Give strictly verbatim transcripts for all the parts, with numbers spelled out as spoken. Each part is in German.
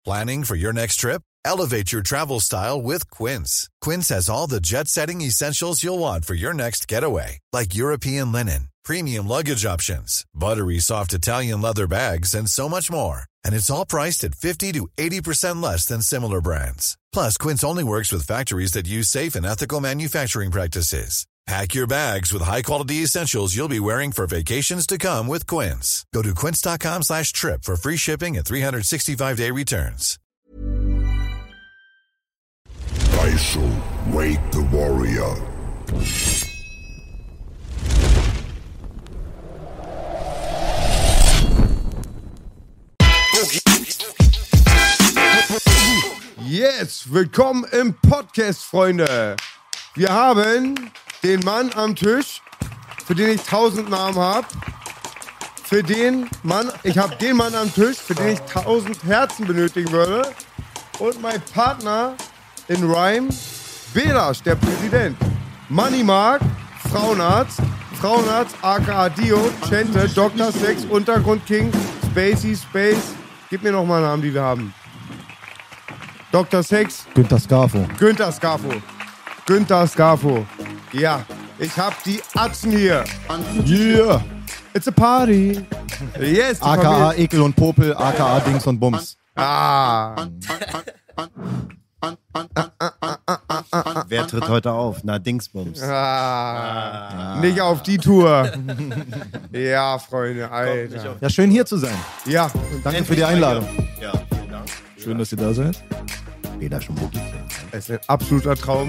Planning for your next trip? Elevate your travel style with Quince. Quince has all the jet-setting essentials you'll want for your next getaway, like European linen, premium luggage options, buttery soft Italian leather bags, and so much more. And it's all priced at fifty to eighty percent less than similar brands. Plus, Quince only works with factories that use safe and ethical manufacturing practices. Pack your bags with high-quality essentials you'll be wearing for vacations to come with Quince. Go to quince.com slash trip for free shipping and three sixty-five day returns. I shall wake the warrior. Yes, willkommen im Podcast, Freunde. Wir haben den Mann am Tisch, für den ich tausend Namen habe. Für den Mann, ich habe den Mann am Tisch, für den ich tausend Herzen benötigen würde. Und mein Partner in Rhyme, Belasch, der Präsident. Money Mark, Frauenarzt, Frauenarzt, aka Dio, Chente, Doktor Sex, Untergrund King, Spacey, Space. Gib mir nochmal Namen, die wir haben. Doktor Sex. Günther Scarfo. Günther Scarfo. Günther Scarfo. Ja, ich hab die Atzen hier. Yeah. It's a party. Yes, die A K A Familie. Ekel und Popel, A K A Dings und Bums. Ah. Wer tritt heute auf? Na, Dingsbums. ah. Nicht auf die Tour. Ja, Freunde, Alter. Ja, schön hier zu sein. Ja. Danke für die Einladung. Ja, vielen Dank. Schön, dass ihr da seid. Jeder schon Boogie. Es ist ein absoluter Traum.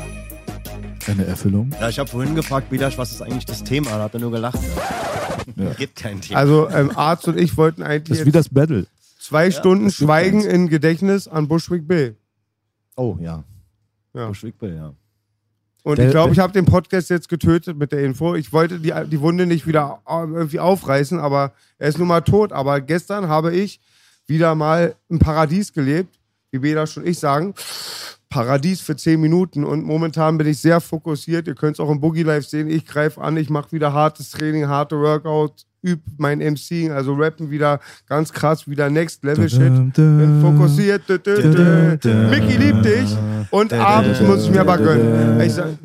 Eine Erfüllung. Ja, ich habe vorhin gefragt, Bidasch, was ist eigentlich das Thema? Da hat er nur gelacht. Ja. Ja. Gibt kein Thema. Also, ähm, Arzt und ich wollten eigentlich Das ist wie das Battle. zwei Ja, Stunden Schweigen in Gedächtnis an Bushwick Bill. Oh, ja. Ja. Bushwick-Bill, ja. Und Der- ich glaube, der- ich habe den Podcast jetzt getötet mit der Info. Ich wollte die, die Wunde nicht wieder irgendwie aufreißen, aber er ist nun mal tot. Aber gestern habe ich wieder mal im Paradies gelebt, wie Belasch und ich sagen. Paradies für zehn Minuten und momentan bin ich sehr fokussiert. Ihr könnt es auch im Boogie Live sehen. Ich greife an, ich mache wieder hartes Training, harte Workout, übe mein MCing, also rappen wieder ganz krass, wieder Next Level Shit. Bin fokussiert. Dü, dü, dü, dü. Mickey liebt dich und abends muss ich mir aber gönnen. Ich sag,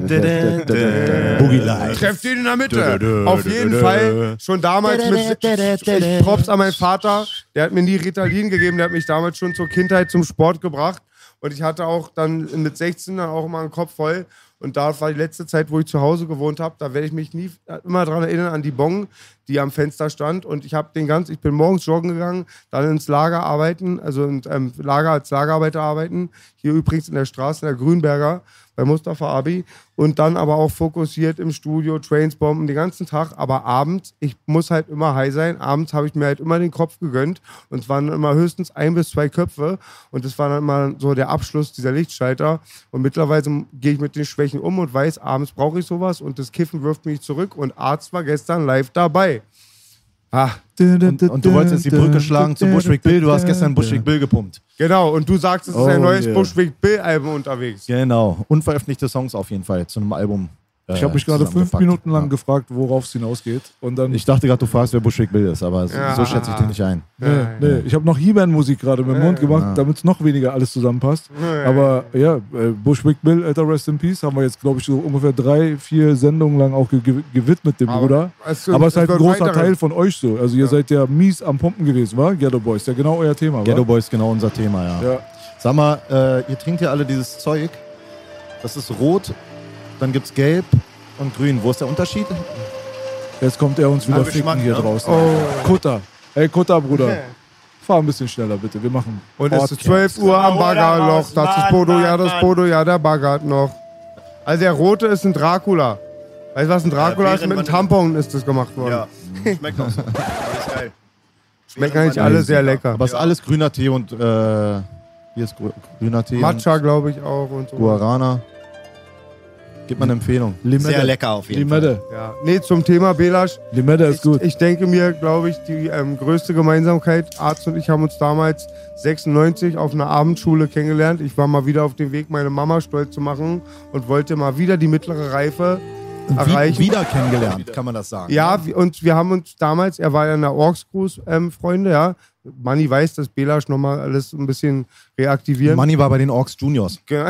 Boogie Live. Trefft ihn in der Mitte. Auf jeden Fall. Schon damals mit. Ich props an meinen Vater. Der hat mir nie Ritalin gegeben. Der hat mich damals schon zur Kindheit zum Sport gebracht. Und ich hatte auch dann mit sechzehn dann auch immer einen Kopf voll. Und da war die letzte Zeit, wo ich zu Hause gewohnt habe, da werde ich mich nie immer dran erinnern an die Bong, die am Fenster stand. Und ich habe den ganz, ich bin morgens joggen gegangen, dann ins Lager arbeiten, also ins ähm, Lager als Lagerarbeiter arbeiten. Hier übrigens in der Straße, in der Grünberger, bei Mustafa Abi. Und dann aber auch fokussiert im Studio, Trains bomben den ganzen Tag. Aber abends, ich muss halt immer high sein. Abends habe ich mir halt immer den Kopf gegönnt. Und es waren immer höchstens ein bis zwei Köpfe. Und das war dann immer so der Abschluss dieser Lichtschalter. Und mittlerweile gehe ich mit den Schwächen um und weiß, abends brauche ich sowas. Und das Kiffen wirft mich zurück. Und Arzt war gestern live dabei. Ah, Und, und du wolltest jetzt die Brücke schlagen zu Bushwick Bill. Du hast gestern Bushwick Bill gepumpt. genau. Und du sagst, es ist Oh, ein neues yeah. Bushwick Bill-Album unterwegs. Genau. Unveröffentlichte Songs auf jeden Fall zu einem Album. Ich habe mich äh, gerade fünf zusammengepackt. Minuten lang Ja. gefragt, worauf es hinausgeht. Und dann. Ich dachte gerade, du fragst, wer Bushwick Bill ist, aber so, Ja. so schätze ich den nicht ein. nee, nee, ich habe noch He-Man-Musik gerade mit dem Mund gemacht, Ja. damit es noch weniger alles zusammenpasst. Ja. Aber ja, äh, Bushwick Bill, Alter, Rest in Peace, haben wir jetzt, glaube ich, so ungefähr drei, vier Sendungen lang auch ge ge gewidmet, dem Aber Bruder. es- Aber es ist halt ein wird großer weitere- Teil von euch so. Also ihr seid ja mies am Pumpen gewesen, wa? Ghetto Boys, ja genau euer Thema, wa? Ghetto Boys, genau unser Thema, ja. Ja. Sag mal, äh, ihr trinkt ja alle dieses Zeug. Das ist rot, dann gibt's gelb und grün. Wo ist der Unterschied? Jetzt kommt er uns wieder Ah, ficken Geschmack, hier ne? draußen. Oh. Kutter. Ey, Kutter, Bruder. Fahr ein bisschen schneller, bitte. Wir machen. Und es ist Podcast. zwölf Uhr am Baggerloch. raus, Das ist Mann, Bodo, Mann, ja, das ist Mann. Bodo, ja, der baggert noch. Also der rote ist ein Dracula. Weißt du, was ein Dracula Ja, ist? Mit einem während man- Tampon ist das gemacht worden. Ja, schmeckt auch so. Das ist geil. Schmecken eigentlich alle sehr lecker. Aber es ist alles grüner Tee und äh, hier ist grü- grüner Tee Matcha, glaube ich, auch und so. und Guarana. Gib mal eine Empfehlung. Limette. Sehr lecker auf jeden Fall. Limette. Ja. Nee, zum Thema Belasch. Limette ist gut. Ich denke mir, glaube ich, die ähm, größte Gemeinsamkeit, Arzt und ich haben uns damals sechsundneunzig auf einer Abendschule kennengelernt. Ich war mal wieder auf dem Weg, meine Mama stolz zu machen und wollte mal wieder die mittlere Reife erreichen. Wie, wieder kennengelernt, kann man das sagen. Ja, wir- und wir haben uns damals, er war ja in der Orks Cruise, ähm, Freunde, ja, Money weiß, dass Belasch nochmal alles ein bisschen reaktivieren. Money war bei den Orks Juniors. Ja,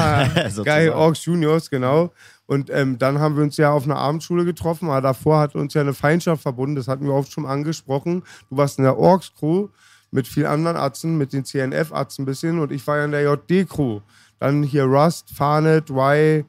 ja geil, Orks Juniors, genau. Und ähm, dann haben wir uns ja auf einer Abendschule getroffen, aber davor hat uns ja eine Feindschaft verbunden, das hatten wir oft schon angesprochen. Du warst in der Orks-Crew mit vielen anderen Atzen, mit den C N F-Atzen ein bisschen und ich war ja in der J D-Crew. Dann hier Rust, Farnet, Y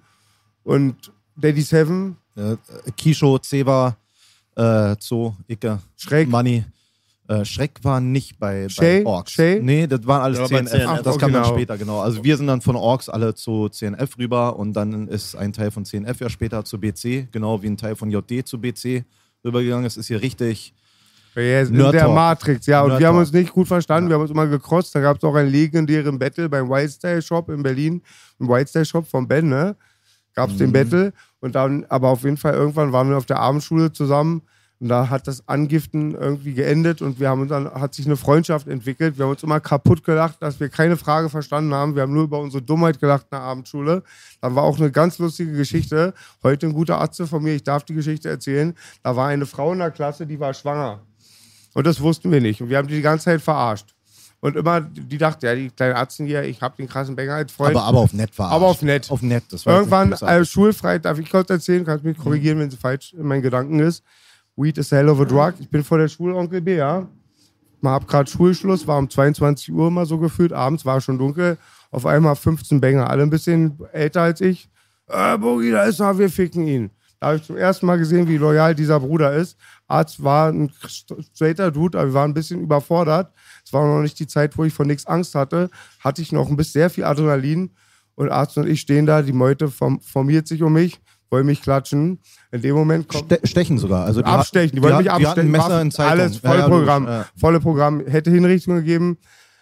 und Daddy Seven. Äh, Kisho, Zeba, äh, Zo, Icke, Schreck. Money. Äh, Schreck war nicht bei, Shay? bei Orks. Shay? Nee, das waren alles Ja, C N F. bei C N F. Ach, das Oh, kam genau. dann später, genau. Also wir sind dann von Orks alle zu C N F rüber und dann ist ein Teil von C N F ja später zu B C, genau wie ein Teil von J D zu B C rübergegangen. Es ist hier richtig... Ja, in Nerd der Talk. Matrix, ja. Und Nerd wir haben Talk. uns nicht gut verstanden, wir haben uns immer gecrossed. Da gab es auch einen legendären Battle beim Wildstyle Shop in Berlin, im Wildstyle Shop von Ben, ne? Gab es den Battle. Und dann, aber auf jeden Fall, irgendwann waren wir auf der Abendschule zusammen. Und da hat das Angiften irgendwie geendet und wir haben uns dann hat sich eine Freundschaft entwickelt. Wir haben uns immer kaputt gelacht, dass wir keine Frage verstanden haben. Wir haben nur über unsere Dummheit gelacht in der Abendschule. Dann war auch eine ganz lustige Geschichte. Heute ein guter Atze von mir, ich darf die Geschichte erzählen. Da war eine Frau in der Klasse, die war schwanger. Und das wussten wir nicht. Und wir haben die die ganze Zeit verarscht. Und immer, die dachte, ja, die kleine Atzen hier, ich hab den krassen Banger als Freund. Aber, aber auf nett war. Aber auf nett. Auf nett. Das war Irgendwann, jetzt nicht äh, bösartig. schulfrei, darf ich kurz erzählen, kannst mich korrigieren, wenn es falsch in meinen Gedanken ist. Weed is a hell of a drug. Ich bin vor der Schule, Onkel B, ja. Man hab gerade Schulschluss, war um zweiundzwanzig Uhr mal so gefühlt, abends war schon dunkel. Auf einmal fünfzehn Banger, alle ein bisschen älter als ich. Äh, Boogie, da ist er, wir ficken ihn. Da habe ich zum ersten Mal gesehen, wie loyal dieser Bruder ist. Arzt war ein straighter Dude, aber wir waren ein bisschen überfordert. Es war noch nicht die Zeit, wo ich vor nichts Angst hatte. Hatte ich noch ein bisschen sehr viel Adrenalin. Und Arzt und ich stehen da, die Meute form formiert sich um mich, wollen mich klatschen. In dem Moment kommt... Ste Stechen sogar. Also die abstechen, die hat- wollen hat- mich die hatten abstechen. Messer Waffen, in Zeitung. alles, Ja, volle ja, Programm. logisch, ja. Volle Programm. Hätte Hinrichtung gegeben.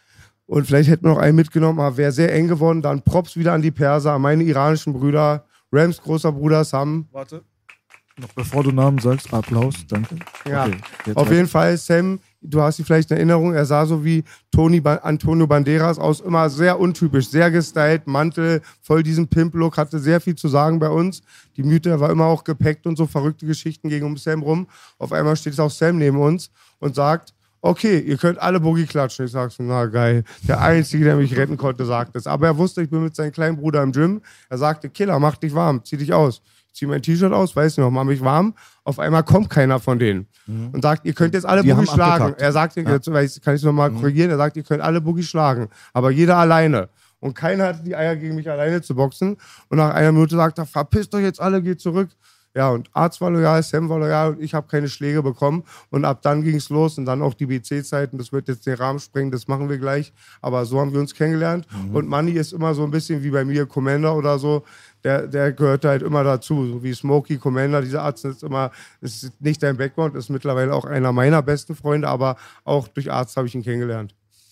Und vielleicht hätten wir noch einen mitgenommen, aber wäre sehr eng geworden. Dann Props wieder an die Perser, an meine iranischen Brüder. Rams großer Bruder Sam. Warte. Noch bevor du Namen sagst, Applaus, danke. Ja, Okay, jetzt auf weiter. jeden Fall, Sam, du hast ihn vielleicht in Erinnerung, er sah so wie Tony ba Antonio Banderas aus, immer sehr untypisch, sehr gestylt, Mantel, voll diesen Pimp-Look, hatte sehr viel zu sagen bei uns. Die Mythe war immer auch gepackt und so verrückte Geschichten gegen um Sam rum. Auf einmal steht auch Sam neben uns und sagt, okay, ihr könnt alle Boogie klatschen. Ich sag so, na geil. Der Einzige, der mich retten konnte, sagt das. Aber er wusste, ich bin mit seinem kleinen Bruder im Gym. Er sagte, Killer, mach dich warm, zieh dich aus. Ich zieh mein T-Shirt aus, weiß nicht noch, mach mich warm. Auf einmal kommt keiner von denen. Mhm. Und sagt, ihr könnt jetzt alle Die Boogie haben schlagen. abgekackt. Er sagt, Ja. jetzt, weiß- kann ich es nochmal Mhm. korrigieren, er sagt, ihr könnt alle Boogie schlagen. Aber jeder alleine. Und keiner hatte die Eier, gegen mich alleine zu boxen. Und nach einer Minute sagt er, verpisst euch jetzt alle, geht zurück. Ja, und Arzt war loyal, Sam war loyal und ich habe keine Schläge bekommen. Und ab dann ging es los und dann auch die B C-Zeiten. Das wird jetzt den Rahmen sprengen, das machen wir gleich. Aber so haben wir uns kennengelernt. Mhm. Und Money ist immer so ein bisschen wie bei mir Commander oder so. Der, der gehört halt immer dazu. So wie Smokey, Commander, dieser Arzt ist immer, ist nicht dein Background, ist mittlerweile auch einer meiner besten Freunde, aber auch durch Arzt habe ich ihn kennengelernt.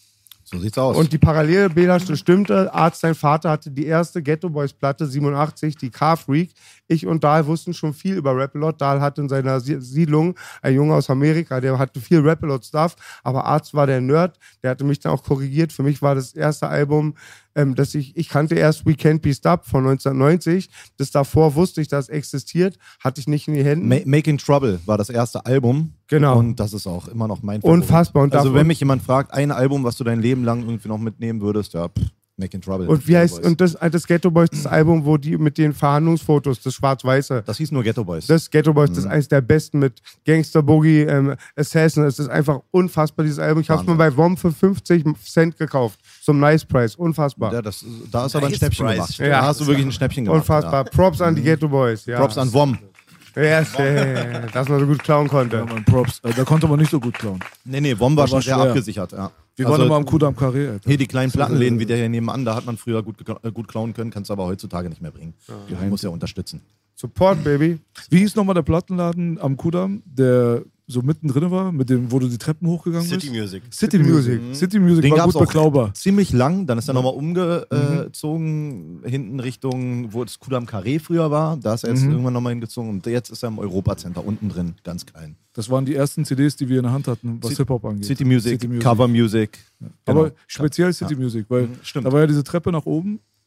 So sieht's aus. Und die Parallele, Bela, stimmte. Arzt, sein Vater, hatte die erste Ghetto Boys Platte, siebenundachtzig, die Car Freak. Ich und Dahl wussten schon viel über Rap-A-Lot. Dahl hatte in seiner Siedlung einen Junge aus Amerika, der hatte viel Rap-A-Lot-Stuff. Aber Arzt war der Nerd, der hatte mich dann auch korrigiert. Für mich war das erste Album, ähm, dass ich, ich kannte erst We Can't Be Stopped von neunzehnhundertneunzig. Das davor wusste ich, dass es existiert. Hatte ich nicht in die Händen. Ma Making Trouble war das erste Album. Genau. Und das ist auch immer noch mein Favorit. Unfassbar. Und also davon- wenn mich jemand fragt, ein Album, was du dein Leben lang irgendwie noch mitnehmen würdest, ja, pff, Making Trouble. Und wie heißt, Boys. und das, das Ghetto Boys, das Album, wo die mit den Verhandlungsfotos, das Schwarz-Weiße. Das hieß nur Ghetto Boys. Das Ghetto Boys, das ist eines der besten mit Gangster Boogie, ähm, Assassin. Es ist einfach unfassbar, dieses Album. Ich habe es mal bei W O M für fünfzig Cent gekauft. Zum Nice Price. Unfassbar. ja, das, da ist aber ein Nice Schnäppchen Price. gemacht. Ja. Da hast du wirklich ein Schnäppchen gemacht. Unfassbar. Props an die Ghetto Boys. Ja. Ja. Props an W O M. Yes, yeah, dass man so gut klauen konnte. Ja, Mann, Props. Äh, da konnte man nicht so gut klauen. Nee, nee, W O M war Das schon war sehr schwer. abgesichert. Ja. Wir Also, waren immer am Kudamm Carré, Alter. hier die kleinen Plattenläden wie der hier nebenan, da hat man früher gut, gekla- äh, gut klauen können, kannst du aber heutzutage nicht mehr bringen. Man muss ja unterstützen. Support, Baby. Wie hieß nochmal der Plattenladen am Kudamm, der so mittendrin war, mit dem, wo du die Treppen hochgegangen City bist? Music. City Music. City Music Den war gab's gut auch beklaubar. ziemlich lang, dann ist er nochmal umgezogen, hinten Richtung, wo das Kudamm Carré früher war, da ist er jetzt Mhm. irgendwann nochmal hingezogen und jetzt ist er im Europacenter unten drin, ganz klein. Das waren die ersten C Ds, die wir in der Hand hatten, was Ci- Hip-Hop angeht. City Music, City Music. Cover Music. Aber Genau. speziell City Ja. Music, weil Mhm, stimmt. da war ja diese Treppe nach oben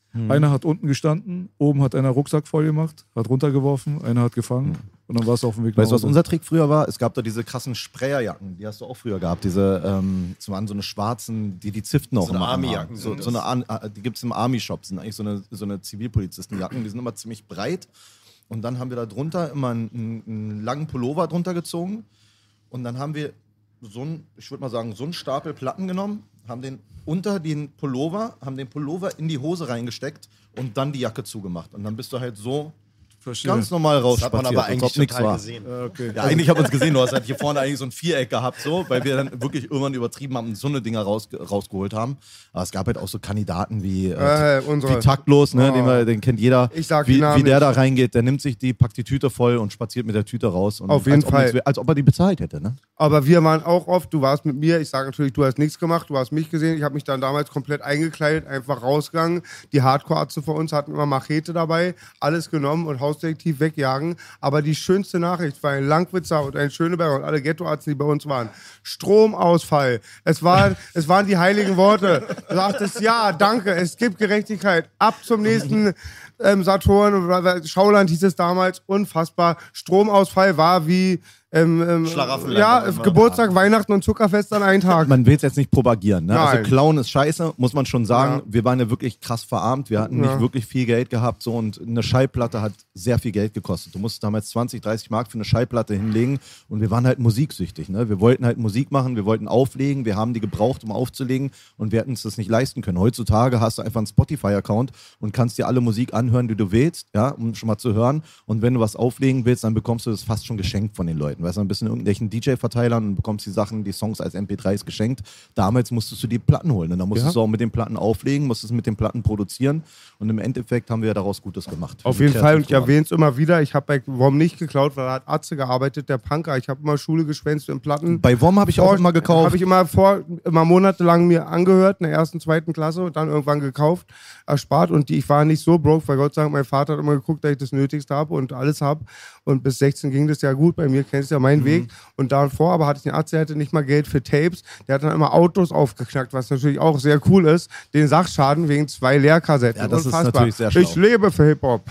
Mhm. Einer hat unten gestanden, oben hat einer Rucksack voll gemacht, hat runtergeworfen, einer hat gefangen mhm. und dann war es auf dem Weg nach Weißt du, was Hause. unser Trick früher war? Es gab da diese krassen Sprayerjacken, die hast du auch früher gehabt. Diese, ähm, zum einen so eine schwarzen, die die Ziften auch So eine immer Army-Jacken haben. So, sind so eine, An- äh, die gibt es im Army-Shop, sind eigentlich so eine, so eine Zivilpolizistenjacken, die sind immer ziemlich breit. Und dann haben wir da drunter immer einen, einen, einen langen Pullover drunter gezogen. Und dann haben wir so einen, ich würde mal sagen, so einen Stapel Platten genommen, haben den unter den Pullover, haben den Pullover in die Hose reingesteckt und dann die Jacke zugemacht. Und dann bist du halt so Verstehe. ganz normal Das hat man rausspaziert, aber als eigentlich ob nichts total war. gesehen. Ja, okay. Ja, eigentlich hat man es gesehen, du hast halt hier vorne eigentlich so ein Viereck gehabt, so, weil wir dann wirklich irgendwann übertrieben haben und so eine Dinger raus, rausgeholt haben. Aber es gab halt auch so Kandidaten wie, äh, Äh, unsere. wie Taktlos, ne, Oh. den, wir, den kennt jeder. Ich sag die wie, Namen wie der nicht. da reingeht, der nimmt sich die, packt die Tüte voll und spaziert mit der Tüte raus. Und Auf jeden als ob Fall. nichts wär- als ob er die bezahlt hätte, ne? Aber wir waren auch oft, du warst mit mir, ich sage natürlich, du hast nichts gemacht, du hast mich gesehen, ich habe mich dann damals komplett eingekleidet, einfach rausgegangen. Die Hardcore-Ärzte vor uns hatten immer Machete dabei, alles genommen und Hausdetektiv wegjagen. Aber die schönste Nachricht war ein Langwitzer und ein Schöneberger und alle Ghettoärzte, die bei uns waren. Stromausfall. Es waren, es waren die heiligen Worte. Du sagtest, ja, danke, es gibt Gerechtigkeit. Ab zum nächsten ähm, Saturn, Schauland hieß es damals, unfassbar. Stromausfall war wie ähm, ähm, Schlaraffenland ja, immer. Geburtstag, Weihnachten und Zuckerfest an einem Tag. Man will es jetzt nicht propagieren, ne? Also Nein. Clown ist scheiße, muss man schon sagen. Ja. Wir waren ja wirklich krass verarmt, wir hatten Ja. nicht wirklich viel Geld gehabt, so, und eine Schallplatte hat sehr viel Geld gekostet. Du musstest damals zwanzig, dreißig Mark für eine Schallplatte hinlegen und wir waren halt musiksüchtig, ne? Wir wollten halt Musik machen, wir wollten auflegen, wir haben die gebraucht, um aufzulegen und wir hätten uns das nicht leisten können. Heutzutage hast du einfach einen Spotify-Account und kannst dir alle Musik anhören, die du willst, ja, um schon mal zu hören, und wenn du was auflegen willst, dann bekommst du das fast schon geschenkt von den Leuten, weißt du, ein bisschen irgendwelchen D J-Verteilern und bekommst die Sachen, die Songs als M P drei s geschenkt. Damals musstest du die Platten holen und dann musstest Ja. du auch mit den Platten auflegen, musstest mit den Platten produzieren und im Endeffekt haben wir daraus Gutes gemacht. Auf Wir jeden sind Fall, und ich kreativ geworden. erwähne es immer wieder, ich habe bei WOM nicht geklaut, weil da hat Atze gearbeitet, der Punker. Ich habe immer Schule geschwänzt in Platten. Bei WOM habe ich auch immer gekauft. Habe ich immer vor, immer monatelang mir angehört, in der ersten, zweiten Klasse und dann irgendwann gekauft, erspart. Und die, ich war nicht so broke, weil Gott sei Dank mein Vater hat immer geguckt, dass ich das Nötigste habe und alles habe. Und bis sechzehn ging das ja gut. Bei mir kennst du ja meinen Mhm. Weg. Und davor aber hatte ich einen Arzt, der hatte nicht mal Geld für Tapes. Der hat dann immer Autos aufgeknackt, was natürlich auch sehr cool ist. Den Sachschaden wegen zwei Leerkassetten. Ja, das ist Unfassbar. natürlich sehr schlau. Ich lebe für Hip-Hop.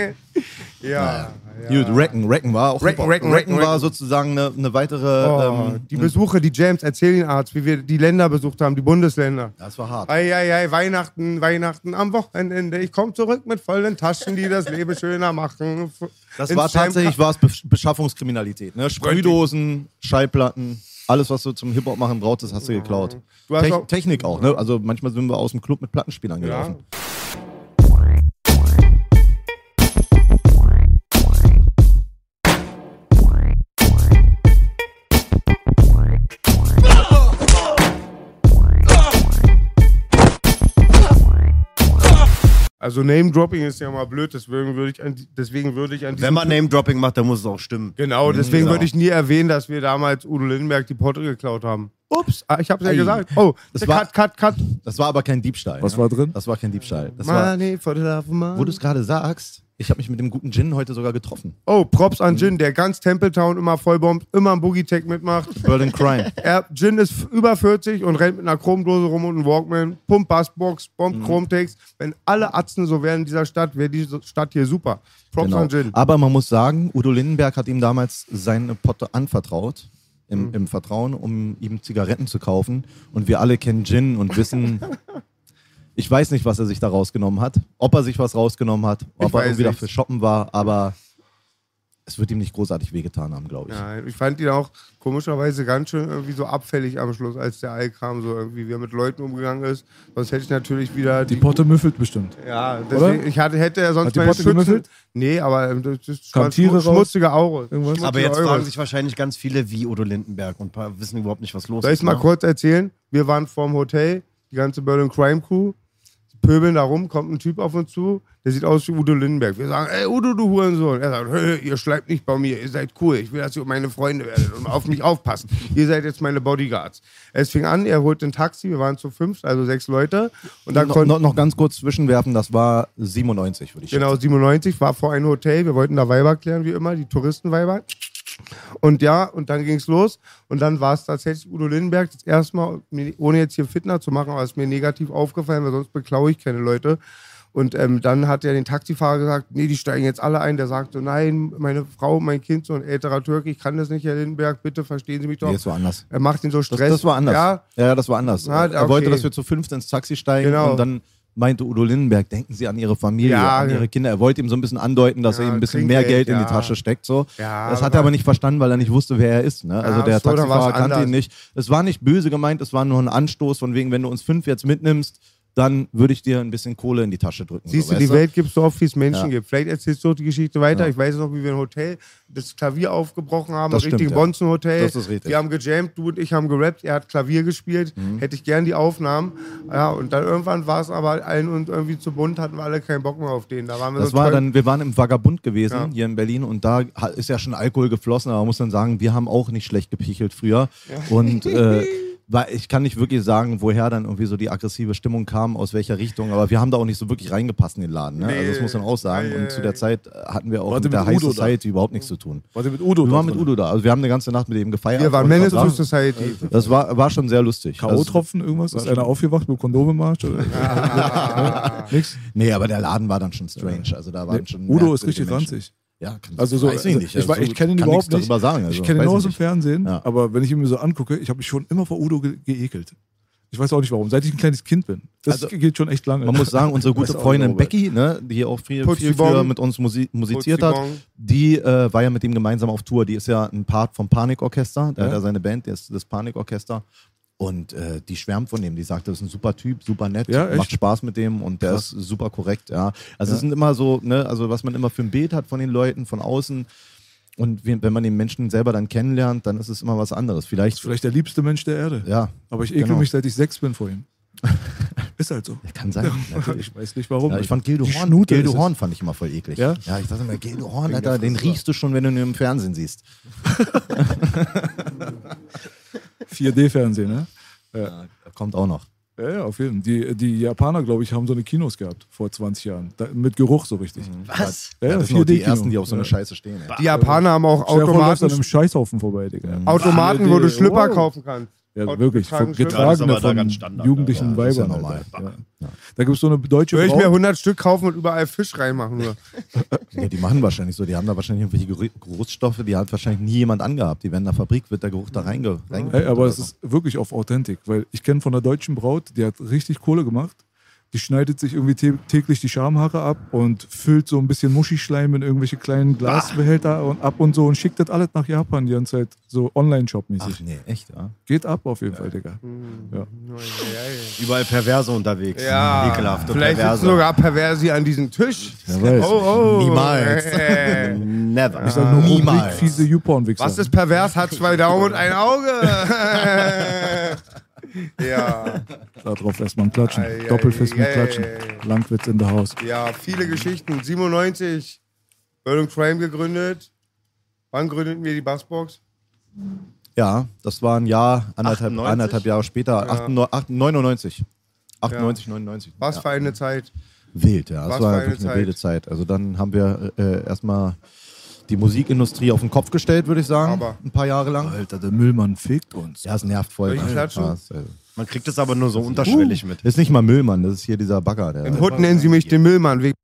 ja. Gut, Recken, Recken war auch Recken, super. Recken, Recken Recken, war Recken. sozusagen eine, eine weitere. Oh, ähm, die Besuche, die James, erzähl den Arzt, wie wir die Länder besucht haben, die Bundesländer. Das war hart. Ei, ei, ei, Weihnachten, Weihnachten am Wochenende. Ich komme zurück mit vollen Taschen, die das Leben schöner machen. Das Ins war Sam- tatsächlich war's Be Beschaffungskriminalität. Ne? Sprühdosen, Schallplatten, alles, was du zum Hip-Hop machen brauchst, hast du geklaut. Du hast Te auch- Technik auch, ne? Also manchmal sind wir aus dem Club mit Plattenspielern Ja. gelaufen. Also Name-Dropping ist ja mal blöd, deswegen würde ich an, deswegen würde ich an diesem Wenn man Name-Dropping macht, dann muss es auch stimmen. Genau, deswegen Genau. würde ich nie erwähnen, dass wir damals Udo Lindenberg die Potte geklaut haben. Ups, ah, ich hab's ja Ei. gesagt. Oh, Das cut, war- cut, cut. Das war aber kein Diebstahl. Was ne? war drin? Das war kein Diebstahl. Das war, Money for the love of money. wo du es gerade sagst, ich habe mich mit dem guten Gin heute sogar getroffen. Oh, Props an Jin, der ganz Templetown immer vollbombt, immer im Boogie-Tech mitmacht. Berlin Crime. Er, Jin ist f- über vierzig und rennt mit einer Chromdose rum und einem Walkman, pumpt Bassbox, bombt Mhm. Chromtex. Wenn alle Atzen so wären in dieser Stadt, wäre diese Stadt hier super. Props Genau. an Jin. Aber man muss sagen, Udo Lindenberg hat ihm damals seine Potte anvertraut. Im, Mhm. im Vertrauen, um ihm Zigaretten zu kaufen. Und wir alle kennen Gin und wissen, ich weiß nicht, was er sich da rausgenommen hat. Ob er sich was rausgenommen hat, ob Ich er weiß irgendwie nicht. dafür shoppen war, aber es wird ihm nicht großartig wehgetan haben, glaube ich. Ja, ich fand ihn auch komischerweise ganz schön irgendwie so abfällig am Schluss, als der All kam, so irgendwie, wie er mit Leuten umgegangen ist. Sonst hätte ich natürlich wieder Die Potte müffelt bestimmt. Ja, deswegen, ich hatte, hätte er sonst Hat die meine Potte Schützen. gemüffelt? Nee, aber das ist Kamen schon Tiere raus? schmutzige Aura. Irgendwas? Schmutzige Aber jetzt Euros. fragen sich wahrscheinlich ganz viele, wie Udo Lindenberg und ein paar wissen überhaupt nicht, was los Soll ich ist. es mal ne? kurz erzählen? Wir waren vorm Hotel, die ganze Berlin Crime Crew, pöbeln da rum, kommt ein Typ auf uns zu, der sieht aus wie Udo Lindenberg. Wir sagen, ey Udo, du Hurensohn. Er sagt, hey, ihr schleibt nicht bei mir, ihr seid cool, ich will, dass ihr meine Freunde werdet und auf mich aufpasst. Ihr seid jetzt meine Bodyguards. Es fing an, er holt ein Taxi, wir waren zu fünf, also sechs Leute. Und dann No, konnten noch, noch ganz kurz zwischenwerfen, das war siebenundneunzig, würde ich Genau, schätzen. siebenundneunzig, war vor einem Hotel. Wir wollten da Weiber klären, wie immer, die Touristenweiber. Und ja, und dann ging es los. Und dann war es tatsächlich Udo Lindenberg das erste Mal, ohne jetzt hier Fitner zu machen, aber es ist mir negativ aufgefallen, weil sonst beklaue ich keine Leute. Und ähm, dann hat er den Taxifahrer gesagt, nee, die steigen jetzt alle ein. Der sagt so, nein, meine Frau, mein Kind, so ein älterer Türke, ich kann das nicht, Herr Lindenberg, bitte verstehen Sie mich doch. Nee, das war anders. Er macht ihn so Stress. Das, das war anders. Ja, ja, das war anders. Ah, okay. Er wollte, dass wir zu fünft ins Taxi steigen Genau. und dann meinte Udo Lindenberg, denken Sie an Ihre Familie, Ja, an Ihre Kinder. Er wollte ihm so ein bisschen andeuten, dass Ja, er ihm ein bisschen Trinkgeld, mehr Geld in die ja. Tasche steckt. So. Ja, das aber- hat er aber nicht verstanden, weil er nicht wusste, wer er ist. Ne? Also Ja, der so, dann Taxifahrer war's kannte anders. ihn nicht. Es war nicht böse gemeint, es war nur ein Anstoß von wegen, wenn du uns fünf jetzt mitnimmst, dann würde ich dir ein bisschen Kohle in die Tasche drücken. siehst so, du, die weißt Welt gibt es so oft, wie es Menschen Ja. gibt. Vielleicht erzählst du die Geschichte weiter. Ja. Ich weiß noch, wie wir im Hotel das Klavier aufgebrochen haben, Das ein richtiges stimmt, ja. Bonzen-Hotel. Das ist richtig. Wir haben gejammt, du und ich haben gerappt, er hat Klavier gespielt. Mhm. Hätte ich gern die Aufnahmen. Ja, und dann irgendwann war es aber allen und irgendwie zu bunt, hatten wir alle keinen Bock mehr auf den. Da waren wir Das so war toll. dann, wir waren im Vagabund gewesen, Ja. hier in Berlin, und da ha- ist ja schon Alkohol geflossen, aber man muss dann sagen, wir haben auch nicht schlecht gepichelt früher. Und äh, war, ich kann nicht wirklich sagen, woher dann irgendwie so die aggressive Stimmung kam, aus welcher Richtung, aber wir haben da auch nicht so wirklich reingepasst in den Laden. Ne? Nee. Also das muss man auch sagen. Nee. Und zu der Zeit äh, hatten wir auch Warte, mit der mit High Udo da? Society überhaupt nichts zu tun. War der mit Udo Wir da waren mit drin? Udo da. Also wir haben eine ganze Nacht mit ihm gefeiert. Wir waren und Menace das to war- Society. Das war, war schon sehr lustig. K O-Tropfen, irgendwas? Ist einer aufgewacht mit Kondomemarsch? Ah. Nix? Nee, aber der Laden war dann schon strange. Also da waren Nee, schon Udo ist merkwürdige richtig Menschen. ranzig. Ja, kann, Also so, weiß ich also nicht. ich, war- Also ich kenne ihn kann überhaupt nichts nicht. darüber sagen. Also, ich kenne ihn weiß nur aus ich dem nicht. Fernsehen, Ja. aber wenn ich ihn mir so angucke, ich habe mich schon immer vor Udo ge geekelt. Ich weiß auch nicht warum, seit ich ein kleines Kind bin. Das Also, geht schon echt lange. Man muss sagen, unsere gute Weiß auch Freundin nicht, Becky, ne, die hier auch viel, Putzi viel früher Bong. mit uns musi musiziert hat, Putzi Bong. die äh, war ja mit ihm gemeinsam auf Tour. Die ist ja ein Part vom Panikorchester. Der Ja. hat ja seine Band, der ist das Panikorchester. Und äh, die schwärmt von dem. Die sagt, das ist ein super Typ, super nett, Ja, echt? macht Spaß mit dem und der Krass. ist super korrekt. Ja. Also Ja. es sind immer so, ne, also was man immer für ein Bild hat von den Leuten, von außen. Und wie, wenn man den Menschen selber dann kennenlernt, dann ist es immer was anderes. Das Vielleicht, ist vielleicht der liebste Mensch der Erde. ja, Aber ich ekel Genau. mich, seit ich sechs bin vor ihm. Ist halt so. kann sein. Natürlich. Ich weiß nicht warum. Ja, ich fand Gildo Die Horn, Schnute Gildo ist es. Horn fand ich immer voll eklig. Ja? ja ich dachte immer, Gildo Horn, Wegen Alter, der den Frisur. riechst du schon, wenn du ihn im Fernsehen siehst. vier D-Fernsehen, ne? Ja, kommt auch noch. Ja, ja, auf jeden Fall. Die, die Japaner, glaube ich, haben so eine Kinos gehabt vor zwanzig Jahren. Da, mit Geruch so richtig. Was? Ja, Ja, ja, das sind auch die vier D-Kino. ersten, die auf so eine Ja. Scheiße stehen. Ja. Die Japaner haben auch Stell dir vor, du läufst an einem Automaten, Scheißhaufen vorbei, Digga. Automaten, wo du vier D, Schlüpper wow. kaufen kannst. Ja, Auto- wirklich. getragen Von, Schlüpper. Ja, das ist getragene aber da von ganz Standard, jugendlichen ja, das ist ja Weibern. normal. Alter. Ja. Da gibt es so eine deutsche Würde ich mir Braut. hundert Stück kaufen und überall Fisch reinmachen nur. Nee, die machen wahrscheinlich so, die haben da wahrscheinlich irgendwelche Geru- Geruchsstoffe, die hat wahrscheinlich nie jemand angehabt. Die werden in der Fabrik, wird der Geruch da reinge reingepumpt. Hey, aber oder es so. ist wirklich auf Authentik, weil ich kenne von der deutschen Braut, die hat richtig Kohle gemacht. Die schneidet sich irgendwie tä- täglich die Schamhaare ab und füllt so ein bisschen Muschischleim in irgendwelche kleinen Glasbehälter und ab und so und schickt das alles nach Japan die ganze Zeit so Online-Shop-mäßig. Ach nee, echt, ja. Geht ab auf jeden Fall, Digga. Ja. Überall Perverse unterwegs. Ja, Ekelhaft und vielleicht Perverse. sitzen sogar Perversi an diesem Tisch. Wer weiß. Oh, oh. Niemals. Äh. Never. Ich sag nur Rubrik, Niemals. fiese YouPorn-Wichser. Was ist pervers? Hat zwei Daumen und ein Auge. Ja, Da drauf erstmal ein Klatschen. Ei, ei, Doppelfist mit ei, Klatschen. ei. Langwitz in der Haus. ja, viele Geschichten. siebenundneunzig, Burning Crime gegründet. Wann gründeten wir die Bassbox? Ja, das war ein Jahr, anderthalb, achtundneunzig? anderthalb Jahre später, Ja. achtundneunzig, neunundneunzig. achtundneunzig, neunundneunzig. Was ja. für eine Zeit. Wild, ja. Das Was war für eine wirklich eine Zeit. wilde Zeit. Also dann haben wir äh, erstmal die Musikindustrie auf den Kopf gestellt, würde ich sagen. Aber- ein paar Jahre lang. Alter, der Müllmann fickt uns. Ja, es nervt voll. Soll ich klatschen? Ja, es, äh, Man kriegt es aber nur so unterschwellig mit. ist nicht mal Müllmann, das ist hier dieser Bagger. Der, Im Hut nennen sie mich den Müllmann. wegen-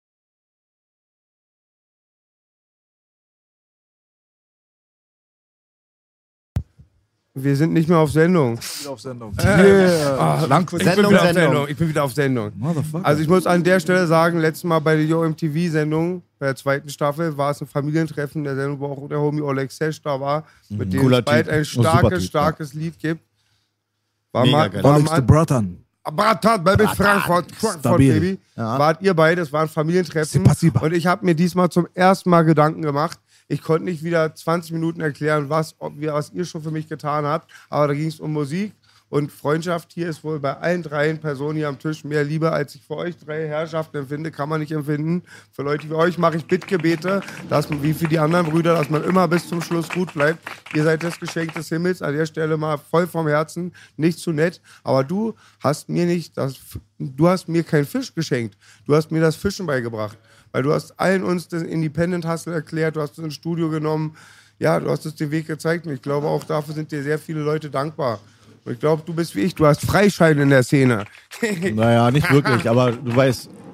Wir sind nicht mehr auf Sendung. Wieder auf Sendung. Ah, Langwitz. Ich bin Sendung, wieder auf Sendung. Sendung. Ich bin wieder auf Sendung. Motherfucker. Also ich muss an der Stelle sagen, letztes Mal bei der Yo M T V-Sendung, bei der zweiten Staffel, war es ein Familientreffen der Sendung, wo auch der Homie Oleg Sesh da war, mit dem Cooler es bald Typ. ein super starkes, Typ, starkes Lied gibt. War Mega mal, geil. war Alex de mal, Bratan. Bratat, Baby Frankfurt, Frankfurt, Stabil. Baby. Ja. Wart ihr beide, das war ein Familientreffen. Sepasiba. Und ich habe mir diesmal zum ersten Mal Gedanken gemacht. Ich konnte nicht wieder zwanzig Minuten erklären, was, ob wir, was ihr schon für mich getan habt. Aber da ging es um Musik und Freundschaft. Hier ist wohl bei allen dreien Personen hier am Tisch mehr Liebe, als ich für euch drei Herrschaften empfinde. Kann man nicht empfinden. Für Leute wie euch mache ich Bittgebete, dass, wie für die anderen Brüder, dass man immer bis zum Schluss gut bleibt. Ihr seid das Geschenk des Himmels. An der Stelle mal voll vom Herzen. Nicht zu nett. Aber du hast mir nicht das, du hast mir keinen Fisch geschenkt. Du hast mir das Fischen beigebracht. Weil du hast allen uns den Independent Hustle erklärt, du hast uns ins Studio genommen, ja, du hast uns den Weg gezeigt und ich glaube auch dafür sind dir sehr viele Leute dankbar. Und ich glaube, du bist wie ich, du hast Freischein in der Szene. Naja, nicht wirklich, aber du weißt,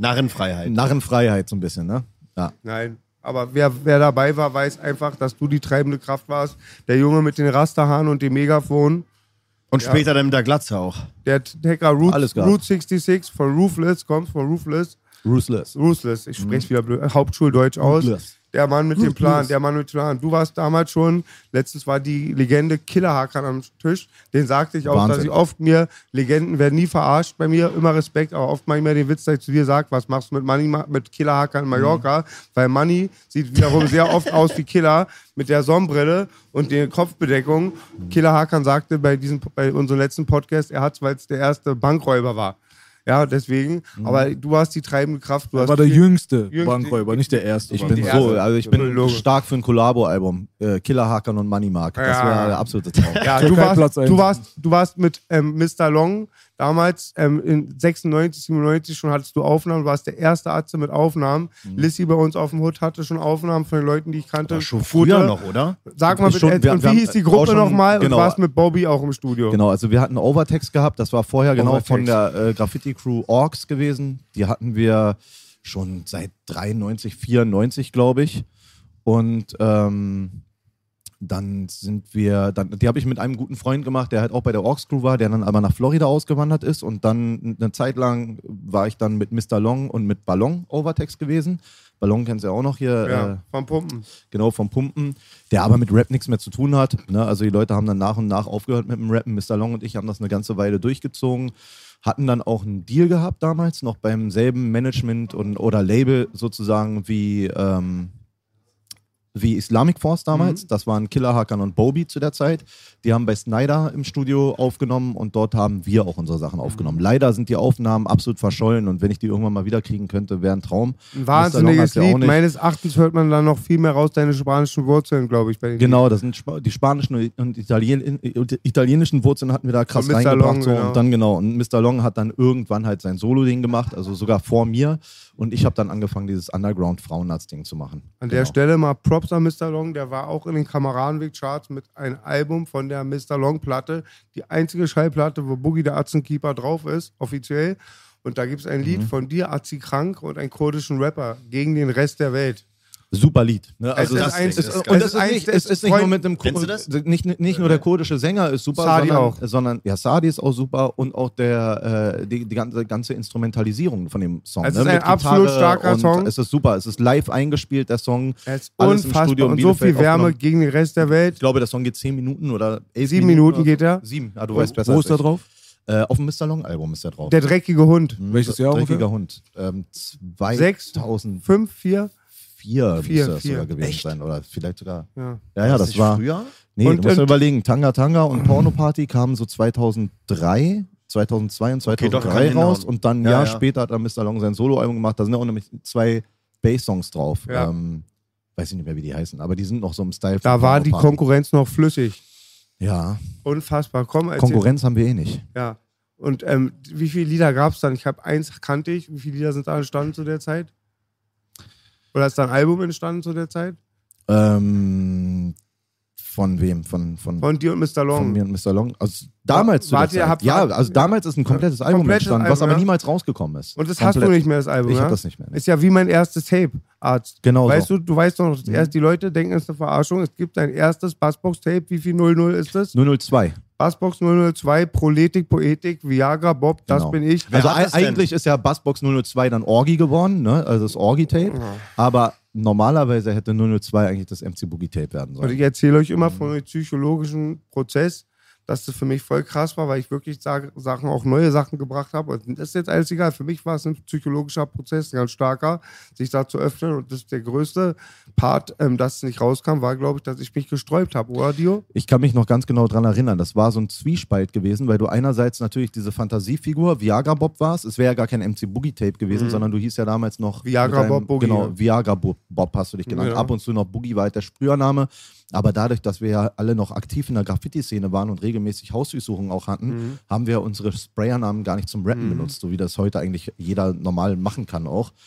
Narrenfreiheit. Narrenfreiheit so ein bisschen, ne? Ja. Nein. Aber wer, wer dabei war, weiß einfach, dass du die treibende Kraft warst. Der Junge mit den Rasterhaaren und dem Megafon. Und Ja. später dann mit der Glatze auch. Der Hacker Root, Alles gehabt. Root sechsundsechzig von Ruthless, kommt von Ruthless. Ruthless. Ruthless, ich spreche wieder blöd, Hauptschuldeutsch aus. Ruthless. Der Mann mit dem Ruthless. Plan, der Mann mit dem Plan. Du warst damals schon, letztens war die Legende Killer Hakan am Tisch. Den sagte ich auch, Wahnsinn. dass ich oft mir, Legenden werden nie verarscht bei mir, immer Respekt, aber oft mache ich mir den Witz, dass ich zu dir sage, was machst du mit Money, mit Killer Hakan in Mallorca? Mhm. Weil Money sieht wiederum sehr oft aus wie Killer mit der Sonnenbrille und der Kopfbedeckung. Killer Hakan sagte bei, diesem, bei unserem letzten Podcast, er hat es, weil es der erste Bankräuber war. Ja, deswegen. Mhm. Aber du hast die treibende Kraft. Du Er hast war der viel- jüngste Jüngste- Bankräuber, nicht der erste. Ich Bankräuber. bin die so, erste. also ich bin Logisch. stark für ein Kollabo-Album. Äh, Killer Hakan und Money Mark. Das Ja. wäre der absolute Traum. Ja, Türkei du warst, Platz eins. du, warst, du warst mit ähm, Mister Long damals ähm, in sechsundneunzig, siebenundneunzig schon hattest du Aufnahmen, du warst der erste Arzt mit Aufnahmen. Mhm. Lissy bei uns auf dem Hood hatte schon Aufnahmen von den Leuten, die ich kannte. War schon Gute. früher noch, oder? Sag mal Ist bitte, schon- wir- und wir wie haben hieß die auch Gruppe schon- nochmal? Und genau. du warst mit Bobby auch im Studio. Genau, also wir hatten Overtext gehabt, das war vorher genau Overtext. von der äh, Graffiti-Crew Orks gewesen. Die hatten wir schon seit dreiundneunzig, vierundneunzig, glaube ich. Und ähm, dann sind wir, dann, die habe ich mit einem guten Freund gemacht, der halt auch bei der Orks Crew war, der dann aber nach Florida ausgewandert ist. Und dann eine Zeit lang war ich dann mit Mister Long und mit Ballon Overtext gewesen. Ballon kennst du ja auch noch hier. Ja, Äh, vom Pumpen. Genau, vom Pumpen, der aber mit Rap nichts mehr zu tun hat. Ne? Also die Leute haben dann nach und nach aufgehört mit dem Rappen. Mister Long und ich haben das eine ganze Weile durchgezogen, hatten dann auch einen Deal gehabt damals, noch beim selben Management und, oder Label sozusagen wie, ähm, wie Islamic Force damals. Mhm. Das waren Killer Hakan und Bobby zu der Zeit. Die haben bei Snyder im Studio aufgenommen und dort haben wir auch unsere Sachen aufgenommen. Leider sind die Aufnahmen absolut verschollen und wenn ich die irgendwann mal wieder kriegen könnte, wäre ein Traum. Ein wahnsinniges hat's ja auch Lied. nicht. Meines Erachtens hört man dann noch viel mehr raus, deine spanischen Wurzeln, glaube ich. Bei den Genau, das sind Sp die spanischen und Italien und italienischen Wurzeln hatten wir da krass Und Mister reingebracht. Long, so, genau. Und dann genau, und Mister Long hat dann irgendwann halt sein Solo-Ding gemacht, also sogar vor mir. Und ich habe dann angefangen, dieses Underground-Frauenarzt-Ding zu machen. An genau. der Stelle mal Props an Mister Long, der war auch in den Kameradenweg-Charts mit einem Album von der Mister Long-Platte. Die einzige Schallplatte, wo Boogie der Atzenkeeper drauf ist, offiziell. Und da gibt es ein Lied Mhm. von dir, Azi Krank, und einen kurdischen Rapper gegen den Rest der Welt. Super Lied. Ne? Also Es ist das eins- ist, es ist und das eins ist nicht, der- es ist nicht nur Freund- mit dem Kennst du das? Nicht, nicht nur der kurdische Sänger ist super, Sadi sondern, auch. sondern ja, Sadi ist auch super und auch der äh, die, die ganze, ganze Instrumentalisierung von dem Song. Es ne? ist ein Mit absolut Gitarre starker und Song. Es ist super, es ist live eingespielt, der Song. Er ist Alles im unfassbar Studio in und so viel Bielefeld Wärme aufgenommen. gegen den Rest der Welt. Ich glaube, der Song geht zehn Minuten oder elf Sieben Minuten oder geht so. er. Sieben, ja, du Und weißt besser Wo als ist da ich. drauf? Äh, auf dem Mister Long Album ist der drauf. Der dreckige Hund. Mhm. Welches Jahr Dreckiger ungefähr? Hund. Ähm, Sechs? zweitausendvier Fünf, vier? vier Vier, müsste das vier. sogar gewesen Echt? sein. Oder vielleicht sogar. Ja. Ja, ja, das nicht war. früher? Nee, Und- du musst dir und- überlegen, Tanga Tanga und Porno Party kamen so zweitausenddrei, zweitausendzwei und Okay, doch, zweitausenddrei kann raus. hinhauen. Und dann ein Ja, Jahr ja. später hat dann Mister Long sein Soloalbum gemacht. Da sind ja auch nämlich zwei Bass-Songs drauf. Ja. Ähm, weiß ich nicht mehr, wie die heißen, aber die sind noch so im Style. Da von war Porno die Party. Konkurrenz noch flüssig. Ja, Unfassbar. Komm, erzähl. Konkurrenz haben wir eh nicht. Ja. Und ähm, wie viele Lieder gab es dann? Ich habe eins kannte ich. Wie viele Lieder sind da entstanden zu der Zeit? Oder ist da ein Album entstanden zu der Zeit? Ähm, von wem? Von, von, Von dir und Mister Long. von mir und Mister Long. Also damals zu Wart der ihr- Zeit. habt- Ja, wart- also damals ist ein komplettes Album Komplettes entstanden, was Album, aber ja. niemals rausgekommen ist. Und das hast du Komplett. nicht mehr, das Album, Ich ja? hab das nicht mehr. Ist ja wie mein erstes Tape, Arzt. Genau Weißt so. du, du weißt doch noch, das Mhm. erste, die Leute denken, es ist eine Verarschung. Es gibt ein erstes Bassbox-Tape. Wie viel null null ist das? null null zwei. Bassbox null null zwei, Proletik, Poetik, Viagra, Bob, das Genau. bin ich. Wer Also hat ei- das denn? eigentlich ist ja Bassbox null null zwei dann Orgi geworden, ne? Also das Orgi-Tape. Aber normalerweise hätte null null zwei eigentlich das M C Boogie-Tape werden Und sollen. ich erzähle euch Mhm. immer von dem psychologischen Prozess, dass das für mich voll krass war, weil ich wirklich sag, Sachen, auch neue Sachen gebracht habe. Und das ist jetzt alles egal. Für mich war es ein psychologischer Prozess, ein ganz starker, sich da zu öffnen. Und das ist der größte Part, ähm, dass es nicht rauskam, war, glaube ich, dass ich mich gesträubt habe, oder Dio? Ich kann mich noch ganz genau dran erinnern. Das war so ein Zwiespalt gewesen, weil du einerseits natürlich diese Fantasiefigur Viagra Bob warst. Es wäre ja gar kein M C Boogie-Tape gewesen, sondern du hieß ja damals noch Viagra mit deinem- Bob Boogie, Genau, ja. Viagra Bob, Bob hast du dich genannt. Ja. Ab und zu noch Boogie war halt der Sprühername. Aber dadurch, dass wir ja alle noch aktiv in der Graffiti-Szene waren und regelmäßig Hausdurchsuchungen auch hatten, Mhm. haben wir unsere Sprayernamen gar nicht zum Rappen benutzt, so wie das heute eigentlich jeder normal machen kann auch.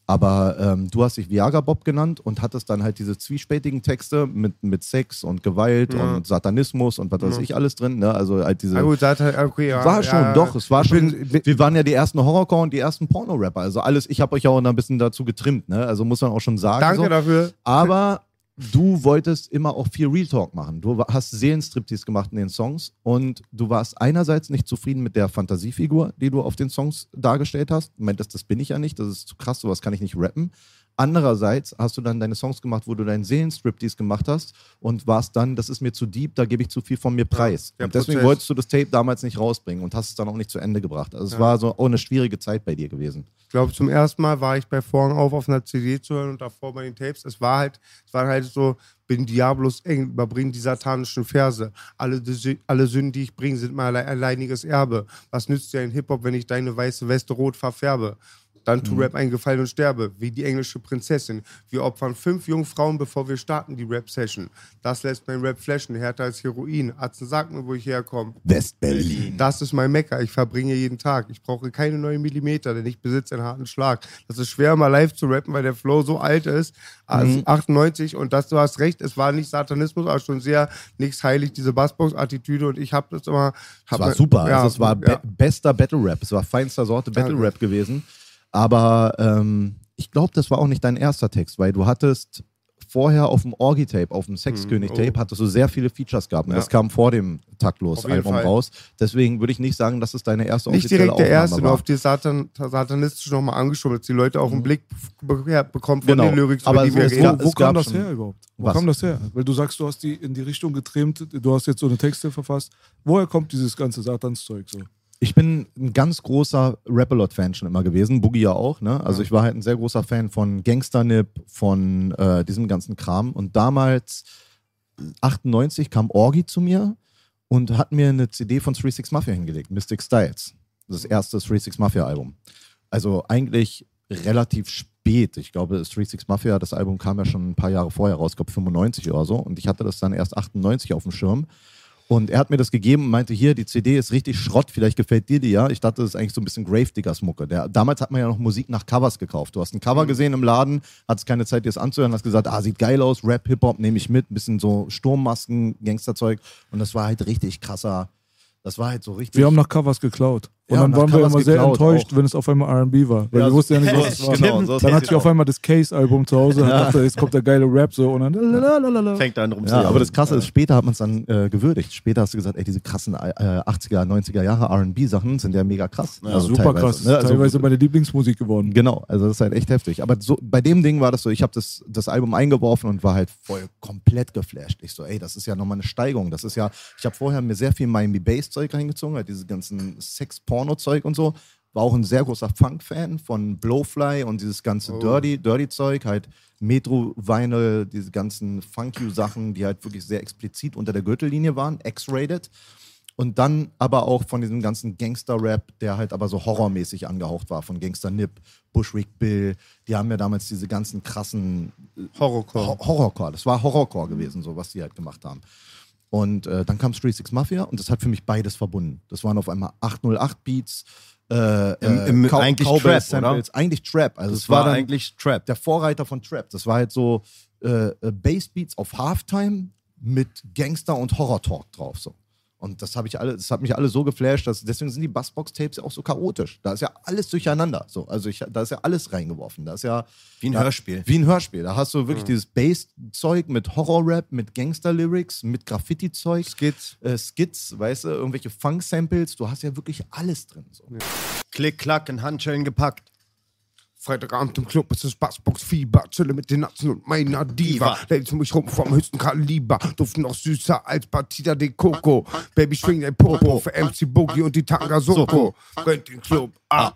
Aber ähm, du hast dich Viagra Bob genannt und hattest dann halt diese zwiespältigen Texte mit, mit Sex und Gewalt Ja. und Satanismus und was weiß Ja. ich alles drin. Ne? Also halt diese. Ah, gut, Satan, okay, ja, war schon, ja, doch, es war ich schon. bin- wir waren ja die ersten Horrorcore und die ersten Porno-Rapper. Also alles, ich habe euch auch noch ein bisschen dazu getrimmt, ne? Also muss man auch schon sagen. Danke so. dafür. Aber du wolltest immer auch viel Real Talk machen. Du wa- hast Seelenstriptease gemacht in den Songs und du warst einerseits nicht zufrieden mit der Fantasiefigur, die du auf den Songs dargestellt hast. Du meintest, das bin ich ja nicht, das ist zu krass, sowas kann ich nicht rappen. Andererseits hast du dann deine Songs gemacht, wo du deinen Seelenstriptease gemacht hast und warst dann, das ist mir zu deep, da gebe ich zu viel von mir preis. der und deswegen Prozess. wolltest du das Tape damals nicht rausbringen und hast es dann auch nicht zu Ende gebracht. Also es Ja. war so auch eine schwierige Zeit bei dir gewesen. Ich glaube, zum ersten Mal war ich bei Vorhang auf auf einer C D zu hören und davor bei den Tapes. Es war halt, es war halt so, bin Diabolus eng, überbring die satanischen Verse. Alle, die- alle Sünden, die ich bringe, sind mein alle- alleiniges Erbe. Was nützt dir ein Hip-Hop, wenn ich deine weiße Weste rot verfärbe? Dann tu Rap eingefallen und sterbe, wie die englische Prinzessin. Wir opfern fünf Jungfrauen, bevor wir starten die Rap-Session. Das lässt mein Rap flashen, härter als Heroin. Arzen, sag mir, wo ich herkomme. West-Berlin. Das ist mein Mecker, ich verbringe jeden Tag. Ich brauche keine neuen Millimeter, denn ich besitze einen harten Schlag. Das ist schwer, mal live zu rappen, weil der Flow so alt ist. Also achtundneunzig und das, du hast recht, es war nicht Satanismus, aber schon sehr nichts heilig, diese Bassbox-Attitüde und ich habe das immer... Es hab war mir- super. Ja, also es war ja. be bester Battle Rap. Es war feinster Sorte Battle Rap gewesen. Aber ähm, ich glaube, das war auch nicht dein erster Text, weil du hattest vorher auf dem Orgi-Tape, auf dem Sexkönig-Tape, oh. hattest du sehr viele Features gehabt. Und Ja. das kam vor dem Auf jeden Taktlos-Album Fall. raus. Deswegen würde ich nicht sagen, dass es deine erste Nicht offizielle direkt der Aufnahme erste, nur war. auf die Satan Satanistisch nochmal angeschoben, dass die Leute auch einen Blick be ja, bekommen von Genau. den Lyrics, Aber über die so wir ist reden. ja- Wo, wo es gab kam das schon- her überhaupt? Wo Was? kam das her? Weil du sagst, du hast die in die Richtung getrimmt, du hast jetzt so eine Texte verfasst. Woher kommt dieses ganze Satanszeug so? Ich bin ein ganz großer Rap-A-Lot-Fan schon immer gewesen, Boogie ja auch. Ne? Also ich war halt ein sehr großer Fan von Gangster-Nip, von äh, diesem ganzen Kram. Und damals, achtundneunzig, kam Orgi zu mir und hat mir eine C D von Three Six Mafia hingelegt, Mystic Styles. Das erste Three Six Mafia-Album. Also eigentlich relativ spät. Ich glaube, Three Six Mafia, das Album kam ja schon ein paar Jahre vorher raus, ich glaube fünfundneunzig oder so. Und ich hatte das dann erst achtundneunzig auf dem Schirm. Und er hat mir das gegeben und meinte, hier, die C D ist richtig Schrott, vielleicht gefällt dir die ja. Ich dachte, das ist eigentlich so ein bisschen Gravediggers-Mucke. Der, damals hat man ja noch Musik nach Covers gekauft. Du hast ein Cover gesehen im Laden, hattest keine Zeit, dir das anzuhören, hast gesagt, ah, sieht geil aus, Rap, Hip-Hop, nehme ich mit, ein bisschen so Sturmmasken, Gangsterzeug. Und das war halt richtig krasser, das war halt so richtig... Wir haben nach Covers geklaut. Und Ja, dann nach waren wir Covers immer sehr geklaut enttäuscht, auch. wenn es auf einmal R and B war. Weil Ja, wir so- wussten ja nicht, so was ist es es war. genau, so ist Dann es hatte ich auf genau. einmal das Case-Album zu Hause und dachte, jetzt kommt der geile Rap so und dann lalalala. Fängt an rum zu Ja, jammern. aber das Krasse ist, später hat man es dann äh, gewürdigt. Später hast du gesagt, ey, diese krassen äh, achtziger, neunziger Jahre R and B-Sachen sind ja mega krass. Ja, super teilweise, krass. ne? Also, Teilweise meine Lieblingsmusik geworden. Genau, also das ist halt echt heftig. Aber so, bei dem Ding war das so, ich habe das, das Album eingeworfen und war halt voll komplett geflasht. Ich so, ey, das ist ja nochmal eine Steigerung. Das ist ja, ich habe vorher mir sehr viel Miami Bass-Zeug reingezogen, halt dieses ganzen Sex-Porno-Zeug und so. War auch ein sehr großer Funk-Fan von Blowfly und dieses ganze Oh. Dirty, Dirty-Zeug, halt Metro-Vinyl, diese ganzen Funk-You-Sachen, die halt wirklich sehr explizit unter der Gürtellinie waren, X-rated. Und dann aber auch von diesem ganzen Gangster-Rap, der halt aber so horrormäßig angehaucht war, von Gangster Nip, Bushwick Bill. Die haben ja damals diese ganzen krassen Horrorcore. Ho- Horrorcore. Das war Horrorcore gewesen, so was die halt gemacht haben. Und äh, dann kam Three Six Mafia und das hat für mich beides verbunden. Das waren auf einmal achthundertacht Beats, äh, Im- im- Cow- eigentlich Cowbell Trap, Samples, eigentlich Trap. Also das es war, war dann eigentlich Trap. der Vorreiter von Trap. Das war halt so äh, äh, Bassbeats auf Halftime mit Gangster und Horror-Talk drauf. So. Und das, hab ich alle, das hat mich alle so geflasht, dass, deswegen sind die Bassbox-Tapes ja auch so chaotisch. Da ist ja alles durcheinander. So. Also ich, da ist ja alles reingeworfen. Da ist ja Wie ein da, Hörspiel. Wie ein Hörspiel. Da hast du wirklich dieses Bass-Zeug mit Horror-Rap, mit Gangster-Lyrics, mit Graffiti-Zeug. Skits. Äh, Skits, weißt du, irgendwelche Funk-Samples. Du hast ja wirklich alles drin. So. Klick, klack, in Handschellen gepackt. Freitagabend im Club, es ist Bassbox-Fieber, chille mit den Natzen und meiner Diva. Lädst mich rum vom höchsten Kaliber, duften noch süßer als Batida de Coco. Baby, schwing dein Popo für M C Boogie und die Tanga Soko. Brennt den Club ab.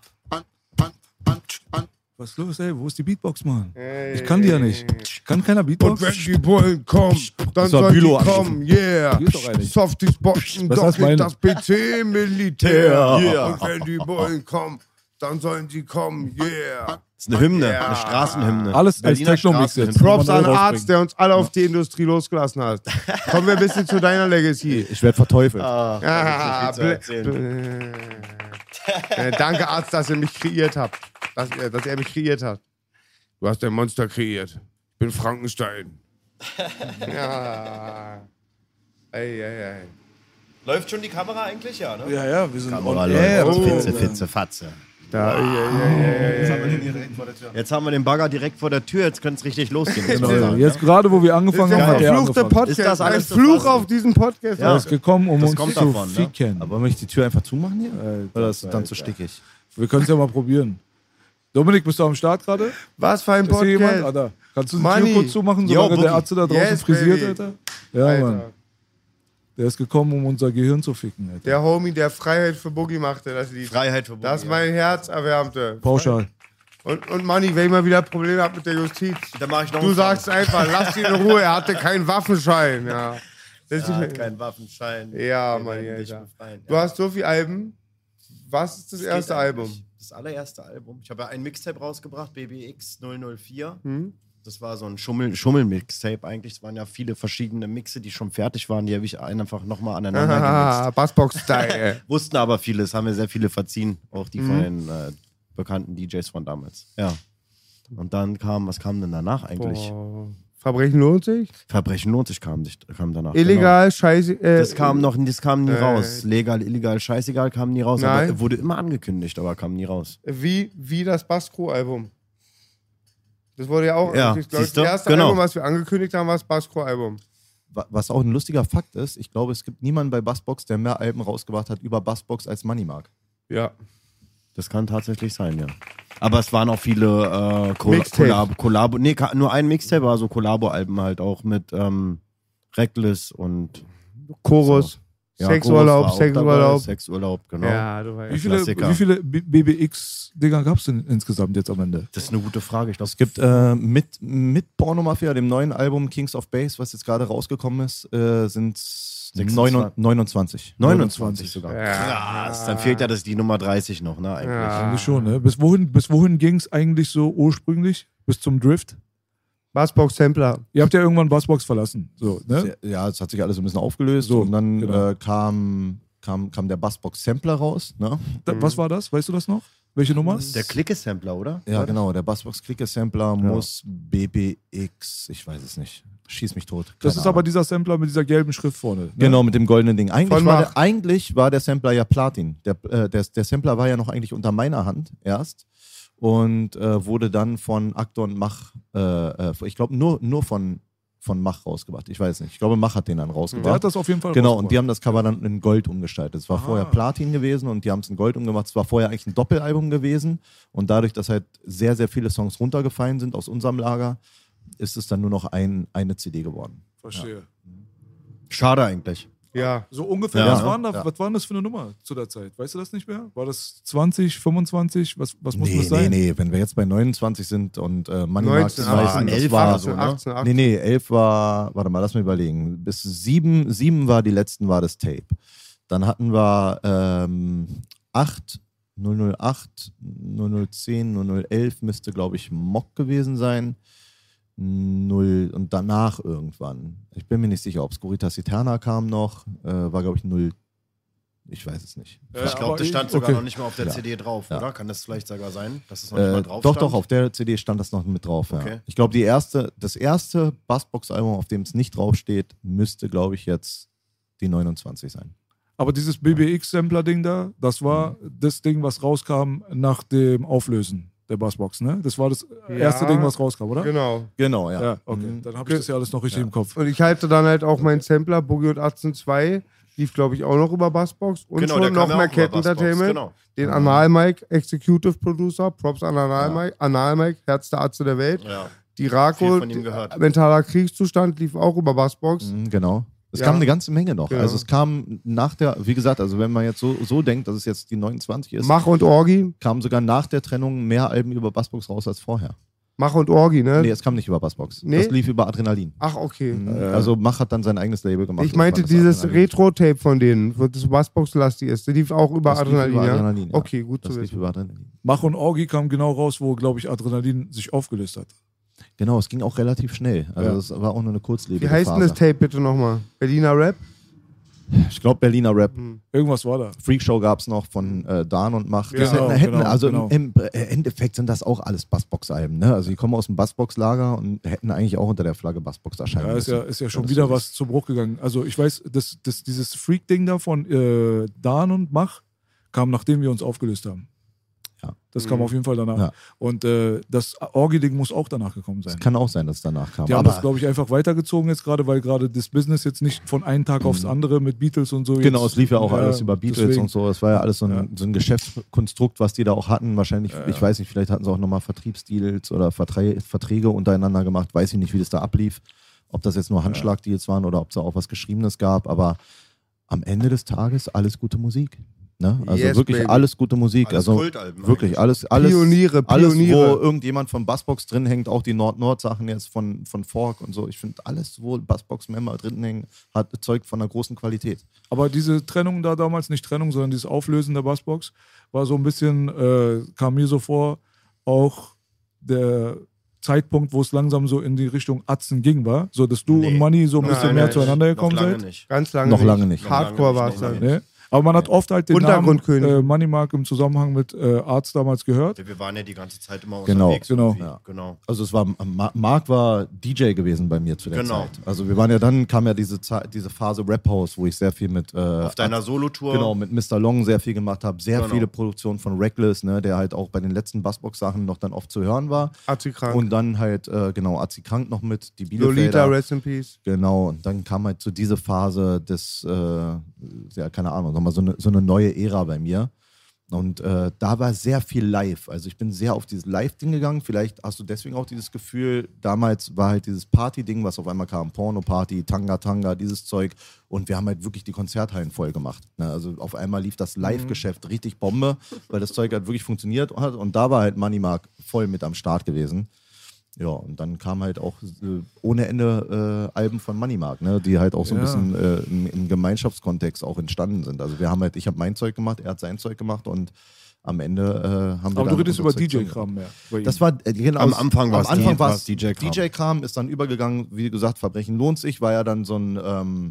Was ist los, ey? Wo ist die Beatbox, Mann? Ich kann die ja nicht. Kann keiner Beatbox? Und wenn die Bullen kommen, dann soll sollen die Bülow kommen, yeah. Hier ist doch eigentlich. Softies boxen, Was doch heißt meine? nicht das P C-Militär. Yeah. Und wenn die Bullen kommen, dann sollen sie kommen, yeah. Das ist eine Hymne, Ja. eine Straßenhymne. Alles als Berliner Techno-Mix jetzt. Straßenhymne. Props Kann an man neu Arzt, rausbringen. der uns alle auf die Industrie losgelassen hat. Kommen wir ein bisschen zu deiner Legacy. Ich werde verteufelt. Ah, Ah, da gibt's so viel zu ble- erzählen. äh, danke, Arzt, dass ihr mich kreiert habt. Dass, ihr- dass er mich kreiert hat. Du hast ein Monster kreiert. Ich bin Frankenstein. Ja. Ey, ey, ey. Läuft schon die Kamera eigentlich? Ja, ne? Ja, ja, wir sind Kamera on läuft. air. Oh. Oh. Fitze, Fitze, Fatze. Da, ey, ey, ey, ey, ey, ey. Jetzt haben wir den Bagger direkt vor der Tür, jetzt könnte es richtig losgehen. Genau. Jetzt gerade, wo wir angefangen Das ist haben, hat der er verfluchte angefangen. Podcast. Ist das alles ein zu Fluch fassen? auf diesen Podcast. Er ist gekommen, um Das uns kommt zu davon, ne? ficken. Aber wollen wir nicht die Tür einfach zumachen hier? Alter, Oder ist es dann Alter. zu stickig? Wir können es ja mal probieren. Dominik, bist du am Start gerade? Was für ein Ist hier jemand? Podcast. Alter, kannst du die Money. Tür kurz zumachen, Yo, solange der Boogie. Atze da draußen Yes, frisiert, baby. Alter? Ja, Alter. Mann. Der ist gekommen, um unser Gehirn zu ficken, Alter. Der Homie, der Freiheit für Boogie machte, das Lied. Freiheit für Das Boogie, mein Herz erwärmte. Pauschal. Und, und Manni, wenn ich mal wieder Probleme habe mit der Justiz, ja. Dann mach ich noch du einen sagst einfach, lass ihn in Ruhe, er hatte keinen Waffenschein. Ja, das Song. ist, Ja, kein Waffenschein. ja Wir Manni, werden dich Alter. befreien. Du hast so viele Alben. Was ist das, Das erste geht Album? eigentlich. Das allererste Album. Ich habe ja ein Mixtape rausgebracht, B B X null null vier. Hm? Das war so ein Schummel- Schummel-Mixtape eigentlich. Es waren ja viele verschiedene Mixe, die schon fertig waren. Die habe ich einfach nochmal aneinander Ah, gemixt. Bassbox-Style. Wussten aber viele, es haben mir sehr viele verziehen. Auch die Mhm. von den äh, bekannten D Js von damals. Ja. Und dann kam, was kam denn danach eigentlich? Boah. Verbrechen lohnt sich? Verbrechen lohnt sich kam, nicht, kam danach. Illegal, scheiße. Äh, Genau. Das kam noch, das kam nie äh, raus. Legal, illegal, scheißegal kam nie raus. Nein. Aber wurde immer angekündigt, aber kam nie raus. Wie, wie das Bass-Crew-Album. Das wurde ja auch, Ja, ich glaube, das siehst du? erste Genau. Album, was wir angekündigt haben, war das Bass-Crew-Album. Wa- Was auch ein lustiger Fakt ist, ich glaube, es gibt niemanden bei Bassbox, der mehr Alben rausgebracht hat über Bassbox als Money Mark. Ja. Das kann tatsächlich sein, ja. Aber es waren auch viele äh, Ko- Mixtapes. Kollabo, Kollabo, nee, ka- nur ein Mixtape, also Kollabo-Alben halt auch mit ähm, Reckless und Chorus, ja, Sexurlaub, Chorus war auch Sexurlaub. dabei, Sexurlaub, genau. Ja, du weißt. Wie viele, Klassiker. wie viele B B X-Dinger gab es denn insgesamt jetzt am Ende? Das ist eine gute Frage. Ich glaube, Es gibt äh, mit, mit Pornomafia, dem neuen Album Kings of Bass, was jetzt gerade rausgekommen ist, äh, sind sechsundzwanzig. neunundzwanzig. neunundzwanzig sogar. Ja. Krass, dann fehlt ja das die Nummer dreißig noch, ne, eigentlich. Ja. Eigentlich schon, ne? Bis wohin, bis wohin ging es eigentlich so ursprünglich? Bis zum Drift? Bassbox-Sampler. Ihr habt ja irgendwann Bassbox verlassen. So, ne? Ja, es hat sich alles so ein bisschen aufgelöst So, und dann genau. äh, kam, kam, kam der Bassbox-Sampler raus. Ne? Da, was war das? Weißt du das noch? Welche Nummer? Der Clique-Sampler, oder? Ja, genau. Der Bassbox-Clicker-Sampler muss B B X, ich weiß es nicht. Schieß mich tot. Das Keine ist aber Ahnung. dieser Sampler mit dieser gelben Schrift vorne. Ne? Genau, mit dem goldenen Ding. Eigentlich Von war, Mach. der, eigentlich war der Sampler ja Platin. Der, äh, der, der Sampler war ja noch eigentlich unter meiner Hand erst und äh, wurde dann von Aktor und Mach, äh, äh, ich glaube nur, nur von, von Mach rausgebracht. Ich weiß nicht. Ich glaube, Mach hat den dann Der rausgebracht. hat das auf jeden Fall Genau, und rausgebracht. die haben das Cover dann in Gold umgestaltet. Es war Ah. vorher Platin gewesen und die haben es in Gold umgemacht. Es war vorher eigentlich ein Doppelalbum gewesen. Und dadurch, dass halt sehr, sehr viele Songs runtergefallen sind aus unserem Lager, ist es dann nur noch ein, eine C D geworden. Verstehe. Schade eigentlich. Ja. So ungefähr, Ja. was, waren da, Ja. was war denn das für eine Nummer zu der Zeit? Weißt du das nicht mehr? War das zwanzig, fünfundzwanzig? Was, was muss Nee, das nee, sein? nee. Wenn wir jetzt bei neunundzwanzig sind und äh, Money Mark neunzehn, zwei sind, elf das war war so, so, ne? achtzehn, Nee, achtzehn. nee, elf war, warte mal, lass mich überlegen. Bis sieben, sieben war die letzten, war das Tape. Dann hatten wir ähm, acht, null null acht, null null zehn, null null elf müsste, glaube ich, Mock gewesen sein. Null und danach irgendwann. Ich bin mir nicht sicher, ob Scuritas Eterna kam noch. Äh, war, glaube ich, null. Ich weiß es nicht. Ja, Ich glaube, aber das stand ich- sogar okay. noch nicht mal auf der Ja. C D drauf, Ja. oder? Kann das vielleicht sogar sein, dass es noch nicht Äh, mal drauf doch, stand? doch, auf der C D stand das noch mit drauf. Ja. Okay. Ich glaube, die erste, das erste Bassbox-Album, auf dem es nicht draufsteht, müsste, glaube ich, jetzt die neunundzwanzig sein. Aber dieses B B X-Sampler-Ding da, das war das Ding, was rauskam nach dem Auflösen der Bassbox, ne? Das war das erste Ja. Ding, was rauskam, oder? Genau. Genau, ja. Ja, okay. Mhm. Dann habe ich das ja alles noch richtig im Kopf. Und ich halte dann halt auch meinen Sampler, Boogie und Atzen zwei, lief, glaube ich, auch noch über Bassbox. Und Genau, der schon kam noch ja mehr auch über Cat Bassbox, Entertainment. genau. Den Anal-Mike, Executive Producer, Props an Anal-Mike, Anal-Mike, Herz der Arzt der Welt. Ja. Die Viel Rako, von ihm gehört. mentaler Kriegszustand, lief auch über Bassbox. Mhm, genau. Es Ja. kam eine ganze Menge noch. Ja. Also es kam nach der, wie gesagt, also wenn man jetzt so, so denkt, dass es jetzt die neunundzwanzig ist, Mach und Orgi. kam sogar nach der Trennung mehr Alben über Bassbox raus als vorher. Mach und Orgi, ne? Nee, es kam nicht über Bassbox. Nee? Das lief über Adrenalin. Ach, okay. Mhm. Also Mach hat dann sein eigenes Label gemacht. Ich meinte Das war dieses Adrenalin. Retro-Tape von denen, wo das Bassbox-lastig ist. Der lief auch über Das lief Adrenalin, über ja? Adrenalin, ja. Okay, gut Das zu lief wissen. über Adrenalin. Mach und Orgi kam genau raus, wo, glaube ich, Adrenalin sich aufgelöst hat. Genau, es ging auch relativ schnell. Also Ja. es war auch nur eine kurzlebige Wie heißt denn Phase. das Tape bitte nochmal? Berliner Rap? Ich glaube Berliner Rap. Irgendwas war da. Freakshow gab es noch von äh, Dan und Mach. Genau, Das hätten, hätten, genau, also genau. im, im Endeffekt sind das auch alles Bassbox-Alben. Ne? Also die kommen aus dem Bassbox-Lager und hätten eigentlich auch unter der Flagge Bassbox erscheinen Ja, ist ja, müssen. ist ja schon Das wieder so was zu Bruch gegangen. Also ich weiß, das, das, dieses Freak-Ding da von äh, Dan und Mach kam, nachdem wir uns aufgelöst haben. Ja. Das kam auf jeden Fall danach. Ja. Und äh, das Orgi-Ding muss auch danach gekommen sein. Es kann auch sein, dass es danach kam. Die haben Aber das, glaube ich, einfach weitergezogen jetzt gerade, weil gerade das Business jetzt nicht von einem Tag aufs andere mit Beatles und so. genau, jetzt, es lief ja auch alles über Beatles deswegen. und so. Es war ja alles so ein, Ja. so ein Geschäftskonstrukt, was die da auch hatten. Wahrscheinlich, Ja, ich ja. weiß nicht, vielleicht hatten sie auch nochmal Vertriebsdeals oder Verträ Verträge untereinander gemacht. Weiß ich nicht, wie das da ablief. Ob das jetzt nur Handschlagdeals waren oder ob es da auch was Geschriebenes gab. Aber am Ende des Tages alles gute Musik. Ne? Also Yes, wirklich baby. alles gute Musik. Alles also Kultalben wirklich eigentlich. alles, alles, Pioniere, alles, Pioniere. wo irgendjemand von Bassbox drin hängt, auch die Nord-Nord-Sachen jetzt von, von Fork und so. Ich finde alles, wo Bassbox-Member drin hängen, hat zeugt von einer großen Qualität. Aber diese Trennung da damals, nicht Trennung, sondern dieses Auflösen der Bassbox, war so ein bisschen, äh, kam mir so vor, auch der Zeitpunkt, wo es langsam so in die Richtung Atzen ging, war. So, dass du Nee. und Money so ein Nein, bisschen nein, mehr nein. zueinander Noch gekommen lange seid. nicht. Ganz lange Noch nicht. lange nicht. Hardcore Noch war lange es nicht, dann. noch lange Ne? Aber man hat oft halt den Namen Untergrundkönig. äh, Money Mark im Zusammenhang mit äh, Arzt damals gehört. Wir waren ja die ganze Zeit immer Genau, unterwegs. genau. irgendwie. Ja. genau. Also es war, Ma- Marc war D J gewesen bei mir zu der Genau. Zeit. Also wir waren ja dann, kam ja diese, Zeit, diese Phase Rap House, wo ich sehr viel mit... Äh, Auf deiner Solotour. Genau, mit Mister Long sehr viel gemacht habe. Sehr Genau. viele Produktionen von Reckless, ne, der halt auch bei den letzten Bassbox-Sachen noch dann oft zu hören war. Azi krank. Und dann halt, äh, genau, Azi Krank noch mit, die Lolita, Bielefelder. Rest in Peace. Genau, und dann kam halt zu dieser Phase des, äh, ja, keine Ahnung, nochmal so eine, so eine neue Ära bei mir. Und äh, da war sehr viel live. Also ich bin sehr auf dieses Live-Ding gegangen. Vielleicht hast du deswegen auch dieses Gefühl, damals war halt dieses Party-Ding, was auf einmal kam, Porno-Party, Tanga Tanga, dieses Zeug. Und wir haben halt wirklich die Konzerthallen voll gemacht. Ne? Also auf einmal lief das Live-Geschäft richtig Bombe, weil das Zeug halt wirklich funktioniert hat. Und da war halt Money Mark voll mit am Start gewesen. Ja, und dann kam halt auch äh, ohne Ende äh, Alben von Money Mark, ne, die halt auch so ein Ja. bisschen äh, im, im Gemeinschaftskontext auch entstanden sind. Also wir haben halt, ich habe mein Zeug gemacht, er hat sein Zeug gemacht und am Ende äh, haben wir Aber dann du redest unser über Zeug D J-Kram mehr. bei ihm. Das war äh, genau, Am Anfang war's am Anfang die- war's war's D J-Kram. D J-Kram ist dann übergegangen, wie gesagt, Verbrechen lohnt sich, war ja dann so ein ähm,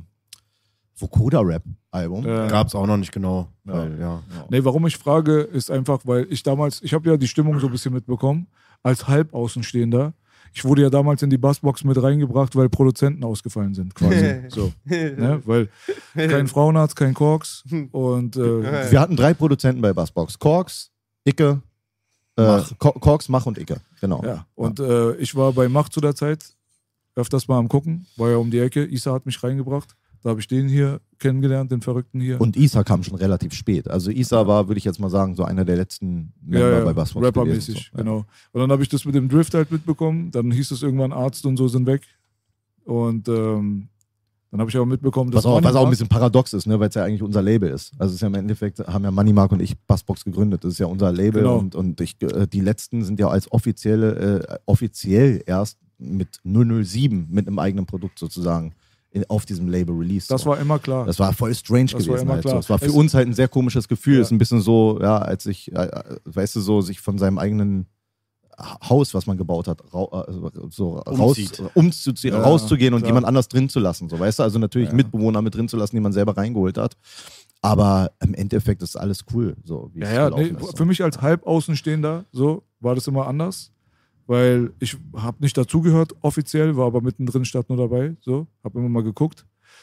Vocoder-Rap-Album. Äh, Gab es auch noch nicht genau. Weil, ja. Nee, warum ich frage, ist einfach, weil ich damals, ich habe ja die Stimmung so ein bisschen mitbekommen, als Halbaußenstehender. Ich wurde ja damals in die Bassbox mit reingebracht, weil Produzenten ausgefallen sind, quasi. So, ne? Weil kein Frauenarzt, kein Korks und äh, Wir hatten drei Produzenten bei Bassbox. Korks, Icke, äh, Mach. Ko- Korks, Mach und Icke. Genau. ja. Und äh, ich war bei Macht zu der Zeit öfters mal am Gucken, war ja um die Ecke. Isa hat mich reingebracht. Da habe ich den hier kennengelernt, den Verrückten hier. Und Isa kam schon relativ spät. Also Isa war, würde ich jetzt mal sagen, so einer der letzten Member ja, ja, bei Bassbox Rappermäßig, gewesen. So. genau. Und dann habe ich das mit dem Drift halt mitbekommen. Dann hieß es irgendwann, Arzt und so sind weg. Und ähm, dann habe ich aber mitbekommen, dass Was auch, was auch ein Money bisschen paradox ist, ne, weil es ja eigentlich unser Label ist. Also es ist ja im Endeffekt, haben ja Money Mark und ich Bassbox gegründet. Das ist ja unser Label Genau. und, und ich, äh, die letzten sind ja als offizielle, äh, offiziell erst mit null null sieben mit einem eigenen Produkt sozusagen in, auf diesem Label released. das so. war immer klar. Das war voll strange Das war gewesen. immer Halt so. klar. Es war für Es- uns halt ein sehr komisches Gefühl. Ja. Es ist ein bisschen so, ja, als ich, äh, weißt du, so sich von seinem eigenen Haus, was man gebaut hat, rau, äh, so Umzieht. raus, umzuziehen, Ja, rauszugehen und klar. jemand anders drin zu lassen. So, weißt du, also natürlich Ja. Mitbewohner mit drin zu lassen, die man selber reingeholt hat. Aber im Endeffekt ist alles cool, so wie Ja, es ja, gelaufen nee, ist. So. für mich als Halbaußenstehender so war das immer anders, weil ich habe nicht dazugehört offiziell, war aber mittendrin statt nur dabei, so, habe immer mal geguckt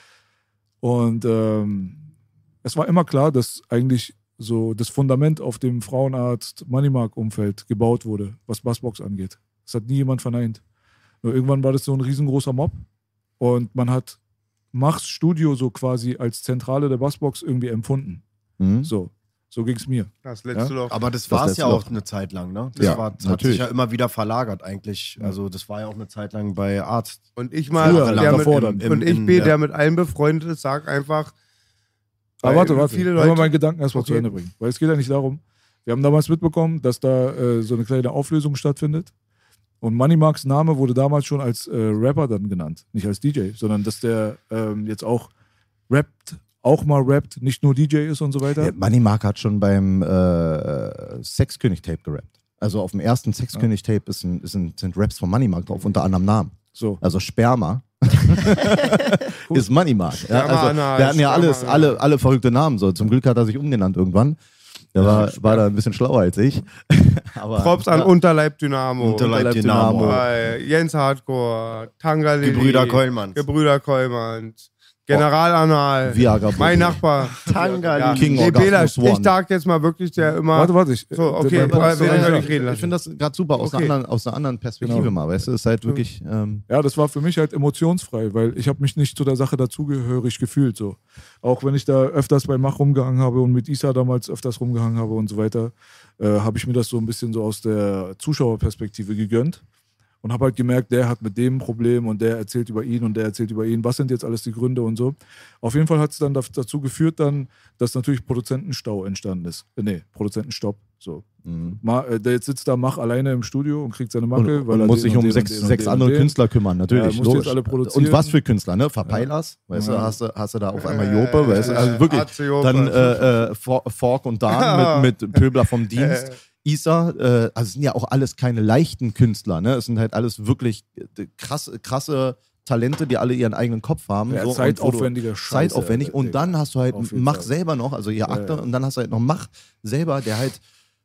und ähm, es war immer klar, dass eigentlich so das Fundament auf dem Frauenarzt Moneymark-Umfeld gebaut wurde, was Bassbox angeht. Das hat nie jemand verneint. Nur irgendwann war das so ein riesengroßer Mob und man hat Machs Studio so quasi als Zentrale der Bassbox irgendwie empfunden. Mhm. So, so ging es mir. Das letzte Loch. Aber das Das war es letzte ja auch Loch. eine Zeit lang, ne? Das, Ja, war, das hat natürlich. sich ja immer wieder verlagert eigentlich. Also das war ja auch eine Zeit lang bei Arzt. Und ich mal, Früher, der davor mit, dann. und Im- ich im- bin, ja. der mit allen befreundet ist, sag einfach. Aber weil warte, warte. Viele Lass mal Leute, meinen Gedanken erstmal Okay. zu Ende bringen. Weil es geht ja nicht darum. Wir haben damals mitbekommen, dass da äh, so eine kleine Auflösung stattfindet. Und Money Marks Name wurde damals schon als äh, Rapper dann genannt. Nicht als D J, sondern dass der ähm, jetzt auch rappt, auch mal rappt, nicht nur D J ist und so weiter. Ja, Money Mark hat schon beim äh, Sexkönig-Tape gerappt. Also auf dem ersten Sexkönig-Tape ist ein, ist ein, sind Raps von Money Mark drauf, unter anderem Namen. So. Also Sperma. ist Moneymark. Ja, also, Anna, wir hatten ja alles, Anna. alle, alle verrückte Namen. So. Zum Glück hat er sich umgenannt irgendwann. Der war, war da ein bisschen schlauer als ich. Aber, Props an ja. Unterleib Dynamo. Unterleib Dynamo. Bei Jens Hardcore, Tangali, Gebrüder Kollmanns. Gebrüder Kollmanns, General Anal, Viagra mein Nachbar. Tangali. Ja. King Nee, Orgasmus Bela, ich One. sag jetzt mal wirklich, der immer... Warte, warte. Ich, So, okay, mein Punkt aber ist wir so, werden ja. nicht reden lassen. Ich finde das gerade super, aus, Okay. einer anderen, aus einer anderen Perspektive Genau. mal. Weißt du, es ist halt wirklich. Ähm, Ja, das war für mich halt emotionsfrei, weil ich habe mich nicht zu der Sache dazugehörig gefühlt. So. Auch wenn ich da öfters bei Mach rumgehangen habe und mit Isa damals öfters rumgehangen habe und so weiter, äh, habe ich mir das so ein bisschen so aus der Zuschauerperspektive gegönnt. Und habe halt gemerkt, der hat mit dem ein Problem und der erzählt über ihn und der erzählt über ihn. Was sind jetzt alles die Gründe und so. Auf jeden Fall hat es dann dazu geführt, dann, dass natürlich Produzentenstau entstanden ist. Äh, nee, Produzentenstopp. So. mhm. Ma, äh, der jetzt sitzt da Mach alleine im Studio und kriegt seine und, Macke. weil und er muss den sich und um den sechs, und den sechs und den andere und den. Künstler kümmern, natürlich. Ja, muss logisch. jetzt alle produzieren. Und was für Künstler, ne? Verpeilers? Weißt Ja. du, hast du, hast du da auf einmal Jope, weißt du? Also wirklich. Atze Jope. Dann äh, äh, For- Fork und Dan mit, mit Pöbler vom Dienst. Isa, äh, also es sind ja auch alles keine leichten Künstler, ne? Es sind halt alles wirklich äh, krasse, krasse Talente, die alle ihren eigenen Kopf haben. Ja, so, zeitaufwendige und wo du- Scheiße, Zeitaufwendig. Alter, Und Digga. dann hast du halt Auf jeden Mach Fall. selber noch, also ihr Akte, Ja, ja. und dann hast du halt noch Mach selber, der halt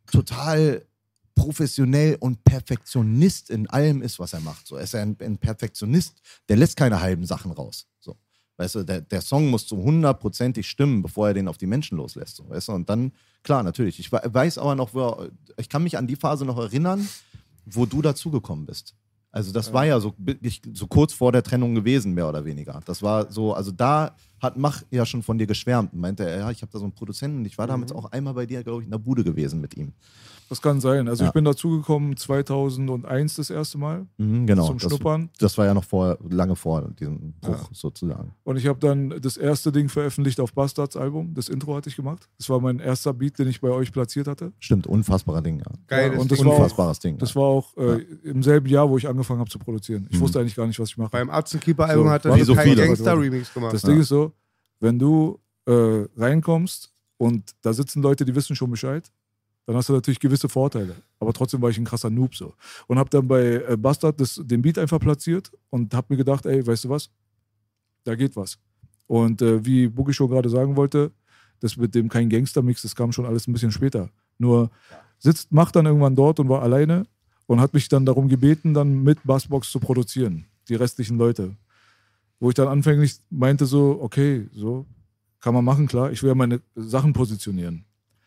total professionell und Perfektionist in allem ist, was er macht. So, er ist ein, ein Perfektionist, der lässt keine halben Sachen raus. So. Weißt du, der, der Song muss zu hundertprozentig stimmen, bevor er den auf die Menschen loslässt. So, weißt du? Und dann, klar, natürlich. Ich we- weiß aber noch, wo, ich kann mich an die Phase noch erinnern, wo du dazugekommen bist. Also das war ja so, ich, so kurz vor der Trennung gewesen, mehr oder weniger. Das war so, also da hat Mach ja schon von dir geschwärmt und meinte, ja, ich habe da so einen Produzenten und ich war damals auch einmal bei dir, glaube ich, in der Bude gewesen mit ihm. Das kann sein. Also Ja. ich bin dazugekommen zweitausendeins das erste Mal Mhm, genau. zum das, Schnuppern. das war ja noch vor, lange vor diesem Bruch sozusagen. Und ich habe dann das erste Ding veröffentlicht auf Bastards Album. Das Intro hatte ich gemacht. Das war mein erster Beat, den ich bei euch platziert hatte. Stimmt, unfassbarer Ding, ja. Geiles Ja, und das Ding. war auch- Unfassbares Ding. Das ja. war auch äh, im selben Jahr, wo ich angefangen habe zu produzieren. Ich Mhm. wusste eigentlich gar nicht, was ich mache. Beim Atzenkeeper-Album So, hat er warte, so so keinen viele. Gangster-Remix gemacht. Das Ding ist so, wenn du äh, reinkommst und da sitzen Leute, die wissen schon Bescheid, dann hast du natürlich gewisse Vorteile. Aber trotzdem war ich ein krasser Noob so. Und habe dann bei äh, Bastard das, den Beat einfach platziert und habe mir gedacht, ey, weißt du was? Da geht was. Und äh, wie Boogie schon gerade sagen wollte, das mit dem kein Gangster-Mix, das kam schon alles ein bisschen später. Nur sitzt, macht dann irgendwann dort und war alleine und hat mich dann darum gebeten, dann mit Bassbox zu produzieren. Die restlichen Leute. Wo ich dann anfänglich meinte so, okay, so kann man machen, klar. Ich will ja meine Sachen positionieren.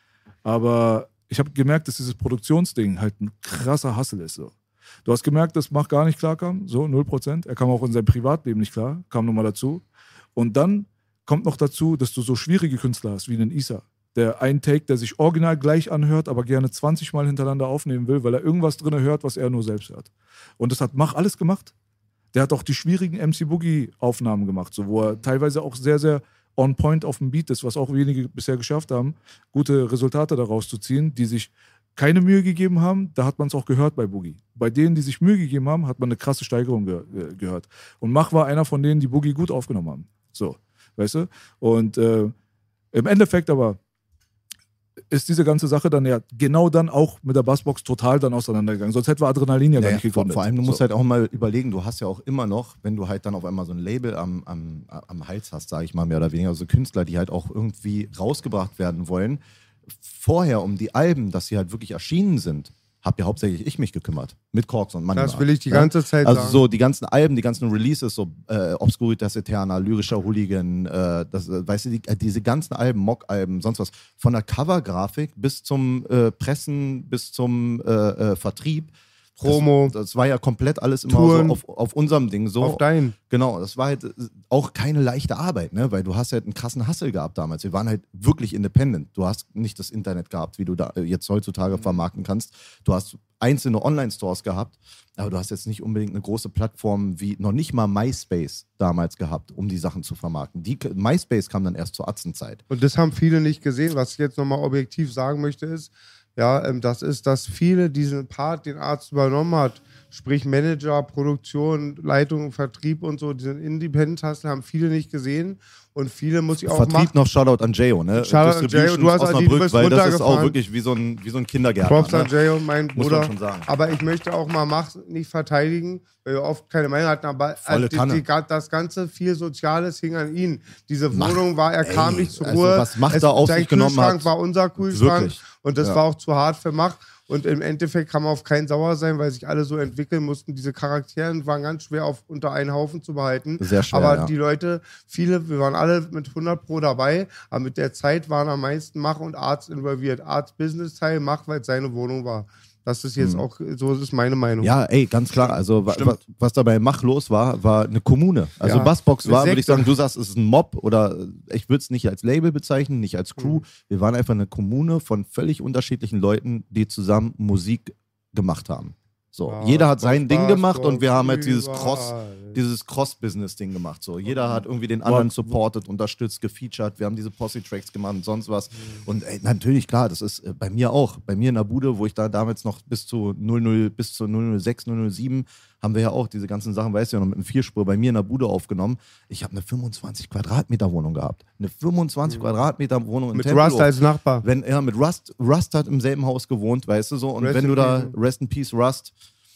Aber ich habe gemerkt, dass dieses Produktionsding halt ein krasser Hustle ist. So. Du hast gemerkt, dass Mach gar nicht klar kam, so null Prozent. Er kam auch in seinem Privatleben nicht klar, kam nochmal dazu. Und dann kommt noch dazu, dass du so schwierige Künstler hast, wie einen Isa, der einen Take, der sich original gleich anhört, aber gerne zwanzig Mal hintereinander aufnehmen will, weil er irgendwas drin hört, was er nur selbst hört. Und das hat Mach alles gemacht. Der hat auch die schwierigen M C Boogie-Aufnahmen gemacht, so, wo er teilweise auch sehr, sehr on point auf dem Beat ist, was auch wenige bisher geschafft haben, gute Resultate daraus zu ziehen, die sich keine Mühe gegeben haben, da hat man es auch gehört bei Boogie. Bei denen, die sich Mühe gegeben haben, hat man eine krasse Steigerung ge ge gehört. Und Mach war einer von denen, die Boogie gut aufgenommen haben. So, weißt du? Und äh, im Endeffekt aber ist diese ganze Sache dann ja genau dann auch mit der Bassbox total dann auseinandergegangen. Sonst hätten wir Adrenalin ja gar Naja, nicht vor, gegründet. vor allem, du musst so. halt auch mal überlegen, du hast ja auch immer noch, wenn du halt dann auf einmal so ein Label am, am, am Hals hast, sage ich mal mehr oder weniger, also Künstler, die halt auch irgendwie rausgebracht werden wollen, vorher um die Alben, dass sie halt wirklich erschienen sind, habe ja hauptsächlich ich mich gekümmert. Mit Corks und Moneymark. Das will ich die Ja? ganze Zeit Also sagen. so die ganzen Alben, die ganzen Releases, so äh, Obscuritas Eterna, Lyrischer Hooligan, äh, das, äh, weißt du, die, äh, diese ganzen Alben, Mock-Alben, sonst was, von der Covergrafik bis zum äh, Pressen, bis zum äh, äh, Vertrieb, Promo. Das, das war ja komplett alles immer Touren. so auf, auf unserem Ding so. Auf deinen. Genau, das war halt äh, auch keine leichte Arbeit, ne? Weil du hast halt einen krassen Hustle gehabt damals. Wir waren halt wirklich independent. Du hast nicht das Internet gehabt, wie du da äh, jetzt heutzutage vermarkten kannst. Du hast einzelne Online-Stores gehabt, aber du hast jetzt nicht unbedingt eine große Plattform wie noch nicht mal MySpace damals gehabt, um die Sachen zu vermarkten. Die, MySpace kam dann erst zur Atzenzeit. Und das haben viele nicht gesehen. Was ich jetzt nochmal objektiv sagen möchte, ist, ja, ähm, das ist, dass viele diesen Part, den Arzt übernommen hat, sprich Manager, Produktion, Leitung, Vertrieb und so, diesen Independent-Hustle haben viele nicht gesehen. Und viele muss ich auch Vertrieb machen. noch Shoutout an Jayo, ne? Shoutout an Jayo, du hast also, du bist weil das ist auch runtergefahren. wirklich wie so ein, wie so ein Kindergärtner. Props an ne? Jayo, mein Muss Bruder. man schon sagen. Aber ich möchte auch mal Mach nicht verteidigen, weil wir oft keine Meinung hatten. Aber Volle die, Kanne. die, das ganze viel Soziales hing an ihn. Diese Mach- Wohnung war, er Ey, kam nicht zur also Ruhe. was Mach Es- da auf sein sich genommen Kühlschrank hat. war unser Kühlschrank. Wirklich. Und das Ja. war auch zu hart für Mach. Und im Endeffekt kann man auf keinen sauer sein, weil sich alle so entwickeln mussten. Diese Charaktere waren ganz schwer auf unter einen Haufen zu behalten. Sehr schwer, aber ja. die Leute, viele, wir waren alle mit hundert Pro dabei, aber mit der Zeit waren am meisten Mach und Arzt involviert. Arzt Business-Teil, Mach, weil es seine Wohnung war. Das ist jetzt auch, so ist meine Meinung. Ja, ey, ganz klar. Also, wa, wa, was da bei Mach los war, war eine Kommune. Also, Ja. Bassbox Eine war, würde ich Sekte. sagen, du sagst, es ist ein Mob oder ich würde es nicht als Label bezeichnen, nicht als Crew. Mhm. Wir waren einfach eine Kommune von völlig unterschiedlichen Leuten, die zusammen Musik gemacht haben. So, Ja, jeder hat sein Ding Bassbox gemacht und wir haben halt dieses überall. Cross, dieses Cross-Business-Ding gemacht. So, jeder hat irgendwie den anderen supportet, unterstützt, gefeatured. Wir haben diese Posse-Tracks gemacht und sonst was. Und ey, natürlich, klar, das ist äh, bei mir auch. Bei mir in der Bude, wo ich da damals noch bis zu null null, bis zu null null sechs, null null sieben haben wir ja auch diese ganzen Sachen, weißt du ja noch, mit einem Vierspur bei mir in der Bude aufgenommen. Ich habe eine fünfundzwanzig Quadratmeter Wohnung gehabt. Eine fünfundzwanzig Quadratmeter Wohnung in Mit Tempelhof. Rust als Nachbar. Wenn er mit Rust, Rust hat im selben Haus gewohnt, weißt du so, und Rest wenn in du da, peace. Rest in Peace, Rust,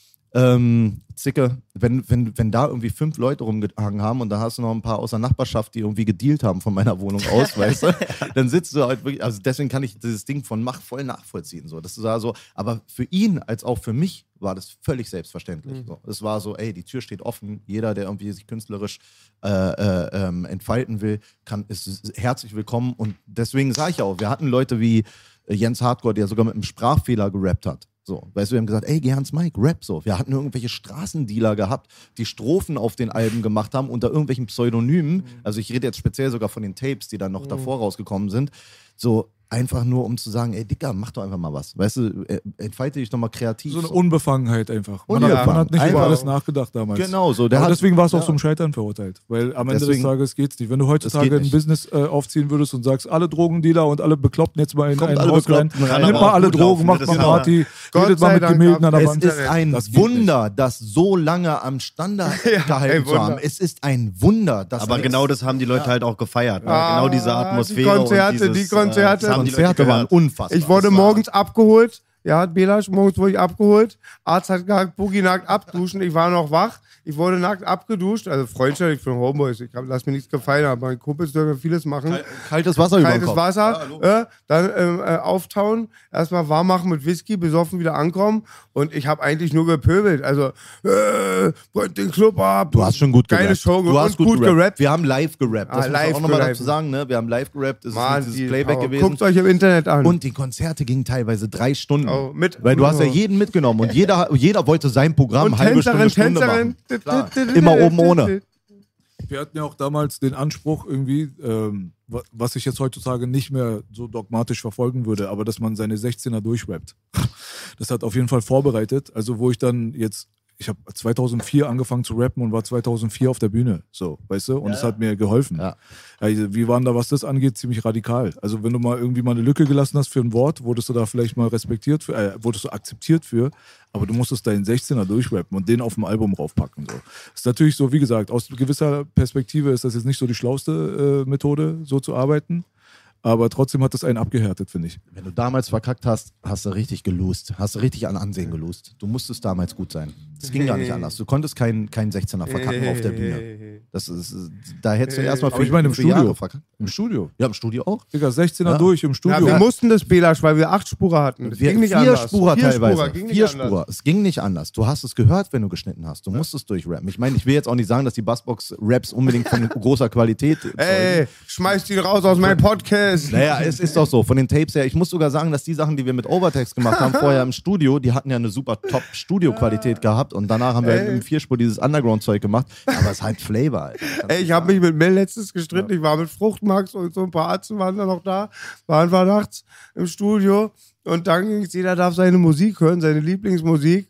ähm, Zicke, wenn, wenn, wenn da irgendwie fünf Leute rumgehangen haben und da hast du noch ein paar aus der Nachbarschaft, die irgendwie gedealt haben von meiner Wohnung aus, weißt du, dann sitzt du halt wirklich, also deswegen kann ich dieses Ding von Mach voll nachvollziehen, so, das war so, aber für ihn als auch für mich war das völlig selbstverständlich. Mhm. So. Es war so, ey, die Tür steht offen, jeder, der irgendwie sich künstlerisch äh, äh, ähm, entfalten will, kann, ist herzlich willkommen und deswegen sage ich auch, wir hatten Leute wie äh, Jens Hardcore, der sogar mit einem Sprachfehler gerappt hat. So, weißt du, wir haben gesagt, ey, geh ans Mike, rap so. Wir hatten irgendwelche Straßendealer gehabt, die Strophen auf den Alben gemacht haben unter irgendwelchen Pseudonymen. Also ich rede jetzt speziell sogar von den Tapes, die dann noch davor rausgekommen sind. So, einfach nur, um zu sagen, ey, Dicker, mach doch einfach mal was. Weißt du, äh, entfalte dich doch mal kreativ. So eine Unbefangenheit einfach. Man, Unbefangen. hat, man hat nicht über Einfach- alles nachgedacht damals. Genau, so. Der Aber hat, deswegen war es auch ja. zum Scheitern verurteilt. Weil am Ende Deswegen- des Tages geht's nicht. Wenn du heutzutage geht ein nicht. Business äh, aufziehen würdest und sagst, alle Drogendealer und alle Bekloppten jetzt mal in Kommt ein alle Haus rein, Bekloppten rein, nimmt aber mal auch alle gut Drogen, laufen, macht das mal ist Party, Gott redet mal sei mit Dank Gemälden an der Es Wand. ist ein Das geht Wunder, das so lange am Standard Ja, gehalten ein zu haben. Wunder. Es ist ein Wunder. Dass Aber es- genau das haben die Leute halt auch gefeiert. Ne? Ah, genau diese die Atmosphäre. Konzerte, und dieses, die Konzerte. Äh, das haben die Leute Konzerte waren gehört. unfassbar. Ich wurde Es war- morgens abgeholt. Ja, Belasch, morgens wurde ich abgeholt. Arzt hat gesagt, Boogie nackt abduschen. Ich war noch wach. Ich wurde nackt abgeduscht. Also freundschaftlich für Homeboys. Ich hab, lass mir nichts gefallen, aber meine Kumpels dürfen vieles machen. Kaltes Wasser über den Kaltes Kopf. Wasser, äh, dann ähm, äh, auftauen, erstmal warm machen mit Whisky, besoffen wieder ankommen. Und ich habe eigentlich nur gepöbelt. Also, äh, brennt den Club ab. Du hast schon gut Geile gerappt. Show du hast und gut, gerappt. Wir haben live gerappt. Das Ah, muss live man auch nochmal gerappt. dazu sagen. Ne? Wir haben live gerappt. Es Mann, ist nicht die dieses Playback Power. gewesen. Guckt euch im Internet an. Und die Konzerte gingen teilweise drei Stunden. Oh, mit- weil du hast ja oh. jeden mitgenommen und jeder, jeder wollte sein Programm Und halbe Tänzerin, Stunde, Stunde Tänzerin. machen. Klar. Immer oben ohne. Wir hatten ja auch damals den Anspruch irgendwie, ähm, wa- was ich jetzt heutzutage nicht mehr so dogmatisch verfolgen würde, aber dass man seine sechzehner durchrappt. Das hat auf jeden Fall vorbereitet. Also wo ich dann jetzt, ich habe zweitausendvier angefangen zu rappen und war zweitausendvier auf der Bühne, so, weißt du? Und es hat mir geholfen. Ja. Also, wir waren da, was das angeht, ziemlich radikal. Also wenn du mal irgendwie mal eine Lücke gelassen hast für ein Wort, wurdest du da vielleicht mal respektiert für, äh, wurdest du akzeptiert für, aber du musstest deinen sechzehner durchrappen und den auf dem Album raufpacken. So. Ist natürlich so, wie gesagt, aus gewisser Perspektive ist das jetzt nicht so die schlauste äh, Methode, so zu arbeiten. Aber trotzdem hat das einen abgehärtet, finde ich. Wenn du damals verkackt hast, hast du richtig gelost. Hast du richtig an Ansehen gelost. Du musstest damals gut sein. Das ging gar nicht anders. Du konntest keinen kein sechzehner verkacken auf der Bühne. Das ist, da hättest du erstmal Aber ich meine im für Studio. Jahre verkackt. Im Studio? Ja, im Studio auch. Digga, sechzehner Ja. durch im Studio. Ja, wir mussten das Belasch, weil wir acht Spuren hatten. Das Wir, ging nicht vier anders. Spurer Vier teilweise. Spurer, ging nicht vier anders. Spurer. Es ging nicht anders. Du hast es gehört, wenn du geschnitten hast. Du musstest durchrappen. Ich meine, ich will jetzt auch nicht sagen, dass die Bassbox-Raps unbedingt von großer Qualität zeugen. Ey, schmeißt ihn raus aus meinem Podcast. Naja, es ist doch so. Von den Tapes her, ich muss sogar sagen, dass die Sachen, die wir mit Overtext gemacht haben, vorher im Studio, die hatten ja eine super Top-Studio-Qualität gehabt und danach haben wir halt im Vierspur dieses Underground-Zeug gemacht. Aber es ist halt Flavor, Alter. Ey, ich habe mich mit Mel letztens gestritten. Ich war mit Fruchtmax und so ein paar Arzten waren da noch da. Waren wir nachts im Studio. Und dann ging es, jeder darf seine Musik hören, seine Lieblingsmusik.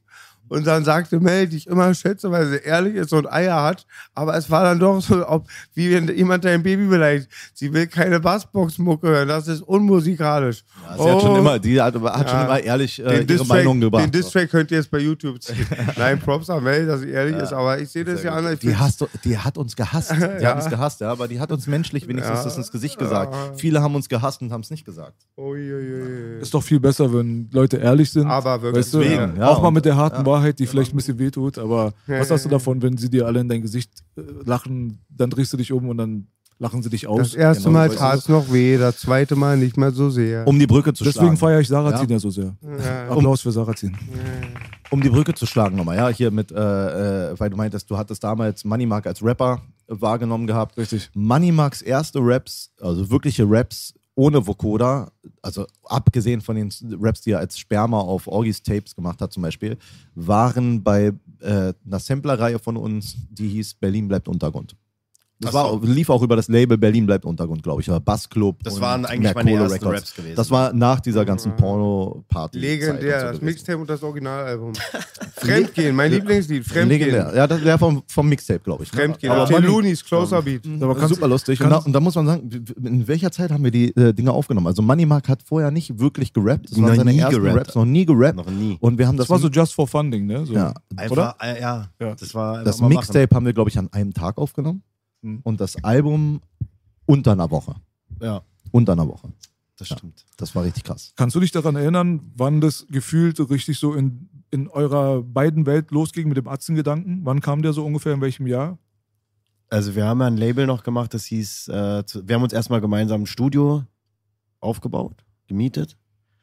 Und dann sagte Mel, die ich immer schätze, weil sie ehrlich ist und Eier hat. Aber es war dann doch so, ob, wie wenn jemand dein Baby beleidigt. Sie will keine Bassbox-Mucke hören. Das ist unmusikalisch. Ja, sie hat schon immer, die hat, hat Ja. schon immer ehrlich äh, ihre Distrack, Meinung gebracht. Den Distrack könnt ihr jetzt bei YouTube ziehen. Nein, Props an Mel, dass sie ehrlich Ja. ist. Aber ich sehe das ja anders. Die, hasst, die hat uns gehasst. Die Ja. hat uns gehasst, ja, aber die hat uns menschlich wenigstens Ja. das ins Gesicht gesagt. Viele haben uns gehasst und haben es nicht gesagt. Uiuiui. Ist doch viel besser, wenn Leute ehrlich sind. Aber wirklich. Weißt du, Deswegen, ja, auch mal und- mit der harten ja. Wahrheit, die vielleicht ein bisschen wehtut, aber Ja, was ja, hast du ja. davon, wenn sie dir alle in dein Gesicht äh, lachen, dann drehst du dich um und dann lachen sie dich aus. Das erste Genau, Mal weißt du, tat es noch weh, das zweite Mal nicht mehr so sehr. Um die Brücke zu Deswegen schlagen. feiere ich Sarrazin ja. ja so sehr. Ja. Applaus für Sarrazin. Um die Brücke zu schlagen nochmal, ja, hier mit, äh, äh, weil du meintest, du hattest damals Money Mark als Rapper wahrgenommen gehabt. Richtig. Money Marks erste Raps, also wirkliche Raps ohne Vocoder, also abgesehen von den Raps, die er als Sperma auf Orgis Tapes gemacht hat zum Beispiel, waren bei äh, einer Samplerreihe von uns, die hieß Berlin bleibt Untergrund. Das Ach so. war, lief auch über das Label Berlin bleibt Untergrund, glaube ich, oder Bassclub. Das und waren eigentlich meine Mercolo ersten Raps gewesen. Das war nach dieser ganzen Porno-Party. Legendär, das Mixtape und das Originalalbum. Fremdgehen, mein Lieblingslied, Legendär. Fremdgehen. Ja, das wäre vom, vom Mixtape, glaube ich. Fremdgehen, Aber auf den Money- Loonies, Closer Beat. Aber kannst, super lustig. Und da, und da muss man sagen, in welcher Zeit haben wir die äh, Dinge aufgenommen? Also Money Mark hat vorher nicht wirklich gerappt. Das waren Noch seine nie ersten gerappt. Raps, noch nie gerappt. Noch nie. Und wir haben das, das war so just for funding, ne? So. ja, Einfach, äh, ja, Ja. das war das einfach mal Mixtape haben wir, glaube ich, an einem Tag aufgenommen. Mhm. Und das Album unter einer Woche. machen. Ja, Unter einer Woche. das Ja. stimmt. Das war richtig krass. Kannst du dich daran erinnern, wann das gefühlt so richtig so in, in eurer beiden Welt losging mit dem Atzengedanken? Wann kam der so ungefähr, in welchem Jahr? Also wir haben ja ein Label noch gemacht, das hieß, äh, zu, wir haben uns erstmal gemeinsam ein Studio aufgebaut, gemietet.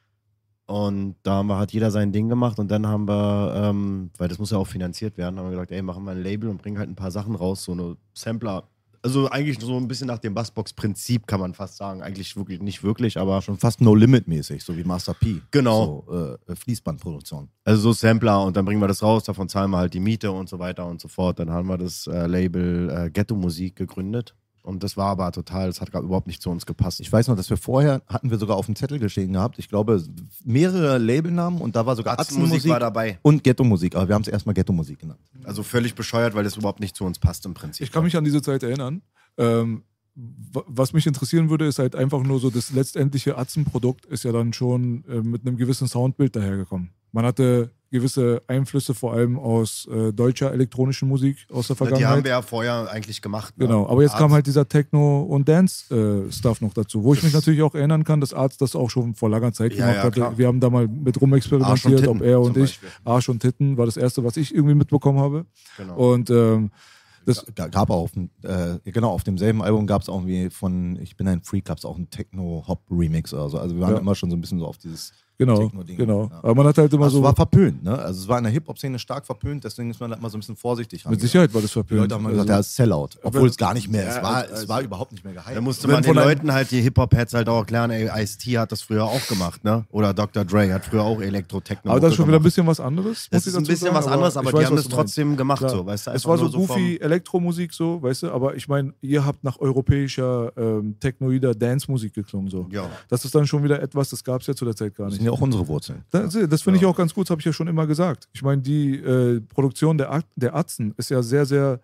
Und da haben wir, hat jeder sein Ding gemacht und dann haben wir, ähm, weil das muss ja auch finanziert werden, haben wir gesagt, ey, machen wir ein Label und bringen halt ein paar Sachen raus, so eine Sampler. Also eigentlich so ein bisschen nach dem Bassbox-Prinzip kann man fast sagen. Eigentlich wirklich nicht wirklich, aber Schon fast No-Limit-mäßig, so wie Master P. Genau. So äh, Fließbandproduktion. also so Sampler und dann bringen wir das raus, davon zahlen wir halt die Miete und so weiter und so fort. Dann haben wir das äh, Label äh, Ghetto Musik gegründet und das war aber total, das hat gar überhaupt nicht zu uns gepasst. Ich weiß noch, dass wir vorher, hatten wir sogar auf dem Zettel geschrieben gehabt, ich glaube, mehrere Labelnamen und da war sogar Atzenmusik Atzenmusik war dabei. und Ghetto-Musik, aber wir haben es erstmal Ghetto-Musik genannt. Also völlig bescheuert, weil das überhaupt nicht zu uns passt im Prinzip. Ich kann mich an diese Zeit erinnern. Ähm, wa- was mich interessieren würde, ist halt einfach nur so, das letztendliche Atzenprodukt ist ja dann schon äh, mit einem gewissen Soundbild dahergekommen. Man hatte gewisse Einflüsse, vor allem aus äh, deutscher elektronischen Musik aus der Na, die Vergangenheit. haben wir ja vorher eigentlich gemacht. Ne? Genau, aber jetzt Arzt- kam halt dieser Techno- und Dance-Stuff noch dazu, wo ich mich natürlich auch erinnern kann, dass Arzt das auch schon vor langer Zeit Ja, gemacht ja, hatte. klar. Wir haben da mal mit Arsch und rumexperimentiert, Titten ob er und zum ich. Beispiel. Arsch und Titten war das Erste, was ich irgendwie mitbekommen habe. Genau. Und ähm, das, Ga- Gab auch, auf dem, äh, genau, auf demselben Album gab es auch irgendwie von Ich bin ein Freak, gab es auch einen Techno-Hop-Remix oder so. Also wir waren Ja. immer schon so ein bisschen so auf dieses genau, Techno-Ding. genau. Ja. Aber man hat halt immer Also so, es war verpönt, ne? Also es war in der Hip-Hop-Szene stark verpönt, deswegen ist man da immer so ein bisschen vorsichtig mit rangegangen. Sicherheit war das Die verpönt. Leute haben mal gesagt, Also- ja, ist Sellout. Obwohl Aber- es gar nicht mehr, es Ja, war, also- es war überhaupt nicht mehr gehypt. Da musste Wenn man den von einem- Leuten halt, die Hip-Hop-Heads halt auch erklären, ey, Ice-T hat das früher auch gemacht, ne? Oder Doktor Dre hat früher auch Elektro-Techno aber das ist schon wieder ein gemacht. bisschen was anderes. Das muss ich ist ein dazu bisschen sagen, was anderes, aber ich die weiß, haben was das du meinst. trotzdem gemacht, Klar. so, weißt du? Es Einfach war so nur vom- goofy Elektromusik so, weißt du, aber ich meine, ihr habt nach europäischer ähm, technoider Dance-Musik geklungen so. Ja. Das ist dann schon wieder etwas, das gab es ja zu der Zeit gar Das nicht. sind ja auch unsere Wurzeln. Das, das finde ich auch ganz gut, das habe ich ja schon immer gesagt. Ich meine, die äh, Produktion der, Ak- der Atzen ist ja sehr, sehr,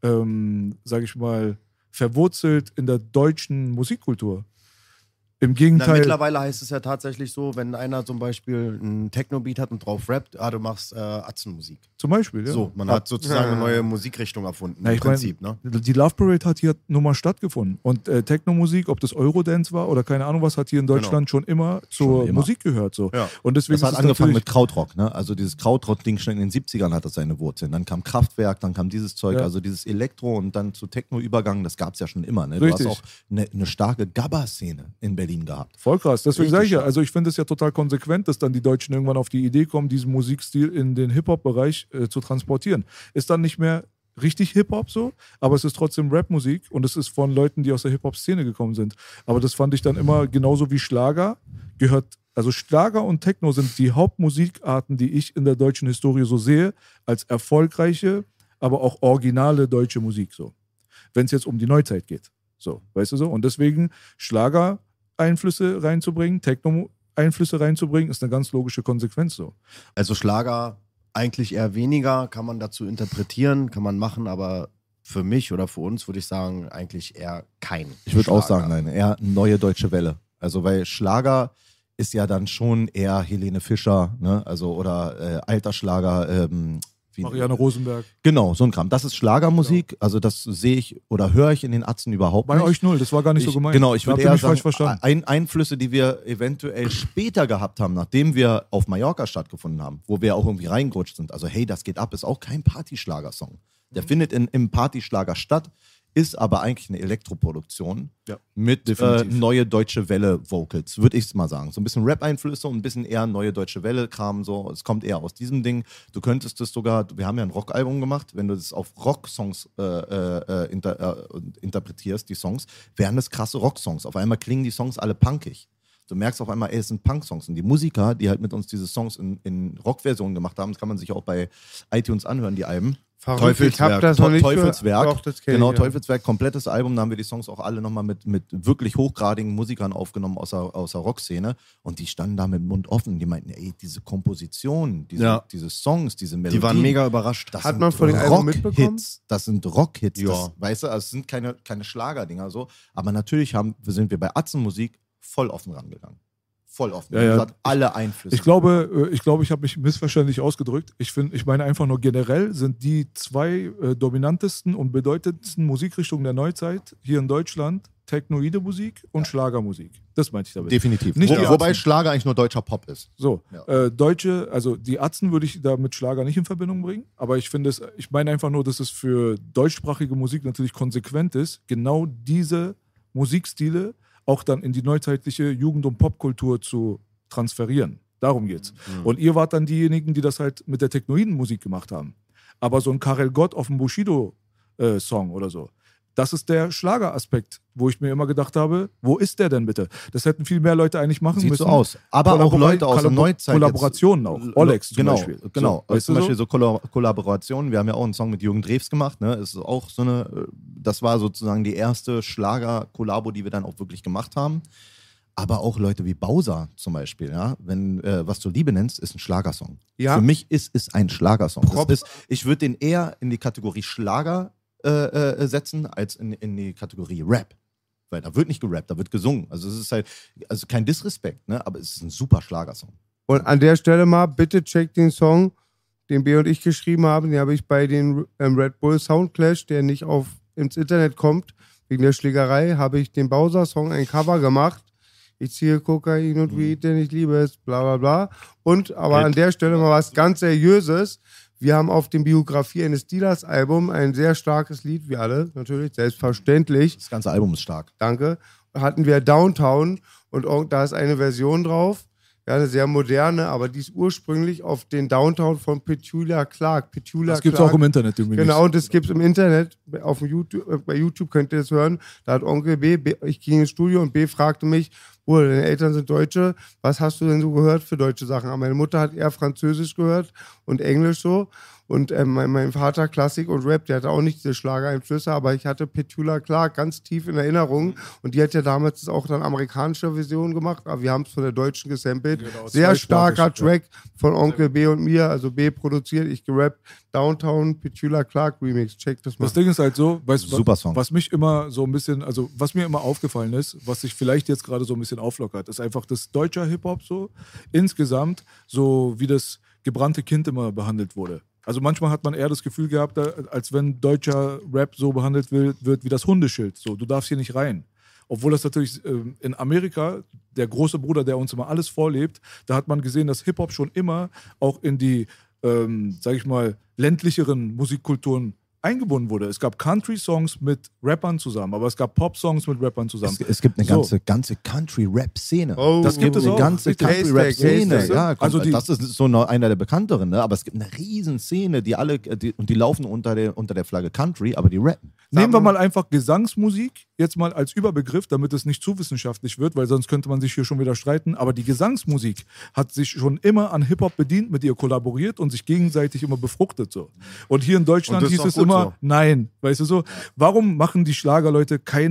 ähm, sage ich mal, verwurzelt in der deutschen Musikkultur. Im Na, Gegenteil. mittlerweile heißt es ja tatsächlich so, wenn einer zum Beispiel einen Techno-Beat hat und drauf rappt, ah, du machst äh, Atzenmusik. Zum Beispiel, ja. So, man hat sozusagen eine neue Musikrichtung erfunden, Na, im ich mein, Prinzip, ne? Die Love Parade hat hier nun mal stattgefunden. Und äh, Techno-Musik, ob das Eurodance war oder keine Ahnung was, hat hier in Deutschland schon immer zur Schon immer. Musik gehört. So. Ja. Und deswegen Das hat ist es angefangen natürlich- mit Krautrock, ne? Also dieses Krautrock-Ding schon in den siebzigern hat das seine Wurzeln. Dann kam Kraftwerk, dann kam dieses Zeug, Ja. also dieses Elektro und dann zu Techno-Übergang, das gab es ja schon immer, ne? Du Richtig. hast auch eine, eine starke Gabba-Szene in Berlin gehabt. Voll krass. Deswegen Richtig sage ich ja, stark. also ich finde es ja total konsequent, dass dann die Deutschen irgendwann auf die Idee kommen, diesen Musikstil in den Hip-Hop-Bereich äh, zu transportieren. Ist dann nicht mehr richtig Hip-Hop so, aber es ist trotzdem Rap-Musik und es ist von Leuten, die aus der Hip-Hop-Szene gekommen sind. Aber das fand ich dann immer genauso wie Schlager gehört. Also Schlager und Techno sind die Hauptmusikarten, die ich in der deutschen Historie so sehe, als erfolgreiche, aber auch originale deutsche Musik so. Wenn es jetzt um die Neuzeit geht. So, weißt du so? Und deswegen Schlager Einflüsse reinzubringen, Techno-Einflüsse reinzubringen, ist eine ganz logische Konsequenz so. Also Schlager Eigentlich eher weniger, kann man dazu interpretieren, kann man machen, aber für mich oder für uns würde ich sagen, eigentlich eher kein Ich würde auch Schlager. sagen, nein, eher neue deutsche Welle. Also weil Schlager ist ja dann schon eher Helene Fischer, ne? Also oder äh, alter Schlager, ähm, wie, Marianne Rosenberg. Genau, so ein Kram. Das ist Schlagermusik, genau. Also das sehe ich oder höre ich in den Atzen überhaupt Bei nicht. Bei euch null, das war gar nicht ich, so gemeint. Genau, ich würde eher sagen, verstanden. Ein, Einflüsse, die wir eventuell später gehabt haben, nachdem wir auf Mallorca stattgefunden haben, wo wir auch irgendwie reingerutscht sind. Also hey, das geht ab, ist auch kein Partyschlagersong. Der mhm. findet in, im Partyschlager statt, ist aber eigentlich eine Elektroproduktion ja, mit äh, neue deutsche Welle-Vocals, würde ich es mal sagen. So ein bisschen Rap-Einflüsse und ein bisschen eher neue deutsche Welle-Kram. So. Es kommt eher aus diesem Ding. Du könntest es sogar, wir haben ja ein Rock-Album gemacht, wenn du das auf Rock-Songs äh, äh, inter, äh, interpretierst, die Songs, wären das krasse Rock-Songs. Auf einmal klingen die Songs alle punkig. Du merkst auf einmal, ey, es sind Punk-Songs. Und die Musiker, die halt mit uns diese Songs in, in Rock-Versionen gemacht haben, das kann man sich auch bei iTunes anhören, die Alben. Teufelswerk. Das noch nicht Teufelswerk. Doch, das genau, ich, ja. Teufelswerk, komplettes Album. Da haben wir die Songs auch alle nochmal mit, mit wirklich hochgradigen Musikern aufgenommen aus der, aus der Rockszene. Und die standen da mit dem Mund offen. Die meinten, ey, diese Komposition, diese, ja. diese Songs, diese Melodien. Die waren mega überrascht. Das Hat man von den Album mitbekommen? Das sind Rock-Hits. Ja. Das, weißt du, also es sind keine, keine Schlagerdinger so. Aber natürlich haben, sind wir bei Atzenmusik voll offen rangegangen. Voll offen. Ja, ja. Hat alle Einflüsse. Ich glaube, ich, glaube, ich habe mich missverständlich ausgedrückt. Ich, find, ich meine einfach nur generell sind die zwei äh, dominantesten und bedeutendsten Musikrichtungen der Neuzeit hier in Deutschland technoide Musik und ja. Schlagermusik. Das meinte ich damit. Definitiv. Nicht Wo, wobei Schlager eigentlich nur deutscher Pop ist. So, ja. äh, deutsche, also die Atzen würde ich da mit Schlager nicht in Verbindung bringen, aber ich finde es, ich meine einfach nur, dass es für deutschsprachige Musik natürlich konsequent ist, genau diese Musikstile auch dann in die neuzeitliche Jugend- und Popkultur zu transferieren. Darum geht's. Mhm. Und ihr wart dann diejenigen, die das halt mit der technoiden Musik gemacht haben. Aber so ein Karel Gott auf dem Bushido-Song äh, oder so, das ist der Schlageraspekt, wo ich mir immer gedacht habe, wo ist der denn bitte? Das hätten viel mehr Leute eigentlich machen Sieht müssen. so aus. Aber auch Leute aus der Neuzeit. Kollaborationen auch. Olex zum genau, Beispiel. Genau, so, weißt zum Beispiel so, so Kollaborationen. Wir haben ja auch einen Song mit Jürgen Drews gemacht. Ne? Ist auch so eine, das war sozusagen die erste Schlager-Kollabo, die wir dann auch wirklich gemacht haben. Aber auch Leute wie Bowser zum Beispiel, ja, wenn äh, was du Liebe nennst, ist ein Schlagersong. Ja. Für mich ist es ein Schlagersong. Das ist, ich würde den eher in die Kategorie Schlager äh, äh, setzen, als in, in die Kategorie Rap. Weil da wird nicht gerappt, da wird gesungen. Also es ist halt, also kein Disrespekt, ne? Aber es ist ein super Schlagersong. Und an der Stelle mal, bitte checkt den Song, den B und ich geschrieben haben. Den habe ich bei den ähm, Red Bull Soundclash, der nicht auf ins Internet kommt, wegen der Schlägerei, habe ich den Bowser-Song ein Cover gemacht. Ich ziehe Kokain und Weed, denn ich liebe es, bla bla bla. Und aber an der Stelle mal was ganz Seriöses. Wir haben auf dem Biografie eines Steelers-Album ein sehr starkes Lied, wie alle, natürlich, selbstverständlich. Das ganze Album ist stark. Danke. Hatten wir Downtown und da ist eine Version drauf, ja, eine sehr moderne, aber die ist ursprünglich auf den Downtown von Petula Clark. Petula das gibt es auch im Internet übrigens. Genau, das gibt es im Internet. Auf dem YouTube, bei YouTube könnt ihr das hören. Da hat Onkel B, B, ich ging ins Studio und B fragte mich, Bruder, deine Eltern sind Deutsche, was hast du denn so gehört für deutsche Sachen? Aber meine Mutter hat eher Französisch gehört und Englisch so. Und ähm, mein, mein Vater Klassik und Rap, der hatte auch nicht diese Schlagereinflüsse, aber ich hatte Petula Clark ganz tief in Erinnerung. Und die hat ja damals auch dann amerikanische Version gemacht, aber wir haben es von der deutschen gesampelt. Genau, sehr starker Track von Onkel B und mir, also B produziert, ich gerappt. Downtown Petula Clark Remix, check das mal. Das Ding ist halt so, weißt du, Super Song. Was mich immer so ein bisschen, also was mir immer aufgefallen ist, was sich vielleicht jetzt gerade so ein bisschen auflockert, ist einfach das deutsche Hip-Hop so insgesamt, so wie das gebrannte Kind immer behandelt wurde. Also manchmal hat man eher das Gefühl gehabt, als wenn deutscher Rap so behandelt wird wie das Hundeschild. So, du darfst hier nicht rein. Obwohl das natürlich in Amerika, der große Bruder, der uns immer alles vorlebt, da hat man gesehen, dass Hip-Hop schon immer auch in die, ähm, sag ich mal, ländlicheren Musikkulturen eingebunden wurde. Es gab Country-Songs mit Rappern zusammen, aber es gab Pop-Songs mit Rappern zusammen. Es, es gibt eine so. ganze, ganze Country-Rap-Szene. Oh, das gibt es eine auch. ganze Country-Rap-Szene. Ja, also die, das ist so noch einer der bekannteren, ne? Aber es gibt eine riesen Szene, die alle, die, und die laufen unter der, unter der Flagge Country, aber die rappen. Nehmen wir mal einfach Gesangsmusik, jetzt mal als Überbegriff, damit es nicht zu wissenschaftlich wird, weil sonst könnte man sich hier schon wieder streiten. Aber die Gesangsmusik hat sich schon immer an Hip-Hop bedient, mit ihr kollaboriert und sich gegenseitig immer befruchtet. So. Und hier in Deutschland hieß es immer, so. Nein. Weißt du so, warum machen die Schlagerleute keine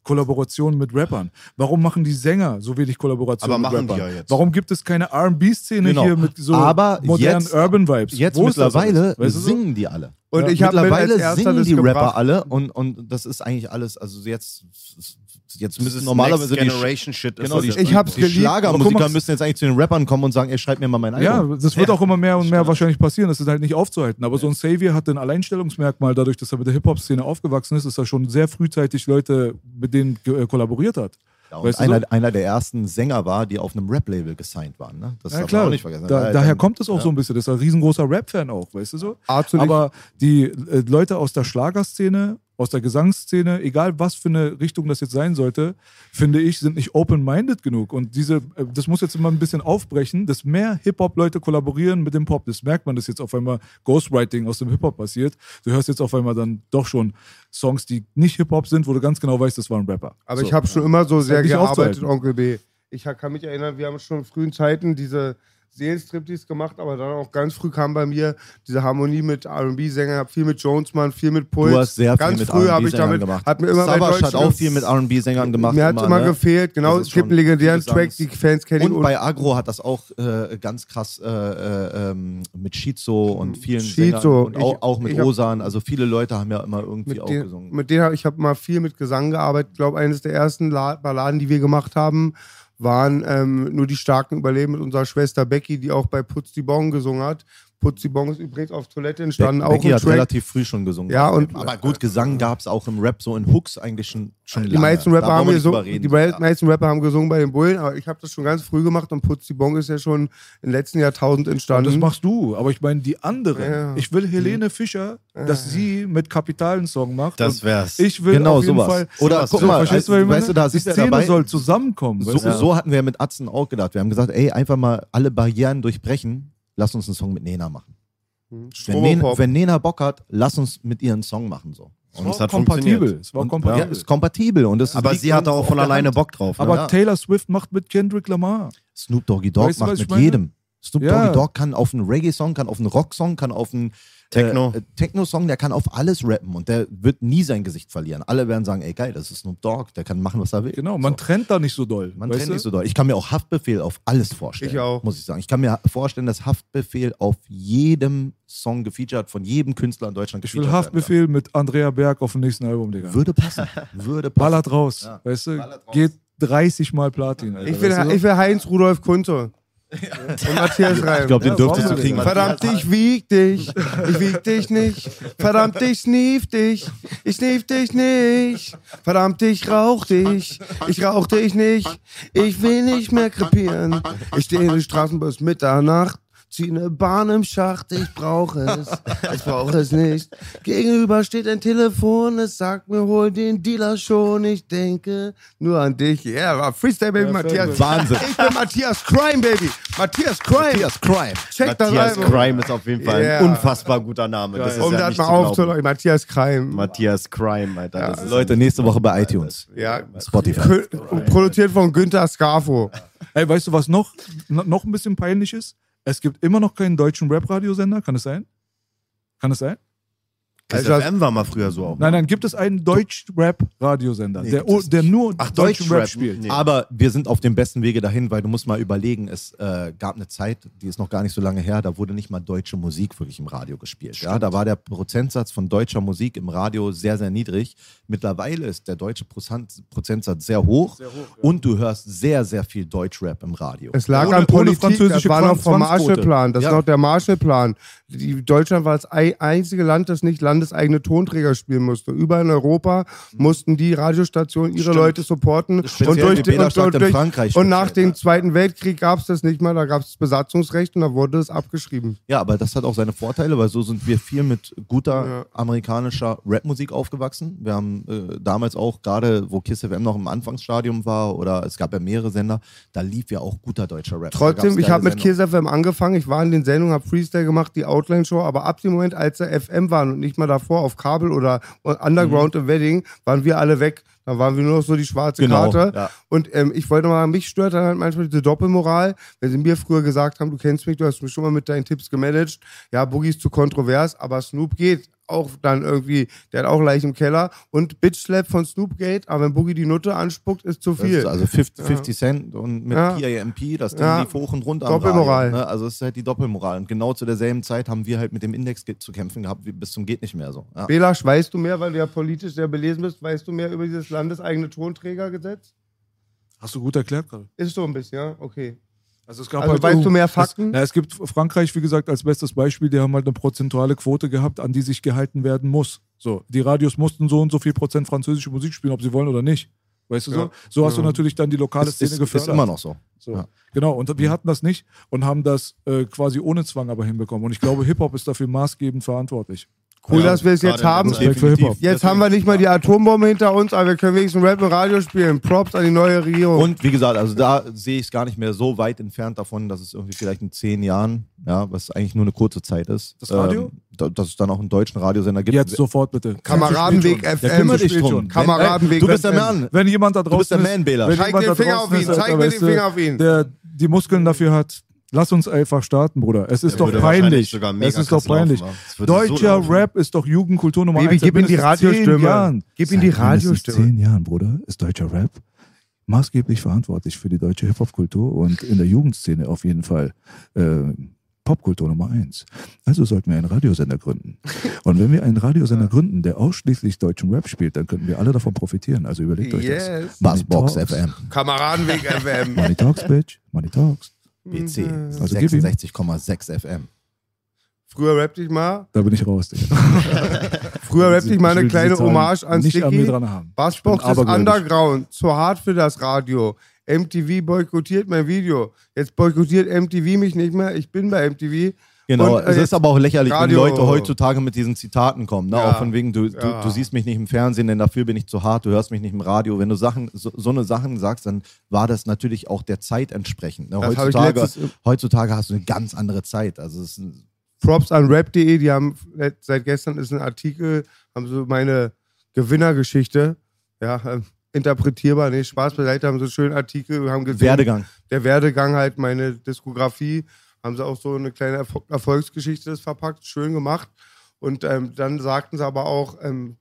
Kollaborationen mit Rappern? Warum machen die Sänger so wenig Kollaborationen Aber mit machen die Rappern? ja jetzt. Warum gibt es keine R and B-Szene Genau. hier mit so Aber modernen jetzt- Urban Vibes? Jetzt Wo ist das mittlerweile alles? Weißt du so? singen die alle. Und Ja, ich habe Mittlerweile singen die gebracht. Rapper alle und, und das ist eigentlich alles, also jetzt, jetzt Das müssen ist normalerweise Next die, Generation Shit. ist genau, das die, jetzt. Ich hab's die geliebt. Schlagermusiker Aber guck mal, müssen jetzt eigentlich zu den Rappern kommen und sagen, ey, schreib mir mal mein Ja, Album. das wird Ja. auch immer mehr und mehr wahrscheinlich passieren. Das ist halt nicht aufzuhalten. Aber so ein Xavier hat ein Alleinstellungsmerkmal, dadurch, dass er mit der Hip-Hop-Szene aufgewachsen ist, dass er schon sehr frühzeitig Leute, mit denen äh, kollaboriert hat. Ja, und weißt du einer, so? einer der ersten Sänger war, die auf einem Rap-Label gesigned waren. Ne? Das Ja, darf man klar. auch nicht vergessen. Da, Ja, daher dann- kommt es auch ja. so ein bisschen. Das ist ein riesengroßer Rap-Fan auch, weißt du so? Absolut. Aber die äh, Leute aus der Schlagerszene, aus der Gesangsszene, egal was für eine Richtung das jetzt sein sollte, finde ich, sind nicht open-minded genug. Und diese, äh, das muss jetzt immer ein bisschen aufbrechen, dass mehr Hip-Hop-Leute kollaborieren mit dem Pop. Das merkt man, dass jetzt auf einmal Ghostwriting aus dem Hip-Hop passiert. Du hörst jetzt auf einmal dann doch schon Songs, die nicht Hip-Hop sind, wo du ganz genau weißt, das war ein Rapper. Aber so. ich habe schon immer so sehr halt nicht gearbeitet, aufzuhalten. Onkel B. Ich ha- kann mich erinnern, wir haben schon in frühen Zeiten diese Seelenstriptease gemacht, aber dann auch ganz früh kam bei mir diese Harmonie mit R and B-Sängern, habe viel mit Jonesman, viel mit Puls. Du hast sehr viel ganz mit früh R and habe ich B-Sängern damit, gemacht. hat mir immer bei Savage hat Deutschen- auch viel mit R and B-Sängern gemacht. Mir hat immer ne? gefehlt, genau, Das ist es gibt schon einen legendären Gesangs- Track, die Fans kennen ihn. Und bei Agro hat das auch äh, ganz krass äh, äh, ähm, mit Shizo und vielen Shizo. Sängern und Ich- auch, auch mit ich hab- Osan. Also viele Leute haben ja immer irgendwie mit auch denen, gesungen. mit denen hab, ich habe mal viel mit Gesang gearbeitet. Ich glaube, eines der ersten La Balladen, die wir gemacht haben, waren ähm, nur die Starken überleben mit unserer Schwester Becky, die auch bei Putz die Bon gesungen hat. Putz die Bon ist übrigens auf Toilette entstanden, Be auch Becky im hat Track. relativ früh schon gesungen. Ja, und- aber gut, Gesang gab es auch im Rap so in Hooks eigentlich schon, schon Die lange. meisten Da Rapper brauchen haben wir nicht gesungen, drüber reden. die Ja. meisten Rapper haben gesungen bei den Bullen, aber ich habe das schon ganz früh gemacht und Putz die Bon ist ja schon im letzten Jahrtausend Und entstanden. das machst du, aber ich meine die anderen. Ja. Ich will Helene Fischer, dass sie mit Kapital einen Song macht. Das und wär's. Ich will Genau auf jeden sowas. Fall. Oder sowas guck wär's. mal, verstehst du, was ich weißt du, meine? da die sitzt er Szene dabei. soll zusammenkommen. So, weißt du? so hatten wir mit Atzen auch gedacht. Wir haben gesagt, ey, einfach mal alle Barrieren durchbrechen. Lass uns einen Song mit Nena machen. Wenn Nena, Strobopop. wenn Nena Bock hat, lass uns mit ihr einen Song machen. So. Und es war hat kompatibel. funktioniert. Es war Und, kompatibel. ja, ist kompatibel. Und das Aber liegt sie hatte auch auf von der alleine Hand. Bock drauf. Ne? Aber Ja. Taylor Swift macht mit Kendrick Lamar. Snoop Doggy Dogg Weißt du, was macht ich mit meine? jedem. Snoop Ja. Doggy Dogg kann auf einen Reggae-Song, kann auf einen Rock-Song, kann auf einen Techno. äh, Techno-Song, der kann auf alles rappen und der wird nie sein Gesicht verlieren. Alle werden sagen, ey geil, das ist Snoop Dogg, der kann machen, was er will. Genau, man so. trennt da nicht so doll. Man weißt trennt du? nicht so doll. Ich kann mir auch Haftbefehl auf alles vorstellen. Ich auch. Muss ich sagen. Ich kann mir vorstellen, dass Haftbefehl auf jedem Song gefeatured, von jedem Künstler in Deutschland Ich will gefeatured werden Haftbefehl mit Andrea Berg auf dem nächsten Album, Digga. kann. Würde passen. Würde passen. Ballert raus. Ja. Weißt du? Ballert raus. Geht dreißig Mal Platin. Alter, Ich will, weißt du so? ich will Heinz Rudolf Kunze. Und Matthias Reim. Ich glaube, den Ja, dürftest warum du kriegen. nicht? Verdammt, ich wieg dich. Ich wieg dich nicht. Verdammt, ich snief dich. Ich snief dich nicht. Verdammt, ich rauch dich. Ich rauch dich nicht. Ich will nicht mehr krepieren. Ich stehe in den Straßenbus Mitternacht. Zieh eine Bahn im Schacht, ich brauche es, ich brauche es nicht. Gegenüber steht ein Telefon, es sagt mir, hol den Dealer schon. Ich denke nur an dich. Ja, yeah, Freestyle Baby, Matthias. Wahnsinn. Ich bin Matthias Crime, Baby. Matthias Crime. Matthias Crime. Check das Matthias Album. Crime ist auf jeden Fall Yeah. ein unfassbar guter Name. Das ist Um ja das nicht mal zu glauben. aufzuleuchten. Matthias Crime. Matthias Crime, Alter. Das ist Leute, nächste Woche bei iTunes. Ja. Spotify. Kö- Produziert von Günther Scarfo. Ey, weißt du, was noch, no- noch ein bisschen peinlich ist? Es gibt immer noch keinen deutschen Rap-Radiosender. Kann es sein? Kann es sein? Kiss Also- F M war mal früher so auch. Nein, nein, gibt es einen Deutsch-Rap-Radiosender, Nee, der, gibt es der nur Ach, deutschen Rap Deutschrap. spielt. Nee. Aber wir sind auf dem besten Wege dahin, weil du musst mal überlegen, es äh, gab eine Zeit, die ist noch gar nicht so lange her, da wurde nicht mal deutsche Musik wirklich im Radio gespielt. Ja? Da war der Prozentsatz von deutscher Musik im Radio sehr, sehr niedrig. Mittlerweile ist der deutsche Prozent, Prozentsatz sehr hoch, und du hörst sehr, sehr viel Deutschrap im Radio. Es lag Ohne- an ohne Politik, das französische war noch vom Zwangsquote. Marshallplan. Das Ja. ist noch der Marshallplan. Die, Deutschland war das ei- einzige Land, das nicht landeseigene Tonträger spielen musste. Überall in Europa mussten die Radiostationen ihre Stimmt. Leute supporten. Speziell Und, durch die den, und, Bäderstadt und, in Frankreich und nach speziell, dem Zweiten Weltkrieg gab es das nicht mehr. Da gab es das Besatzungsrecht und da wurde es abgeschrieben. Ja, aber das hat auch seine Vorteile, weil so sind wir viel mit guter Ja. amerikanischer Rapmusik aufgewachsen. Wir haben äh, damals auch, gerade wo Kiss F M noch im Anfangsstadium war, oder es gab ja mehrere Sender, da lief ja auch guter deutscher Rap. Da Trotzdem, gab's ich geile habe mit Sendungen. Kiss F M angefangen. Ich war in den Sendungen, habe Freestyle gemacht, die Outline-Show. Aber ab dem Moment, als er F M waren und nicht mal davor auf Kabel oder Underground im Wedding, waren wir alle weg. Da waren wir nur noch so die schwarze Genau, Karte. ja. Und ähm, ich wollte mal, mich stört dann halt manchmal diese Doppelmoral. Wenn sie mir früher gesagt haben, du kennst mich, du hast mich schon mal mit deinen Tipps gemanagt. Ja, Boogie ist zu kontrovers, aber Snoop geht. auch dann irgendwie, der hat auch leicht im Keller. Und Bitch Slap von Snoopgate, aber wenn Boogie die Nutte anspuckt, ist zu viel. Das ist also fifty, fifty Cent und mit Ja. P A M P, das Ding Ja. lief hoch und runter am Doppelmoral. Radio, ne? Also es ist halt die Doppelmoral. Und genau zu derselben Zeit haben wir halt mit dem Index ge- zu kämpfen gehabt, wie bis zum geht nicht mehr so. Ja. Belasch, weißt du mehr, weil du ja politisch sehr belesen bist, weißt du mehr über dieses landeseigene Tonträgergesetz? Hast du gut erklärt gerade. Ist so ein bisschen, ja? Okay. Also, es gab Also halt weißt irgend- du mehr Fakten? Es, na, es gibt Frankreich, wie gesagt, als bestes Beispiel, die haben halt eine prozentuale Quote gehabt, an die sich gehalten werden muss. So, die Radios mussten so und so viel Prozent französische Musik spielen, ob sie wollen oder nicht. Weißt du Ja. so? So hast Ja. du natürlich dann die lokale Ist, Szene ist, gefördert. ist immer noch so. So. Ja. Genau, und wir hatten das nicht und haben das äh, quasi ohne Zwang aber hinbekommen. Und ich glaube, Hip-Hop ist dafür maßgebend verantwortlich. Cool, Ja, dass wir es jetzt gerade in haben. der Respekt für Hip-Hop. Jetzt haben wir nicht mal die Atombombe hinter uns, aber wir können wenigstens Rap und Radio spielen. Props an die neue Regierung. Und wie gesagt, also da sehe ich es gar nicht mehr so weit entfernt davon, dass es irgendwie vielleicht in zehn Jahren, ja, was eigentlich nur eine kurze Zeit ist, Das Radio? ähm, da, dass es dann auch einen deutschen Radiosender gibt. Jetzt sofort bitte. Kameradenweg Ja, F M. kümmere dich spielt drum. Kameradenweg Du bist der F M. Mann. Wenn jemand da draußen Du bist der ist, Man-Bähler. wenn Zeig jemand den da Finger draußen auf ihn, ist, Alter, zeig mir weißt den du, Finger auf ihn. Der die Muskeln dafür hat, lass uns einfach starten, Bruder. Es ist Der doch würde wahrscheinlich peinlich. sogar mega Es ist doch krass laufen, peinlich. wa? Das würde so Deutscher laufen. Rap ist doch Jugendkultur Nummer Baby, eins. gib ihm die Seit mindestens zehn Radiostimme. Jahren. Gib ihm die Seit mindestens Radiostimme. zehn Jahren, Bruder, ist deutscher Rap maßgeblich verantwortlich für die deutsche Hip-Hop-Kultur und in der Jugendszene auf jeden Fall äh, Popkultur Nummer eins. Also sollten wir einen Radiosender gründen. Und wenn wir einen Radiosender gründen, der ausschließlich deutschen Rap spielt, dann könnten wir alle davon profitieren. Also überlegt euch das. Yes. Bassbox Money F M. Kameradenweg F M. Money Talks, Bitch. Money Talks. B C. Also gib ihm. sechsundsechzig Komma sechs F M. Früher rappte ich mal. Da bin ich raus, Digga. Früher rappte ich mal will eine diese kleine Zahlen Hommage an nicht an mir Sticky. dran haben. Bassbox Ich bin ist abergläubisch. Underground. Zu hart für das Radio. M T V boykottiert mein Video. Jetzt boykottiert M T V mich nicht mehr. Ich bin bei M T V. Genau, Und, äh, es ist aber auch lächerlich, Radio- wenn Leute heutzutage mit diesen Zitaten kommen. Ne? Ja. Auch von wegen, du, du, Ja. du siehst mich nicht im Fernsehen, denn dafür bin ich zu hart, du hörst mich nicht im Radio. Wenn du Sachen, so, so eine Sachen sagst, dann war das natürlich auch der Zeit entsprechend. Ne? Das hab ich Heutzutage, letztes- heutzutage hast du eine ganz andere Zeit. Also es ist ein, Props an rap punkt de, die haben seit gestern ist ein Artikel, haben so meine Gewinnergeschichte, ja, äh, interpretierbar, nee, Spaß beiseite, haben so einen schönen Artikel, haben gesehen, Werdegang. der Werdegang halt, meine Diskografie, haben sie auch so eine kleine Erfol- Erfolgsgeschichte das verpackt, schön gemacht. Und ähm, dann sagten sie aber auch, ähm,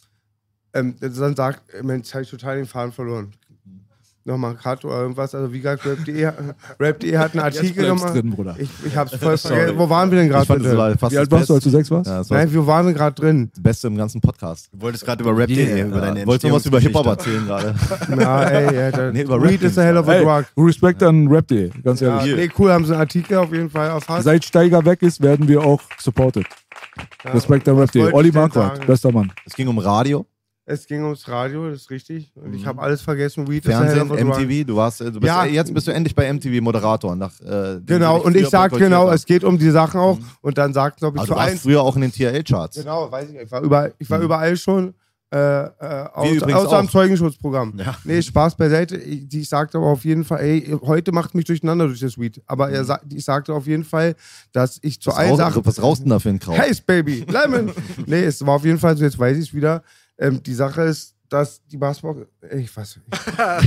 ähm, dann sagt, Mensch, jetzt habe ich total den Faden verloren. Nochmal ein Cut oder irgendwas, also wie gesagt, rap punkt de rap punkt de hat einen Artikel bleibst gemacht. drin, Bruder. Ich, ich hab's voll vergessen. Wo waren wir denn gerade Ich fand, das bitte? war fast Wie alt das warst du, als du Beste. sechs warst? Ja, das war Nein, wir waren gerade drin. das Beste im ganzen Podcast. Du wolltest gerade über Rap punkt de, über deine Ja, wolltest du was über Hip-Hop Entstehungsgeschichte. erzählen gerade? Ja, ey, ja, der Nee, über Weed is a hell of a Hey, drug. Respekt an rap punkt de, ganz Ja, ehrlich. nee, cool, haben sie einen Artikel auf jeden Fall erfasst. Seit Steiger weg ist, werden wir auch supported. Ja, Respekt an was rap punkt de. wollte Olli ich denn Marquardt, sagen? bester Mann. Es ging um Radio, Es ging ums Radio, das ist richtig. Und ich habe alles vergessen. Weed is a hell Fernsehen, of a M drug. T V. Du warst, äh, du bist, Ja. äh, jetzt bist du endlich bei M T V Moderator. Nach, äh, dem Genau, sie dich und ich früher sag boykottiert genau, haben. es geht um die Sachen auch. Und dann sagten, ob ich Aber zu du warst eins. früher auch in den T R L-Charts. Genau, weiß ich nicht. Ich war überall, ich war überall schon. Äh, äh, außer, übrigens außer am auch. Zeugenschutzprogramm. Nee, Spaß beiseite. Ich, ich sagte aber auf jeden Fall, ey, heute macht mich durcheinander durch das Weed. Aber er sa ich sagte auf jeden Fall, dass ich zu Was, allen raus, Sachen. was raust denn da für ein Kraut? Hey, Baby, Lemon. Nee, es war auf jeden Fall so, jetzt weiß ich es wieder. Ähm, die Sache ist, dass die Basketball. Ich weiß nicht.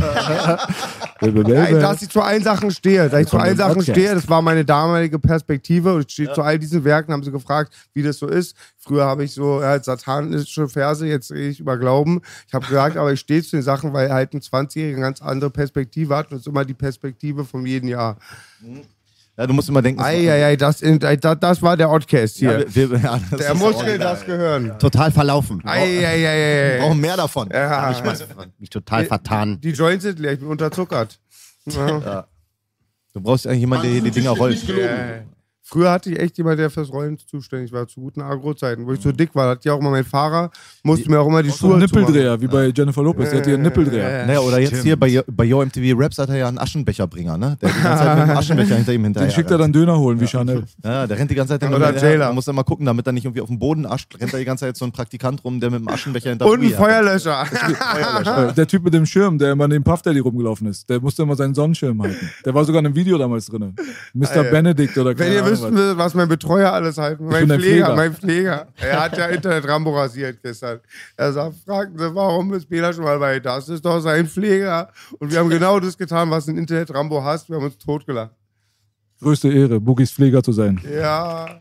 Nein, dass ich zu allen Sachen stehe. Dass ich zu allen Sachen Podcast. stehe, das war meine damalige Perspektive. Und ich stehe zu all diesen Werken, haben sie gefragt, wie das so ist. Früher habe ich so ja, satanische Verse, jetzt rede ich über Glauben. Ich habe gesagt, aber ich stehe zu den Sachen, weil halt ein zwanzigjähriger eine ganz andere Perspektive hat. Und das ist immer die Perspektive von jedem Jahr. Ja, du musst immer denken, es war- Eieiei, das, das, das war der Oddcast hier. ja, wir, wir, ja, das der ist Muskel, original. das gehören. Total verlaufen. Wir Eieiei. brauchen mehr davon. Ja. Hab ich mal mich total vertan. Die Joints sind leer, ich bin unterzuckert. Ja. Du brauchst eigentlich jemanden, der hier die Dinger rollt. Ja. Früher hatte ich echt jemanden, der fürs Rollen zuständig war, zu guten Agro-Zeiten, wo ich so dick war. Da hatte ich auch immer mein Fahrer, musste mir auch immer die So Schuhe ein zumachen. Nippelndreher, wie bei Jennifer Lopez. Der hat hier einen Nippelndreher. Naja, oder jetzt hier bei, bei Yo M T V Raps hat er ja einen Aschenbecherbringer, ne? Der die ganze Zeit mit einem Aschenbecher hinter ihm hinterher. Den schickt er dann Döner holen, wie Chanel. Ja, der rennt die ganze Zeit Oder hinterher. Jailer. Man muss immer gucken, damit er nicht irgendwie auf dem Boden ascht, rennt er die ganze Zeit so ein Praktikant rum, der mit dem Aschenbecher hinter Und ein Ui hat. Feuerlöscher. Äh, Der Typ mit dem Schirm, der immer neben Puff Daddy rumgelaufen ist, der musste immer seinen Sonnenschirm halten. Der war sogar in einem Video damals drin. Mister Ey, Benedict oder Wenn keine ihr Ahnung wisst, was. was mein Betreuer alles halten, mein bin dein Pfleger, Pfleger. mein Pfleger. Er hat ja Internet-Rambo rasiert gestern. Er sagt, fragten sie, warum ist Bela schon mal bei? Das ist doch sein Pfleger. Und wir haben genau das getan, was ein Internet-Rambo hasst. Wir haben uns totgelacht. Größte Ehre, Boogies Pfleger zu sein. Ja.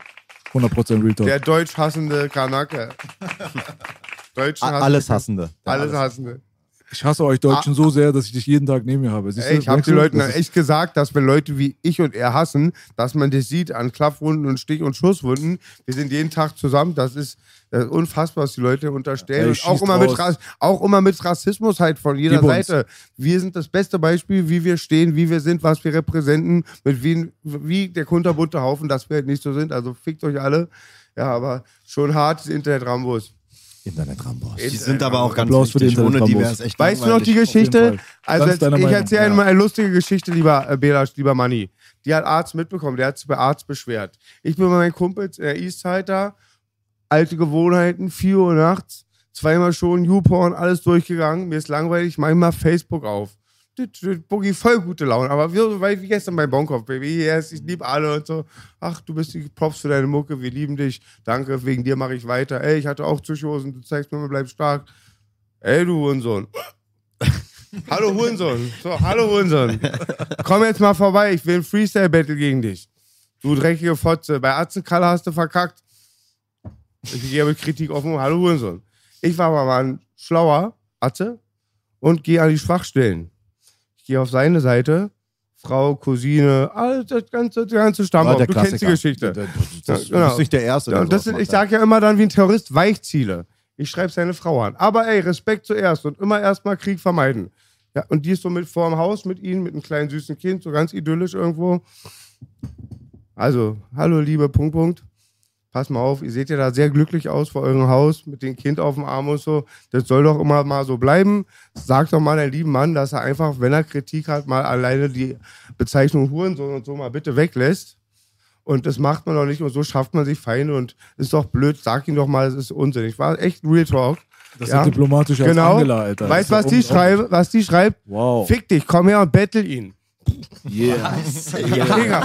hundert Prozent Real Talk. Der deutsch hassende Kanake. Deutschen A- alles Hassende. Der Alles Hassende. Ich hasse euch Deutschen ah. so sehr, dass ich dich jeden Tag neben mir habe. Siehst Ey, du? ich habe den du? Leuten Das echt gesagt, dass wir Leute wie ich und er hassen, dass man das sieht an Klappwunden und Stich- und Schusswunden. Wir sind jeden Tag zusammen. Das ist, das ist unfassbar, was die Leute unterstellen. Ey, und auch immer, mit Ra- auch immer mit Rassismus halt von jeder Seite. Wir sind das beste Beispiel, wie wir stehen, wie wir sind, was wir repräsentieren, mit wie, wie der kunterbunte Haufen, dass wir halt nicht so sind. Also fickt euch alle. Ja, aber schon hart, diese Internet-Rambos. Internet-Rambos. Die sind aber auch ganz Applaus wichtig. für die Ohne die wäre es echt Weißt du noch die langweilig. Geschichte? Also Ganz jetzt, deiner ich Meinung, erzähle ja. mal eine lustige Geschichte, lieber äh, Belasch, lieber Manni. Die hat Arzt mitbekommen, der hat sich bei Arzt beschwert. Ich bin bei meinen Kumpels in der Eastside da, alte Gewohnheiten, vier Uhr nachts, zweimal schon YouPorn, alles durchgegangen, mir ist langweilig, mach mal Facebook auf. Boogie, voll gute Laune, aber wie, wie gestern bei Bonkopf, Baby, yes, ich liebe alle und so. Ach, du bist die Props für deine Mucke, wir lieben dich, danke, wegen dir mache ich weiter. Ey, ich hatte auch Psychosen, du zeigst mir mal, bleib stark. Ey, du Hurensohn. Hallo Hurensohn. So, hallo Hurensohn. Komm jetzt mal vorbei, ich will ein Freestyle-Battle gegen dich. Du dreckige Fotze. Bei Atzenkalle hast du verkackt. Ich gebe Kritik offen. Hallo Hurensohn. Ich war aber mal ein schlauer Atze und gehe an die Schwachstellen. Ich gehe auf seine Seite. Frau, Cousine, alles, das ganze, der ganze Stammbaum. Ja, der du Klassiker. kennst die Geschichte. Das, das, das Ja, genau. ist nicht der Erste, der Ja, das sowas sind, ich macht. sage ja immer dann wie ein Terrorist Weichziele. Ich schreibe seine Frau an. Aber ey, Respekt zuerst und immer erstmal Krieg vermeiden. Ja, und die ist so mit vor dem Haus mit ihnen, mit einem kleinen süßen Kind, so ganz idyllisch irgendwo. Also, hallo liebe Punkt, Punkt. Pass mal auf, ihr seht ja da sehr glücklich aus vor eurem Haus mit dem Kind auf dem Arm und so. Das soll doch immer mal so bleiben. Sagt doch mal deinem lieben Mann, dass er einfach, wenn er Kritik hat, mal alleine die Bezeichnung Hurensohn und so mal bitte weglässt. Und das macht man doch nicht und so schafft man sich Feinde und ist doch blöd. Sag ihm doch mal, es ist Unsinn. Ich war echt Real Talk. Das Ja. ist ja diplomatischer als Genau. Angela, Alter. Weißt du, Das was ist die ja schreibe, was die schreibt? Wow. Fick dich, komm her und battle ihn. Yeah. Digga.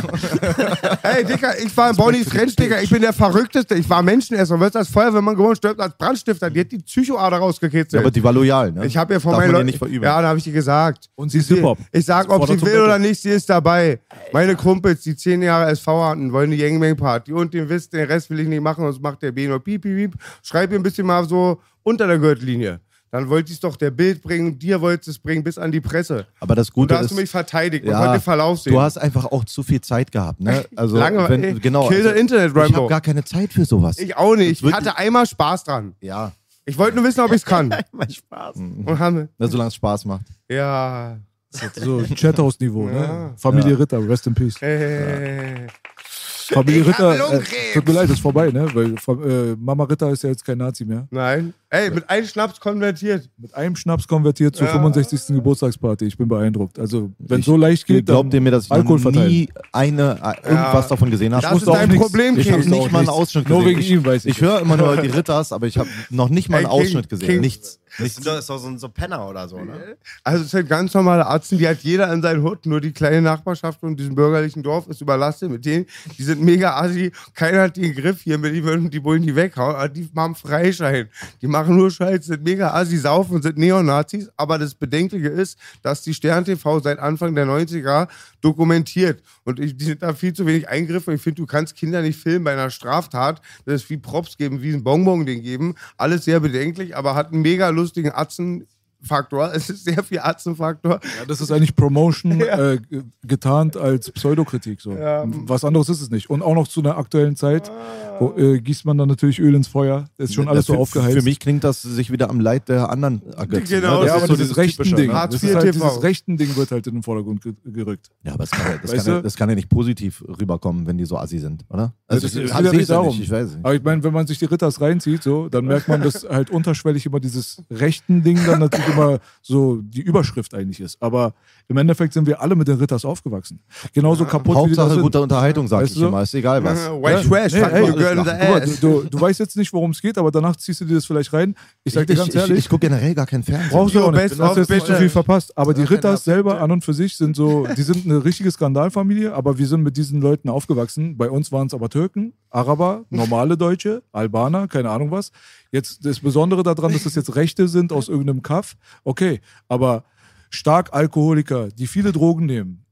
Ey, Digga, ich war in Bonnie's Ranch, Digga. Ich bin der Verrückteste. Ich war Menschenesser. Wird als Feuerwehrmann geworden, stirbt als Brandstifter. Die hat die Psychoader rausgekitzelt. Ja, aber die war loyal, ne? Ich habe ja von Darf meinen man ihr Leuten. nicht verüben. Ja, da habe ich dir gesagt. Und sie ist Hip-Hop. Ich sag, ob Fordert sie zum will Battle. oder nicht, sie ist dabei. Meine Kumpels, die zehn Jahre S V hatten, wollen eine Gangbang-Party. Und den wisst, den Rest will ich nicht machen, sonst macht der B nur piep, piep, piep. Schreib ihr ein bisschen mal so unter der Gürtellinie. Dann wollte ich es doch der Bild bringen, dir wolltest es bringen, bis an die Presse. Aber das Und Gute da hast ist, du mich verteidigt. Man ja, konnte den Verlauf sehen. du hast einfach auch zu viel Zeit gehabt, ne? Also Lange, wenn, ey, genau. kill the also, Internet, ich Rambo. habe gar keine Zeit für sowas. Ich auch nicht. Ich wird- hatte einmal Spaß dran. ja, Ich wollte nur wissen, ob ich es kann. Mein Spaß. Und haben ne, solange es Spaß macht. ja. So, Chathouse-Niveau, ne? Ja. Familie Ritter, rest in peace. Hey. Familie Ich hab Ritter, äh, Lungenkrebs. tut mir leid, ist vorbei, ne? Weil äh, Mama Ritter ist ja jetzt kein Nazi mehr. Nein. Ey, mit einem Schnaps konvertiert. Mit einem Schnaps konvertiert zur Ja. fünfundsechzigsten Geburtstagsparty. Ich bin beeindruckt. Also, wenn Ich- so leicht geht, Glaubt ihr mir, dass ich Alkohol noch verteilen. nie eine, äh, irgendwas davon gesehen habe? Das wusste ist auch dein nichts. Problem, Ich habe King. nicht mal einen Ausschnitt Nur gesehen. wegen ich ihm weiß ich ich höre immer nur die Ritters, aber ich habe noch nicht mal einen Ey, King, Ausschnitt gesehen. King. Nichts. Das sind doch, ist doch so ein so Penner oder so, ne? Also es sind ganz normale Arzten, die hat jeder in seinen Hut, nur die kleine Nachbarschaft und diesem bürgerlichen Dorf ist überlastet mit denen, die sind mega assi, keiner hat den Griff hier, mit die würden die Bullen die weghauen, aber die haben Freischein, die machen nur Scheiß, sind mega assi, saufen, sind Neonazis, aber das Bedenkliche ist, dass die Stern T V seit Anfang der neunziger dokumentiert und ich, die sind da viel zu wenig Eingriffe, ich finde, du kannst Kinder nicht filmen bei einer Straftat, das ist wie Props geben, wie ein Bonbon den geben, alles sehr bedenklich, aber hat einen mega lustigen Atzenfaktor. Es ist sehr viel Atzenfaktor. Ja, das ist eigentlich Promotion äh, g- getarnt als Pseudokritik. So. Ja. Was anderes ist es nicht. Und auch noch zu einer aktuellen Zeit, wo, äh, gießt man dann natürlich Öl ins Feuer. Das ist schon alles so für, aufgeheizt. Für mich klingt das sich wieder am Leid der anderen ergötzen. Genau, ne? ja, das aber ist so dieses rechten Ding, Hartz das vier ist halt T V. dieses rechten Ding wird halt in den Vordergrund ge gerückt. Ja, aber das kann, ja- das, Weißt kann ja, du? das kann ja nicht positiv rüberkommen, wenn die so assi sind, oder? Also, das, das, das das geht ja sehe nicht ich ja darum. nicht, ich weiß nicht. Aber ich meine, wenn man sich die Ritters reinzieht, so, dann merkt man, dass halt unterschwellig immer dieses rechten Ding dann natürlich immer so die Überschrift eigentlich ist. Aber im Endeffekt sind wir alle mit den Ritters aufgewachsen. Genauso kaputt wie die das Hauptsache sind. gute Unterhaltung, sag Weißt ich du? immer, ist egal was. White Trash, Nee, fuck ey, you, alles girl in the klar. Guck mal, ass. du, du, du weißt jetzt nicht, worum es geht, aber danach ziehst du dir das vielleicht rein. Ich sag dir ich, ganz ich, ehrlich, ich gucke generell gar kein Fernsehen. brauchst du Yo, auch nicht. best Dann hast du of jetzt nicht so bitches. viel verpasst. Aber die Ja, keine Ritters selber Absicht. an und für sich sind so, die sind eine richtige Skandalfamilie, aber wir sind mit diesen Leuten aufgewachsen. Bei uns waren es aber Türken, Araber, normale Deutsche, Albaner, keine Ahnung was. Jetzt das Besondere daran, dass das jetzt Rechte sind aus irgendeinem Kaff. Okay, aber stark Alkoholiker, die viele Drogen nehmen,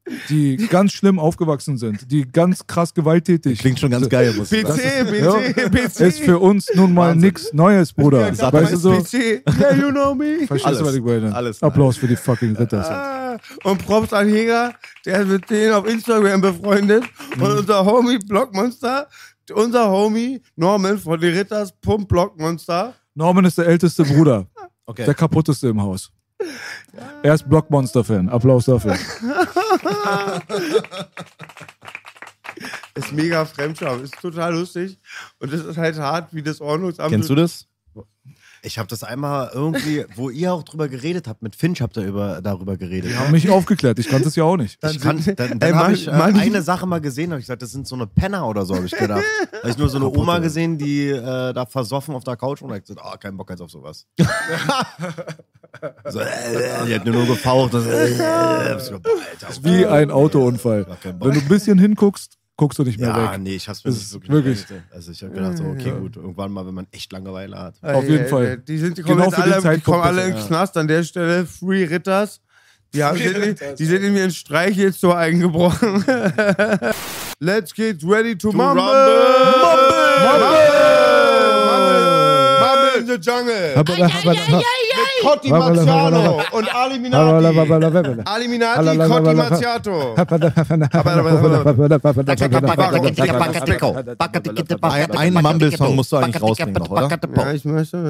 die ganz schlimm aufgewachsen sind, die ganz krass gewalttätig. Klingt schon ganz geil, muss ich P C, sagen. P C, P C. Ist für uns nun mal nichts Neues, Bruder. Sag Weißt du so? P C, yeah, you know me. Verstehst Alles, du, was ich meine? alles Applaus für die fucking Ritter. Ah, und Props an Heger, der ist mit denen auf Instagram befreundet. Und unser Homie Blockmonster, unser Homie Norman von den Ritters, Pump Blockmonster. Norman ist der älteste Bruder. Okay. Der kaputteste im Haus. Er ist Blockmonster-Fan. Applaus dafür. Ist mega Fremdscham, ist total lustig. Und das ist halt hart, wie das Ordnungsamt. Kennst du das? Ich habe das einmal irgendwie, wo ihr auch drüber geredet habt, mit Finch habt ihr über, darüber geredet. Die haben mich aufgeklärt. Ich kannte es ja auch nicht. Ich kann, dann dann Ey, habe Mann, ich äh, Mann, eine Sache mal gesehen, habe ich gesagt, das sind so eine Penner oder so, habe ich gedacht. Da habe ich nur so eine Oma gesehen, die äh, da versoffen auf der Couch und ich gesagt, ah, oh, kein Bock jetzt auf sowas. so, äh, die hat nur gefaucht. Und, äh, äh, so, boah, Alter, Das ist wie ein Autounfall. keinen Bock. Wenn du ein bisschen hinguckst, guckst du nicht mehr ja, weg. nee, ich hab's mir Das nicht ist so wirklich- gedacht. Also ich habe gedacht, so, okay, gut, irgendwann mal, wenn man echt Langeweile hat. Auf jeden Fall. Die, sind, die kommen, Genau jetzt für den alle, die Zeitpunkt kommen alle ist- in den ja. Knast an der Stelle. Free Ritters. Die, haben, sind, die sind in mir in Streich jetzt so eingebrochen. Let's get ready to, mumble. Mumble. Mumble in the jungle. Mit Cotti Marciano und Aliminati. Aliminati, Cotti Marciato. Einen Mumble-Song musst du eigentlich rausbringen noch, oder? Ja, ich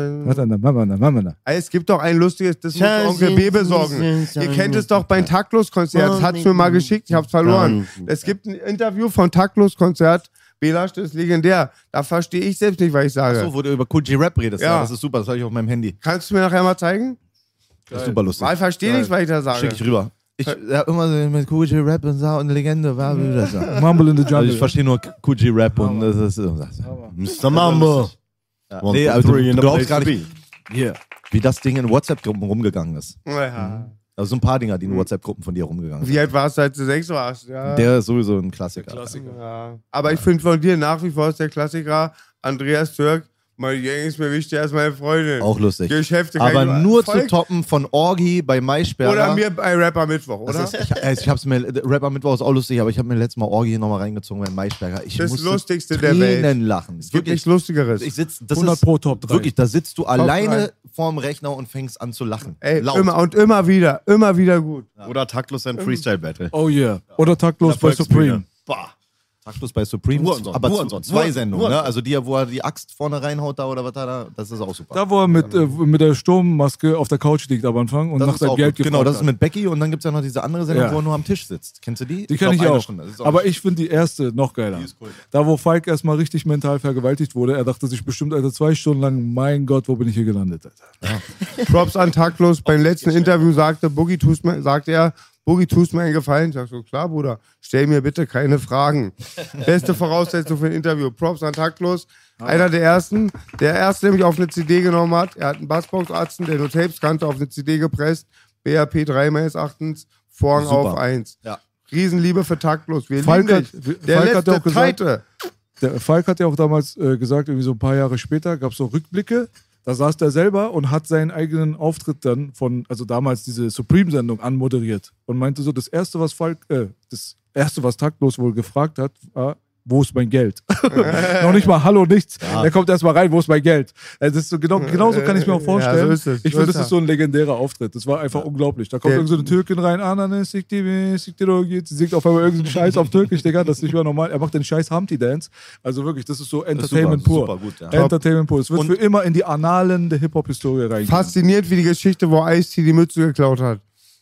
möchte. Es gibt doch ein lustiges, das muss Onkel B besorgen. Ihr kennt es doch beim Taktlos-Konzert. Das hat's mir mal geschickt, ich hab's verloren. Es gibt ein Interview von Taktlos-Konzert. Belasch, das ist legendär. Da verstehe ich selbst nicht, was ich sage. So, wo du über Cool G-Rap redest. Ja. Ja. Das ist super, das habe ich auf meinem Handy. Kannst du mir nachher mal zeigen? Das ist super lustig. Weil ich verstehe nicht, was ich da sage. Schick ich rüber. Ich hab immer so mit Cool G-Rap und so eine Legende. War wie das so. Mumble in the Jungle. Also ich verstehe nur Cool G-Rap und das ist so. Mister Mambo. Ja. Nee, aber du, du glaubst gar nicht, yeah, wie das Ding in WhatsApp-Gruppen rumgegangen ist. Ja. Also so ein paar Dinger, die in WhatsApp-Gruppen von dir rumgegangen sind. Wie alt warst du, als du sechs warst? Ja. Der ist sowieso ein Klassiker. Ja. Aber ich finde von dir nach wie vor ist der Klassiker Andreas Türk. Meine Gang ist mir wichtiger als meine Freundin. Auch lustig. Geschäfte kann Aber ich nur Volk- zu toppen von Orgi bei Maischberger. Oder mir bei Rapper Mittwoch, oder? Das ist, ich, ich hab's mir, Rapper Mittwoch ist auch lustig, aber ich habe mir letztes Mal Orgi nochmal reingezogen bei Maischberger. Ich Das musste Lustigste der Tränen Welt. lachen. Es gibt nichts Lustigeres. Ich sitz, das hundert ist, pro Top drei. Wirklich, da sitzt du drei. alleine vorm Rechner und fängst an zu lachen. Ey, Laut. immer und immer wieder, immer wieder gut. Oder taktlos ein Freestyle-Battle. Oh yeah. Oder Taktlos bei Supreme. Bah. Taktlos bei Supreme, Hurensohn, aber Hurensohn, zwei Hurensohn, Sendungen, ne? Hurensohn. Also die, wo er die Axt vorne reinhaut da oder was da, das ist auch super. Da, wo er mit, äh, mit der Sturmmaske auf der Couch liegt am Anfang und Das nach ist seinem auch Geld gut. gefragt Genau, das ist hat. mit Becky und dann gibt es ja noch diese andere Sendung, Ja. wo er nur am Tisch sitzt. Kennst du die? Die kenne ich glaub, eine auch. Stunde. Das ist auch Aber ich finde die erste noch geiler. Da, wo Falk erstmal richtig mental vergewaltigt wurde, er dachte sich bestimmt, Alter, zwei Stunden lang, mein Gott, wo bin ich hier gelandet, Alter. Props an Taktlos. Beim letzten Interview sagte Boogie, tust mir, sagte er, Boogie, tust mir einen Gefallen. Ich sag so, klar, Bruder, stell mir bitte keine Fragen. Beste Voraussetzung für ein Interview. Props an Taktlos. Einer der ersten, der erste, der mich auf eine C D genommen hat. Er hat einen Bassbox-Atzen, der nur Tapes kannte, auf eine C D gepresst. B R P drei meines Erachtens, Vorhang Super. auf eins. Ja. Riesenliebe für Taktlos. Wir Falk lieben hat- dich. Der Falk hat letzte ja auch gesagt- Teite. Der Falk hat ja auch damals äh, gesagt, irgendwie so ein paar Jahre später gab es so Rückblicke. Da saß der selber und hat seinen eigenen Auftritt dann von, also damals diese Supreme-Sendung anmoderiert und meinte so, das erste, was Falk, äh, das erste, was Taktlos wohl gefragt hat, war, wo ist mein Geld? Noch nicht mal Hallo, nichts. Er kommt erst mal rein, wo ist mein Geld? Das ist so genau, genauso kann ich mir auch vorstellen. Ja, so ist es. Ich So finde, ist das ist er. so ein legendärer Auftritt. Das war einfach unglaublich. Da kommt Der- irgend so eine Türkin rein, Ananas, Sikti, Sikti, sie singt auf einmal irgendeinen Scheiß auf Türkisch, Digga, das ist nicht mehr normal. Er macht den Scheiß Humpty Dance. Also wirklich, das ist so Entertainment super, pur. super gut, ja. Entertainment pur. Es wird Und- für immer in die Annalen der Hip-Hop-Historie reingehen. Fasziniert wie die Geschichte, wo Ice-T die Mütze geklaut hat.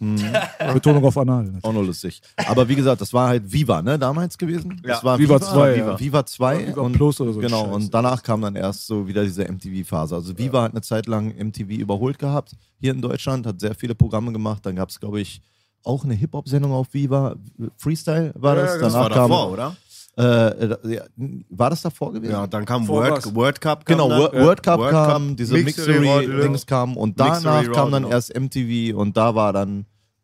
Betonung auf Annalen. Auch noch lustig. Aber wie gesagt, das war halt Viva, ne, damals gewesen? Das war Viva zwei, Viva, ja. Viva zwei. Viva und, Plus oder so. Genau, Scheiße. und danach kam dann erst so wieder diese M T V-Phase. Also Viva hat eine Zeit lang M T V überholt gehabt, hier in Deutschland, hat sehr viele Programme gemacht. Dann gab es, glaube ich, auch eine Hip-Hop-Sendung auf Viva. Freestyle war das. Das war Danach davor, kam, oder? Äh, äh, ja, war das davor gewesen? Ja, dann kam Vor was? World, World Cup. Kam Genau, dann. World, World Cup World kam, Cup, diese Mixery Raw, Mixery-Dings kamen und Mixery danach Raw, kam dann genau. erst M T V und da war dann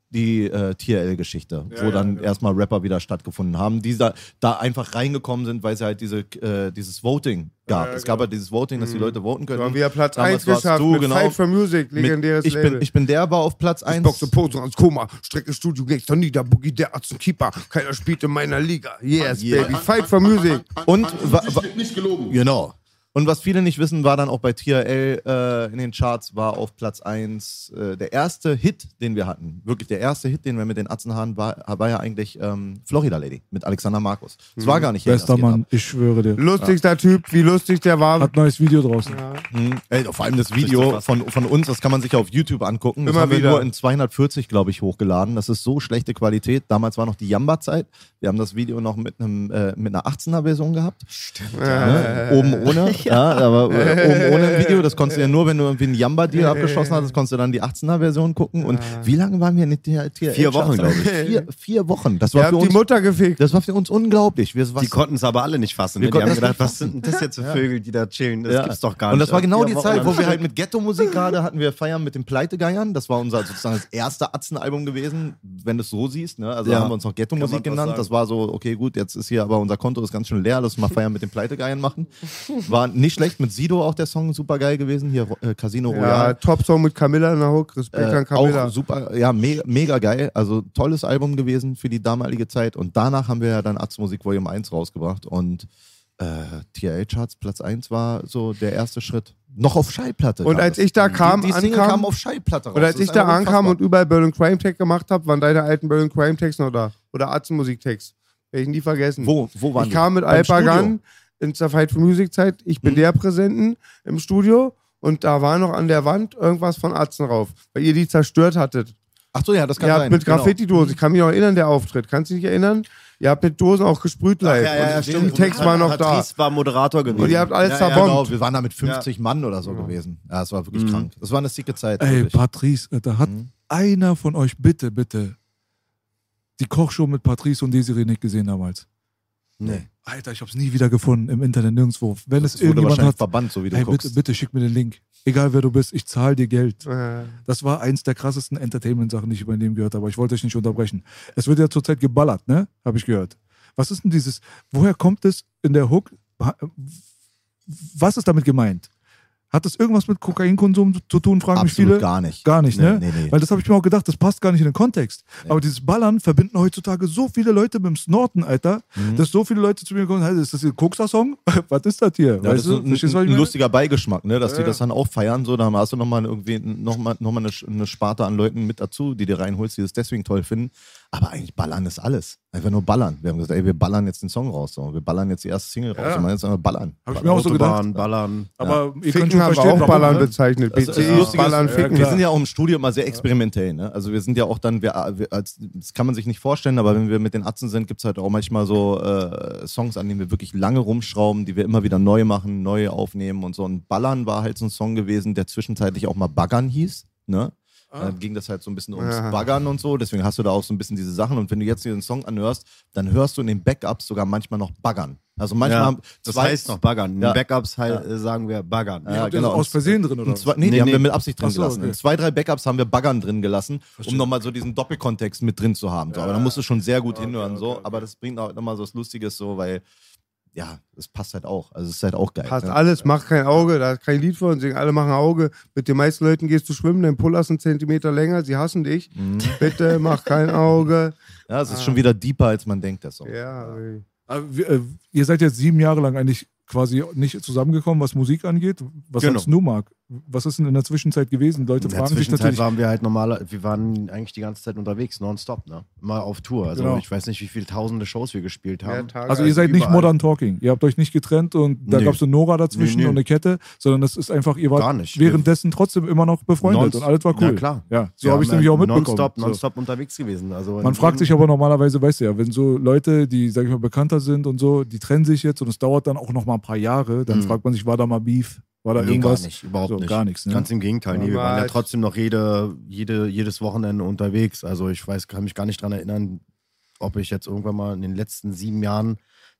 die äh, T R L-Geschichte, Ja, wo ja, dann ja. erstmal Rapper wieder stattgefunden haben, die da, da einfach reingekommen sind, weil sie halt diese, äh, dieses Voting gab. Ja, ja, es gab genau. halt dieses Voting, dass die Leute voten So haben können. wir ja Platz Damals eins warst geschafft du, mit genau. Fight for Music, Mit, legendäres ich, Label. bin, ich bin der war auf Platz eins. Boxe Pose ans Koma, Strecke Studio Gangster nieder, Boogie der Arzt und Keeper, keiner spielt in meiner Liga. Yes, Yeah. baby, Fight for Music. Und wa, wa, nicht gelogen. genau. Und was viele nicht wissen, war dann auch bei T R L äh, in den Charts, war auf Platz eins äh, der erste Hit, den wir hatten. Wirklich der erste Hit, den wir mit den Atzenhaaren war, war ja eigentlich ähm, Florida Lady mit Alexander Markus. Es war gar nicht Bester Haters Get Mann, Up. ich schwöre dir. Lustigster Typ, wie lustig der war. Hat neues Video draußen. Mhm. Ey, vor allem das Video von, von uns, das kann man sich auf YouTube angucken. Das Immer haben wir wieder. nur in zweihundertvierzig, glaube ich, hochgeladen. Das ist so schlechte Qualität. Damals war noch die Jamba-Zeit. Wir haben das Video noch mit, einem, äh, mit einer achtzehner-Version gehabt. Stimmt. Ne? Oben ohne. ja, aber äh, oben ohne ein Video. Das konntest du ja nur, wenn du irgendwie einen Jamba-Deal abgeschlossen hattest, konntest du dann die achtzehner-Version gucken. Und wie lange waren wir in der T R L? Vier Wochen, glaube ich. Vier, vier Wochen. Das Ihr war, für habt die uns, Mutter gefickt. das war für uns unglaublich. Wir, was, Die konnten es aber alle nicht fassen. Wir Ne? Die konnten haben das gedacht, nicht was sind denn das jetzt für Vögel, die da chillen? Das Ja. gibt's doch gar nicht. Und das war genau Vier die Wochen Zeit, am wo wir Stück. halt mit Ghetto-Musik gerade hatten wir Feiern mit dem Pleitegeiern. Das war unser sozusagen das erste Atzenalbum gewesen, wenn du es so siehst. Ne? Also Ja. da haben wir uns noch Ghetto-Musik Kann man was genannt. sagen. Das war so, okay, gut, jetzt ist hier aber unser Konto ist ganz schön leer, lass uns mal Feiern mit den Pleitegeiern machen. War nicht schlecht, mit Sido auch der Song super geil gewesen. Hier äh, Casino Ja, Royale. Top-Song mit Camilla in der Hook. Respekt Äh, an Camilla. auch super, ja, mega, mega geil. Also tolles Album gewesen für die damalige Zeit. Und danach haben wir ja dann Atzmusik Volume eins rausgebracht. Und äh, T R L-Charts Platz eins war so der erste Schritt. Noch auf Schallplatte. Und kam als es. ich da kam, die, die Single ankam- kam auf Schallplatte raus. Und als Das ich ist da einfach ankam und unfassbar. überall Berlin Crime Tech gemacht habe, waren deine alten Berlin Crime Techs noch da. Oder Atzenmusik-Techs. Werde ich nie vergessen. Wo, wo waren Ich die? kam mit Beim Alpagan in der Fight for Music Zeit. Ich bin Mhm. der Präsenten im Studio und da war noch an der Wand irgendwas von Atzen drauf, weil ihr die zerstört hattet. Ach so, ja, das kann Ihr habt sein. mit genau. Graffiti-Dosen, ich kann mich noch erinnern, der Auftritt. Kannst du dich nicht erinnern? Ihr habt mit Dosen auch gesprüht live. Ja, ja, ja, und stimmt. die Text war noch da. Patrice war Moderator gewesen. Und ihr habt alles ja, zerbombt. Genau, wir waren da mit fünfzig Mann oder so gewesen. Ja, es war wirklich Mhm. krank. Das war eine sicke Zeit. Ey, wirklich. Patrice, äh, da hat Mhm. einer von euch bitte, bitte die Kochshow mit Patrice und Desiree nicht gesehen damals. Nee. Alter, ich hab's nie wieder gefunden, im Internet nirgendwo. Wenn es Das wurde irgendjemand wahrscheinlich hat, verbannt, so wie du ey, guckst. bitte, bitte schick mir den Link. Egal wer du bist, ich zahle dir Geld. Äh, Das war eins der krassesten Entertainment-Sachen, die ich über mein Leben gehört habe. Aber ich wollte euch nicht unterbrechen. Es wird ja zurzeit geballert, ne? Habe ich gehört. Was ist denn dieses, woher kommt es in der Hook? Was ist damit gemeint? Hat das irgendwas mit Kokainkonsum zu tun, fragen mich Absolut viele? gar nicht. Gar nicht, Nee, ne? nee, nee. Weil das habe ich mir auch gedacht, das passt gar nicht in den Kontext. Nee. Aber dieses Ballern verbinden heutzutage so viele Leute mit dem Snorten, Alter, Mhm. dass so viele Leute zu mir kommen, hey, ist das hier ein Kokser-Song? Was ist das hier? Ja, das weißt ist du? ein, Verstehst du, was ich ein meine? lustiger Beigeschmack, ne? Dass Ja, die ja. das dann auch feiern. So, da hast du nochmal irgendwie noch mal, noch mal eine, eine Sparte an Leuten mit dazu, die dir reinholst, die das deswegen toll finden. Aber eigentlich ballern ist alles. Einfach nur ballern. Wir haben gesagt, ey, wir ballern jetzt den Song raus. So. Wir ballern jetzt die erste Single raus. Ja. Wir machen jetzt einfach ballern. Hab ich mir auch so gedacht. Autobahn, Ballern. Aber ihr Ficken könnt schon haben wir verstehen, auch warum, Ballern ne? bezeichnet. Das B ist C, lustig, Ballern, ja, Ficken. Wir klar. sind ja auch im Studio immer sehr experimentell. Ne? Also wir sind ja auch dann, wir, wir, als, das kann man sich nicht vorstellen, aber wenn wir mit den Atzen sind, gibt es halt auch manchmal so äh, Songs, an denen wir wirklich lange rumschrauben, die wir immer wieder neu machen, neu aufnehmen und so. Und Ballern war halt so ein Song gewesen, der zwischenzeitlich auch mal Baggern hieß. Ne? Dann ging das halt so ein bisschen ums Ja. Baggern und so, deswegen hast du da auch so ein bisschen diese Sachen. Und wenn du jetzt diesen Song anhörst, dann hörst du in den Backups sogar manchmal noch Baggern. Also manchmal Ja, haben das zwei- heißt noch Baggern. In Ja. Backups halt, äh, sagen wir Baggern. Ja, Habt ihr genau. das aus Versehen drin, oder? In zwei, nee, die Nee, haben nee. wir mit Absicht drin Ach so, gelassen. okay. In zwei, drei Backups haben wir Baggern drin gelassen, um nochmal so diesen Doppelkontext mit drin zu haben. So. Aber da musst du schon sehr gut hinhören. okay, so. okay. Aber das bringt auch nochmal so was Lustiges, so, weil, ja, es passt halt auch. Also es ist halt auch geil. Passt ne? alles, mach kein Auge, da ist kein Lied von, singen alle machen Auge. Mit den meisten Leuten gehst du schwimmen, dein Puller ist einen Zentimeter länger, sie hassen dich. Mhm. Bitte mach kein Auge. Ja, es ist schon wieder deeper, als man denkt, der Song. Ja, Aber wir, äh, ihr seid jetzt sieben Jahre lang eigentlich quasi nicht zusammengekommen, was Musik angeht. Was Genau. sagst du, Marc? Was ist denn in der Zwischenzeit gewesen? Leute In der fragen sich Zwischenzeit natürlich. waren wir halt normaler, wir waren eigentlich die ganze Zeit unterwegs, nonstop, ne? Immer auf Tour. Also Genau. ich weiß nicht, wie viele tausende Shows wir gespielt mehr haben. Tage Also ihr als seid nicht überall. Modern Talking. Ihr habt euch nicht getrennt und da Nö. gab es eine Nora dazwischen Nö, nö. und eine Kette, sondern das ist einfach, ihr wart Gar nicht. währenddessen trotzdem immer noch befreundet Nonst- und alles war cool. Na klar. Ja, so Wir habe ich es haben nämlich auch halt mitbekommen. Nonstop, So. nonstop unterwegs gewesen. Also Man fragt sich aber normalerweise, weißt du ja, wenn so Leute, die, sag ich mal, bekannter sind und so, die trennen sich jetzt und es dauert dann auch noch mal ein paar Jahre, dann Mhm. fragt man sich, war da mal Beef? War da Nee, irgendwas? gar nicht, überhaupt so, nicht. Gar nichts, ne? Ganz im Gegenteil. Nee, wir waren ja Normal. trotzdem noch jede, jede, jedes Wochenende unterwegs. Also ich weiß, kann mich gar nicht dran erinnern, ob ich jetzt irgendwann mal in den letzten sieben Jahren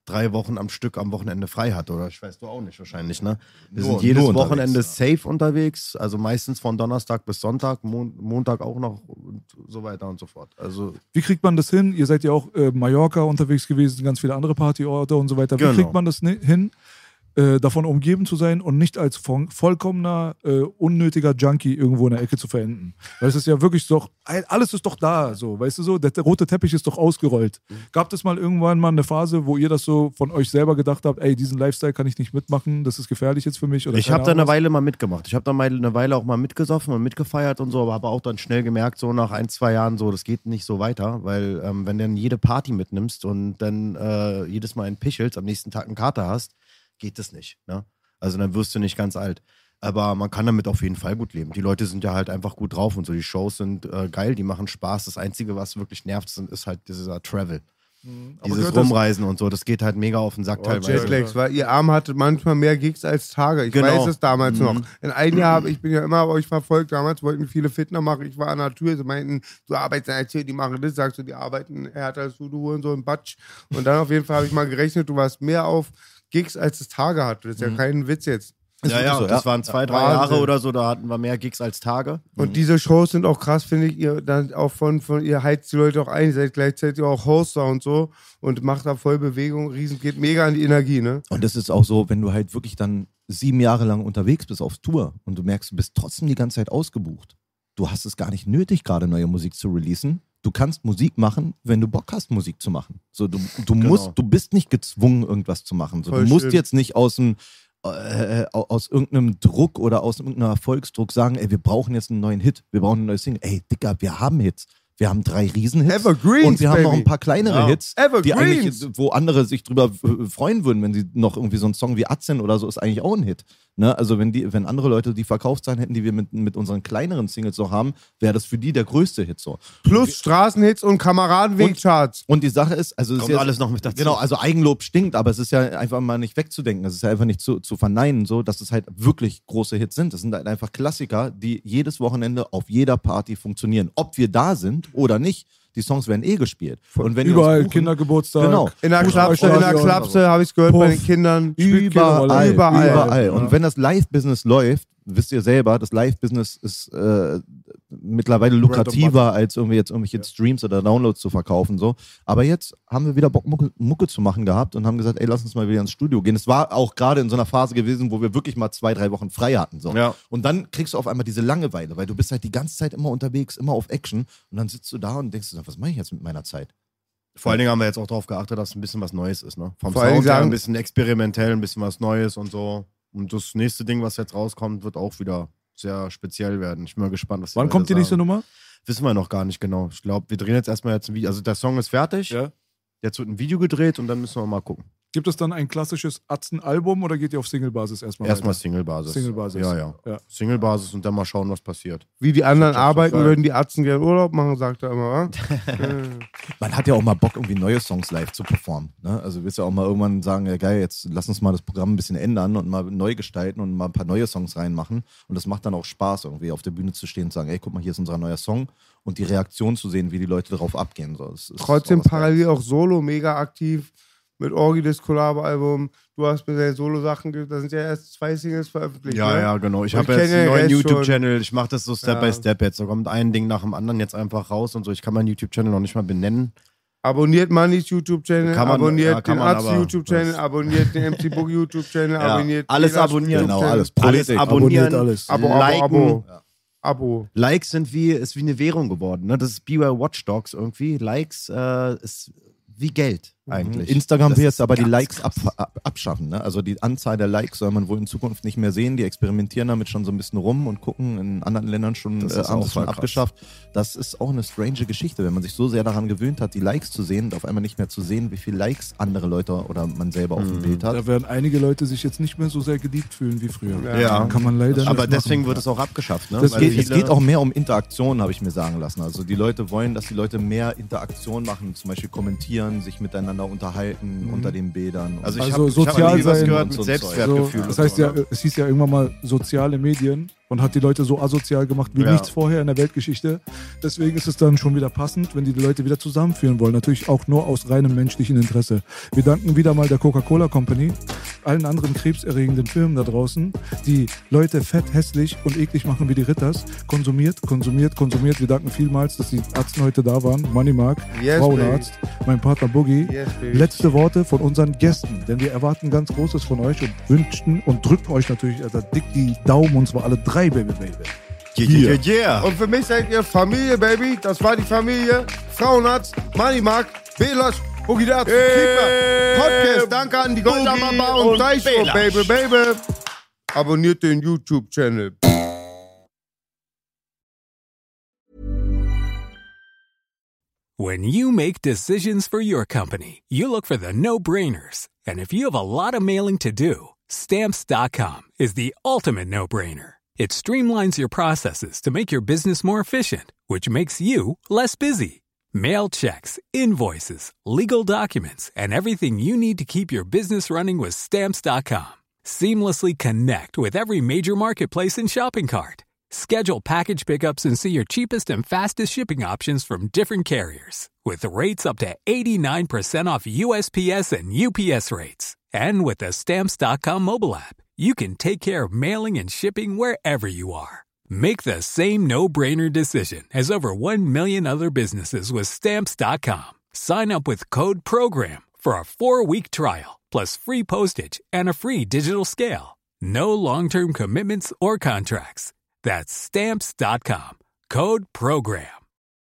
drei Wochen am Stück am Wochenende frei hat, oder? Ich weiß du auch nicht wahrscheinlich, ne? Wir Nur- sind jedes nur unterwegs, Wochenende ja. safe unterwegs, also meistens von Donnerstag bis Sonntag, Mon Montag auch noch und so weiter und so fort. Also Wie kriegt man das hin? Ihr seid ja auch äh, Mallorca unterwegs gewesen, ganz viele andere Partyorte und so weiter. Wie Genau. kriegt man das ni- hin, äh, davon umgeben zu sein und nicht als von, vollkommener, äh, unnötiger Junkie irgendwo in der Ecke zu verenden? Weil es ist ja wirklich doch, alles ist doch da, so, weißt du so, der, der rote Teppich ist doch ausgerollt. Gab es mal irgendwann mal eine Phase, wo ihr das so von euch selber gedacht habt, ey, diesen Lifestyle kann ich nicht mitmachen, das ist gefährlich jetzt für mich? Oder ich keine habe da eine Ahnung was? Weile mal mitgemacht. Ich habe da mal eine Weile auch mal mitgesoffen und mitgefeiert und so, aber habe auch dann schnell gemerkt, so nach ein, zwei Jahren, so, das geht nicht so weiter, weil ähm, wenn du dann jede Party mitnimmst und dann äh, jedes Mal einen pichelst, am nächsten Tag einen Kater hast, geht das nicht, ne? Also dann wirst du nicht ganz alt. Aber man kann damit auf jeden Fall gut leben. Die Leute sind ja halt einfach gut drauf und so. Die Shows sind äh, geil, die machen Spaß. Das Einzige, was wirklich nervt, sind, ist halt dieser Travel. Aber Dieses gehört das- Rumreisen und so, das geht halt mega auf den Sack Oh, teilweise. Jetlags, weil ihr Arm hattet manchmal mehr Gigs als Tage. Ich Genau. weiß es damals Mhm. noch. In einem Jahr habe ich bin ja immer euch verfolgt. Damals wollten viele Fitner machen. Ich war an der Tür. Sie meinten, du arbeitest als hier, die machen das. Sagst du, die arbeiten härter als du, du und so ein Batsch. Und dann auf jeden Fall habe ich mal gerechnet, du warst mehr auf Gigs, als es Tage hatte. Das ist ja kein Witz jetzt. Ja, ja, so, das ja. waren zwei, drei Wahnsinn. Jahre oder so, da hatten wir mehr Gigs als Tage. Und diese Shows sind auch krass, finde ich. Ihr dann auch von, von ihr heizt die Leute auch ein. Ihr seid gleichzeitig auch Hoster und so und macht da voll Bewegung. Riesen geht mega an die Energie, ne? Und das ist auch so, wenn du halt wirklich dann sieben Jahre lang unterwegs bist auf Tour und du merkst, du bist trotzdem die ganze Zeit ausgebucht. Du hast es gar nicht nötig, gerade neue Musik zu releasen. Du kannst Musik machen, wenn du Bock hast, Musik zu machen. So, du, du, musst, du bist nicht gezwungen, irgendwas zu machen. So, Voll du musst schön. jetzt nicht aus dem äh, aus irgendeinem Druck oder aus irgendeinem Erfolgsdruck sagen, ey, wir brauchen jetzt einen neuen Hit, wir brauchen ein neues Single. Ey, Dicker, wir haben Hits. Wir haben drei Riesenhits Evergreens, und wir haben noch baby. ein paar kleinere Ja. Hits, die Evergreens. eigentlich, wo andere sich drüber äh, freuen würden, wenn sie noch irgendwie so einen Song wie Atzen oder so ist eigentlich auch ein Hit. Ne? Also wenn die, wenn andere Leute die Verkaufszahlen hätten, die wir mit, mit unseren kleineren Singles so haben, wäre das für die der größte Hit so. Plus Straßenhits und Kameradenwegcharts. Und die Sache ist, also es Kommt ist jetzt, alles noch mit dazu. Genau, also Eigenlob stinkt, aber es ist ja einfach mal nicht wegzudenken. Es ist ja einfach nicht zu, zu verneinen, so, dass es halt wirklich große Hits sind. Das sind halt einfach Klassiker, die jedes Wochenende auf jeder Party funktionieren. Ob wir da sind oder nicht, die Songs werden eh gespielt. Und wenn ihr uns Überall, buchen- Kindergeburtstag. Genau. In der Klapse, in der Fußballstadion. Klapse habe ich es gehört bei Puff. den Kindern. Spielt keine Überall, Rolle. überall. Überall. Und wenn das Live-Business läuft, wisst ihr selber, das Live-Business ist äh, mittlerweile lukrativer, als irgendwie jetzt irgendwelche Streams oder Downloads zu verkaufen. So. Aber jetzt haben wir wieder Bock, Mucke, Mucke zu machen gehabt und haben gesagt, ey, lass uns mal wieder ins Studio gehen. Es war auch gerade in so einer Phase gewesen, wo wir wirklich mal zwei, drei Wochen frei hatten. So. Ja. Und dann kriegst du auf einmal diese Langeweile, weil du bist halt die ganze Zeit immer unterwegs, immer auf Action. Und dann sitzt du da und denkst, was mache ich jetzt mit meiner Zeit? Vor allen Dingen haben wir jetzt auch darauf geachtet, dass ein bisschen was Neues ist. Ne? Vom Vor allen Sound Dingen her sagen- ein bisschen experimentell, ein bisschen was Neues und so. Und das nächste Ding, was jetzt rauskommt, wird auch wieder sehr speziell werden. Ich bin mal gespannt, was Wann Leute kommt die nächste sagen. Nummer? Wissen wir noch gar nicht genau. Ich glaube, wir drehen jetzt erstmal jetzt ein Video. Also der Song ist fertig. Ja. Jetzt wird ein Video gedreht und dann müssen wir mal gucken. Gibt es dann ein klassisches Atzen-Album oder geht ihr auf Single-Basis erstmal? Erstmal weiter? Single-Basis. Single-Basis. Ja, ja. Ja. Single-Basis und dann mal schauen, was passiert. Wie die anderen Das ist arbeiten, geil. würden die Atzen gerne Urlaub machen, sagt er immer. Wa? Man hat ja auch mal Bock, irgendwie neue Songs live zu performen. Ne? Also willst ja auch mal irgendwann sagen, ja geil, jetzt lass uns mal das Programm ein bisschen ändern und mal neu gestalten und mal ein paar neue Songs reinmachen. Und das macht dann auch Spaß, irgendwie auf der Bühne zu stehen und zu sagen, ey, guck mal, hier ist unser neuer Song und die Reaktion zu sehen, wie die Leute darauf abgehen. So, das ist Trotzdem auch was parallel auch Solo mega aktiv mit Orgi, das Collabo-Album. Du hast mir deine Solo-Sachen, ge- da sind ja erst zwei Singles veröffentlicht. Ja, ne? ja, genau. Ich Und habe ich jetzt kenne einen den neuen Rest YouTube-Channel. Ich mache das so Step Ja. by Step jetzt. Da kommt ein Ding nach dem anderen jetzt einfach raus und so. Ich kann meinen YouTube-Channel noch nicht mal benennen. Abonniert Manis YouTube-Channel, Kann man- abonniert ja, kann den man Arzt aber- YouTube-Channel, das- abonniert den M C Book YouTube-Channel, Ja, abonniert alles Elas abonnieren. Genau, YouTube-Channel. alles. Alles Politik. abonnieren, Abonniert alles. Abo, Abo, liken. Abo. Abo. Likes sind wie, ist wie eine Währung geworden. Ne? Das ist Beware Watchdogs irgendwie. Likes äh, ist wie Geld eigentlich. Instagram Das will ist jetzt aber die ganz Likes ab, krass. ab, abschaffen. Ne? Also die Anzahl der Likes soll man wohl in Zukunft nicht mehr sehen. Die experimentieren damit schon so ein bisschen rum und gucken. In anderen Ländern schon, Das äh, ist haben auch sie es schon voll krass. abgeschafft. Das ist auch eine strange Geschichte, wenn man sich so sehr daran gewöhnt hat, die Likes zu sehen und auf einmal nicht mehr zu sehen, wie viele Likes andere Leute oder man selber auf dem Bild hat. Da werden einige Leute sich jetzt nicht mehr so sehr geliebt fühlen wie früher. Ja. Kann man leider nicht Aber deswegen machen. wird es auch abgeschafft. Ne? Es Weil geht, es viele- geht auch mehr um Interaktion, habe ich mir sagen lassen. Also die Leute wollen, dass die Leute mehr Interaktion machen, zum Beispiel kommentieren, sich miteinander unterhalten unter den Bildern. Also ich Also habe sozial hab noch nie was sein gehört und mit so ein So, Selbstwertgefühl. das und heißt so, ja, ne? es hieß ja irgendwann mal soziale Medien. und hat die Leute so asozial gemacht wie Ja. nichts vorher in der Weltgeschichte. Deswegen ist es dann schon wieder passend, wenn die die Leute wieder zusammenführen wollen. Natürlich auch nur aus reinem menschlichen Interesse. Wir danken wieder mal der Coca-Cola Company, allen anderen krebserregenden Firmen da draußen, die Leute fett, hässlich und eklig machen wie die Ritters. Konsumiert, konsumiert, konsumiert. Wir danken vielmals, dass die Ärzte heute da waren. Money Mark, Yes, Frauenarzt, mein Partner Boogie. Yes, baby. Letzte Worte von unseren Gästen, denn wir erwarten ganz Großes von euch und wünschen und drücken euch natürlich also dick die Daumen, und zwar alle drei, Baby, Baby. Yeah, yeah, yeah, yeah. Und für mich seid ihr Familie, Baby. Das war die Familie. Frauenarzt, Money Mark, Belasch, Boogie der Arzt, Keeper, Podcast. Danke an die Goldammer Bar und drei Show, Baby, Baby. Abonniert den YouTube-Channel. When you make decisions for your company, you look for the no-brainers. And if you have a lot of mailing to do, Stamps dot com is the ultimate no-brainer. It streamlines your processes to make your business more efficient, which makes you less busy. Mail checks, invoices, legal documents, and everything you need to keep your business running with Stamps dot com. Seamlessly connect with every major marketplace and shopping cart. Schedule package pickups and see your cheapest and fastest shipping options from different carriers. With rates up to eighty-nine percent off U S P S and U P S rates. And with the Stamps dot com mobile app, you can take care of mailing and shipping wherever you are. Make the same no-brainer decision as over one million other businesses with Stamps dot com. Sign up with code PROGRAM for a four-week trial, plus free postage and a free digital scale. No long-term commitments or contracts. That's Stamps dot com. Code PROGRAM.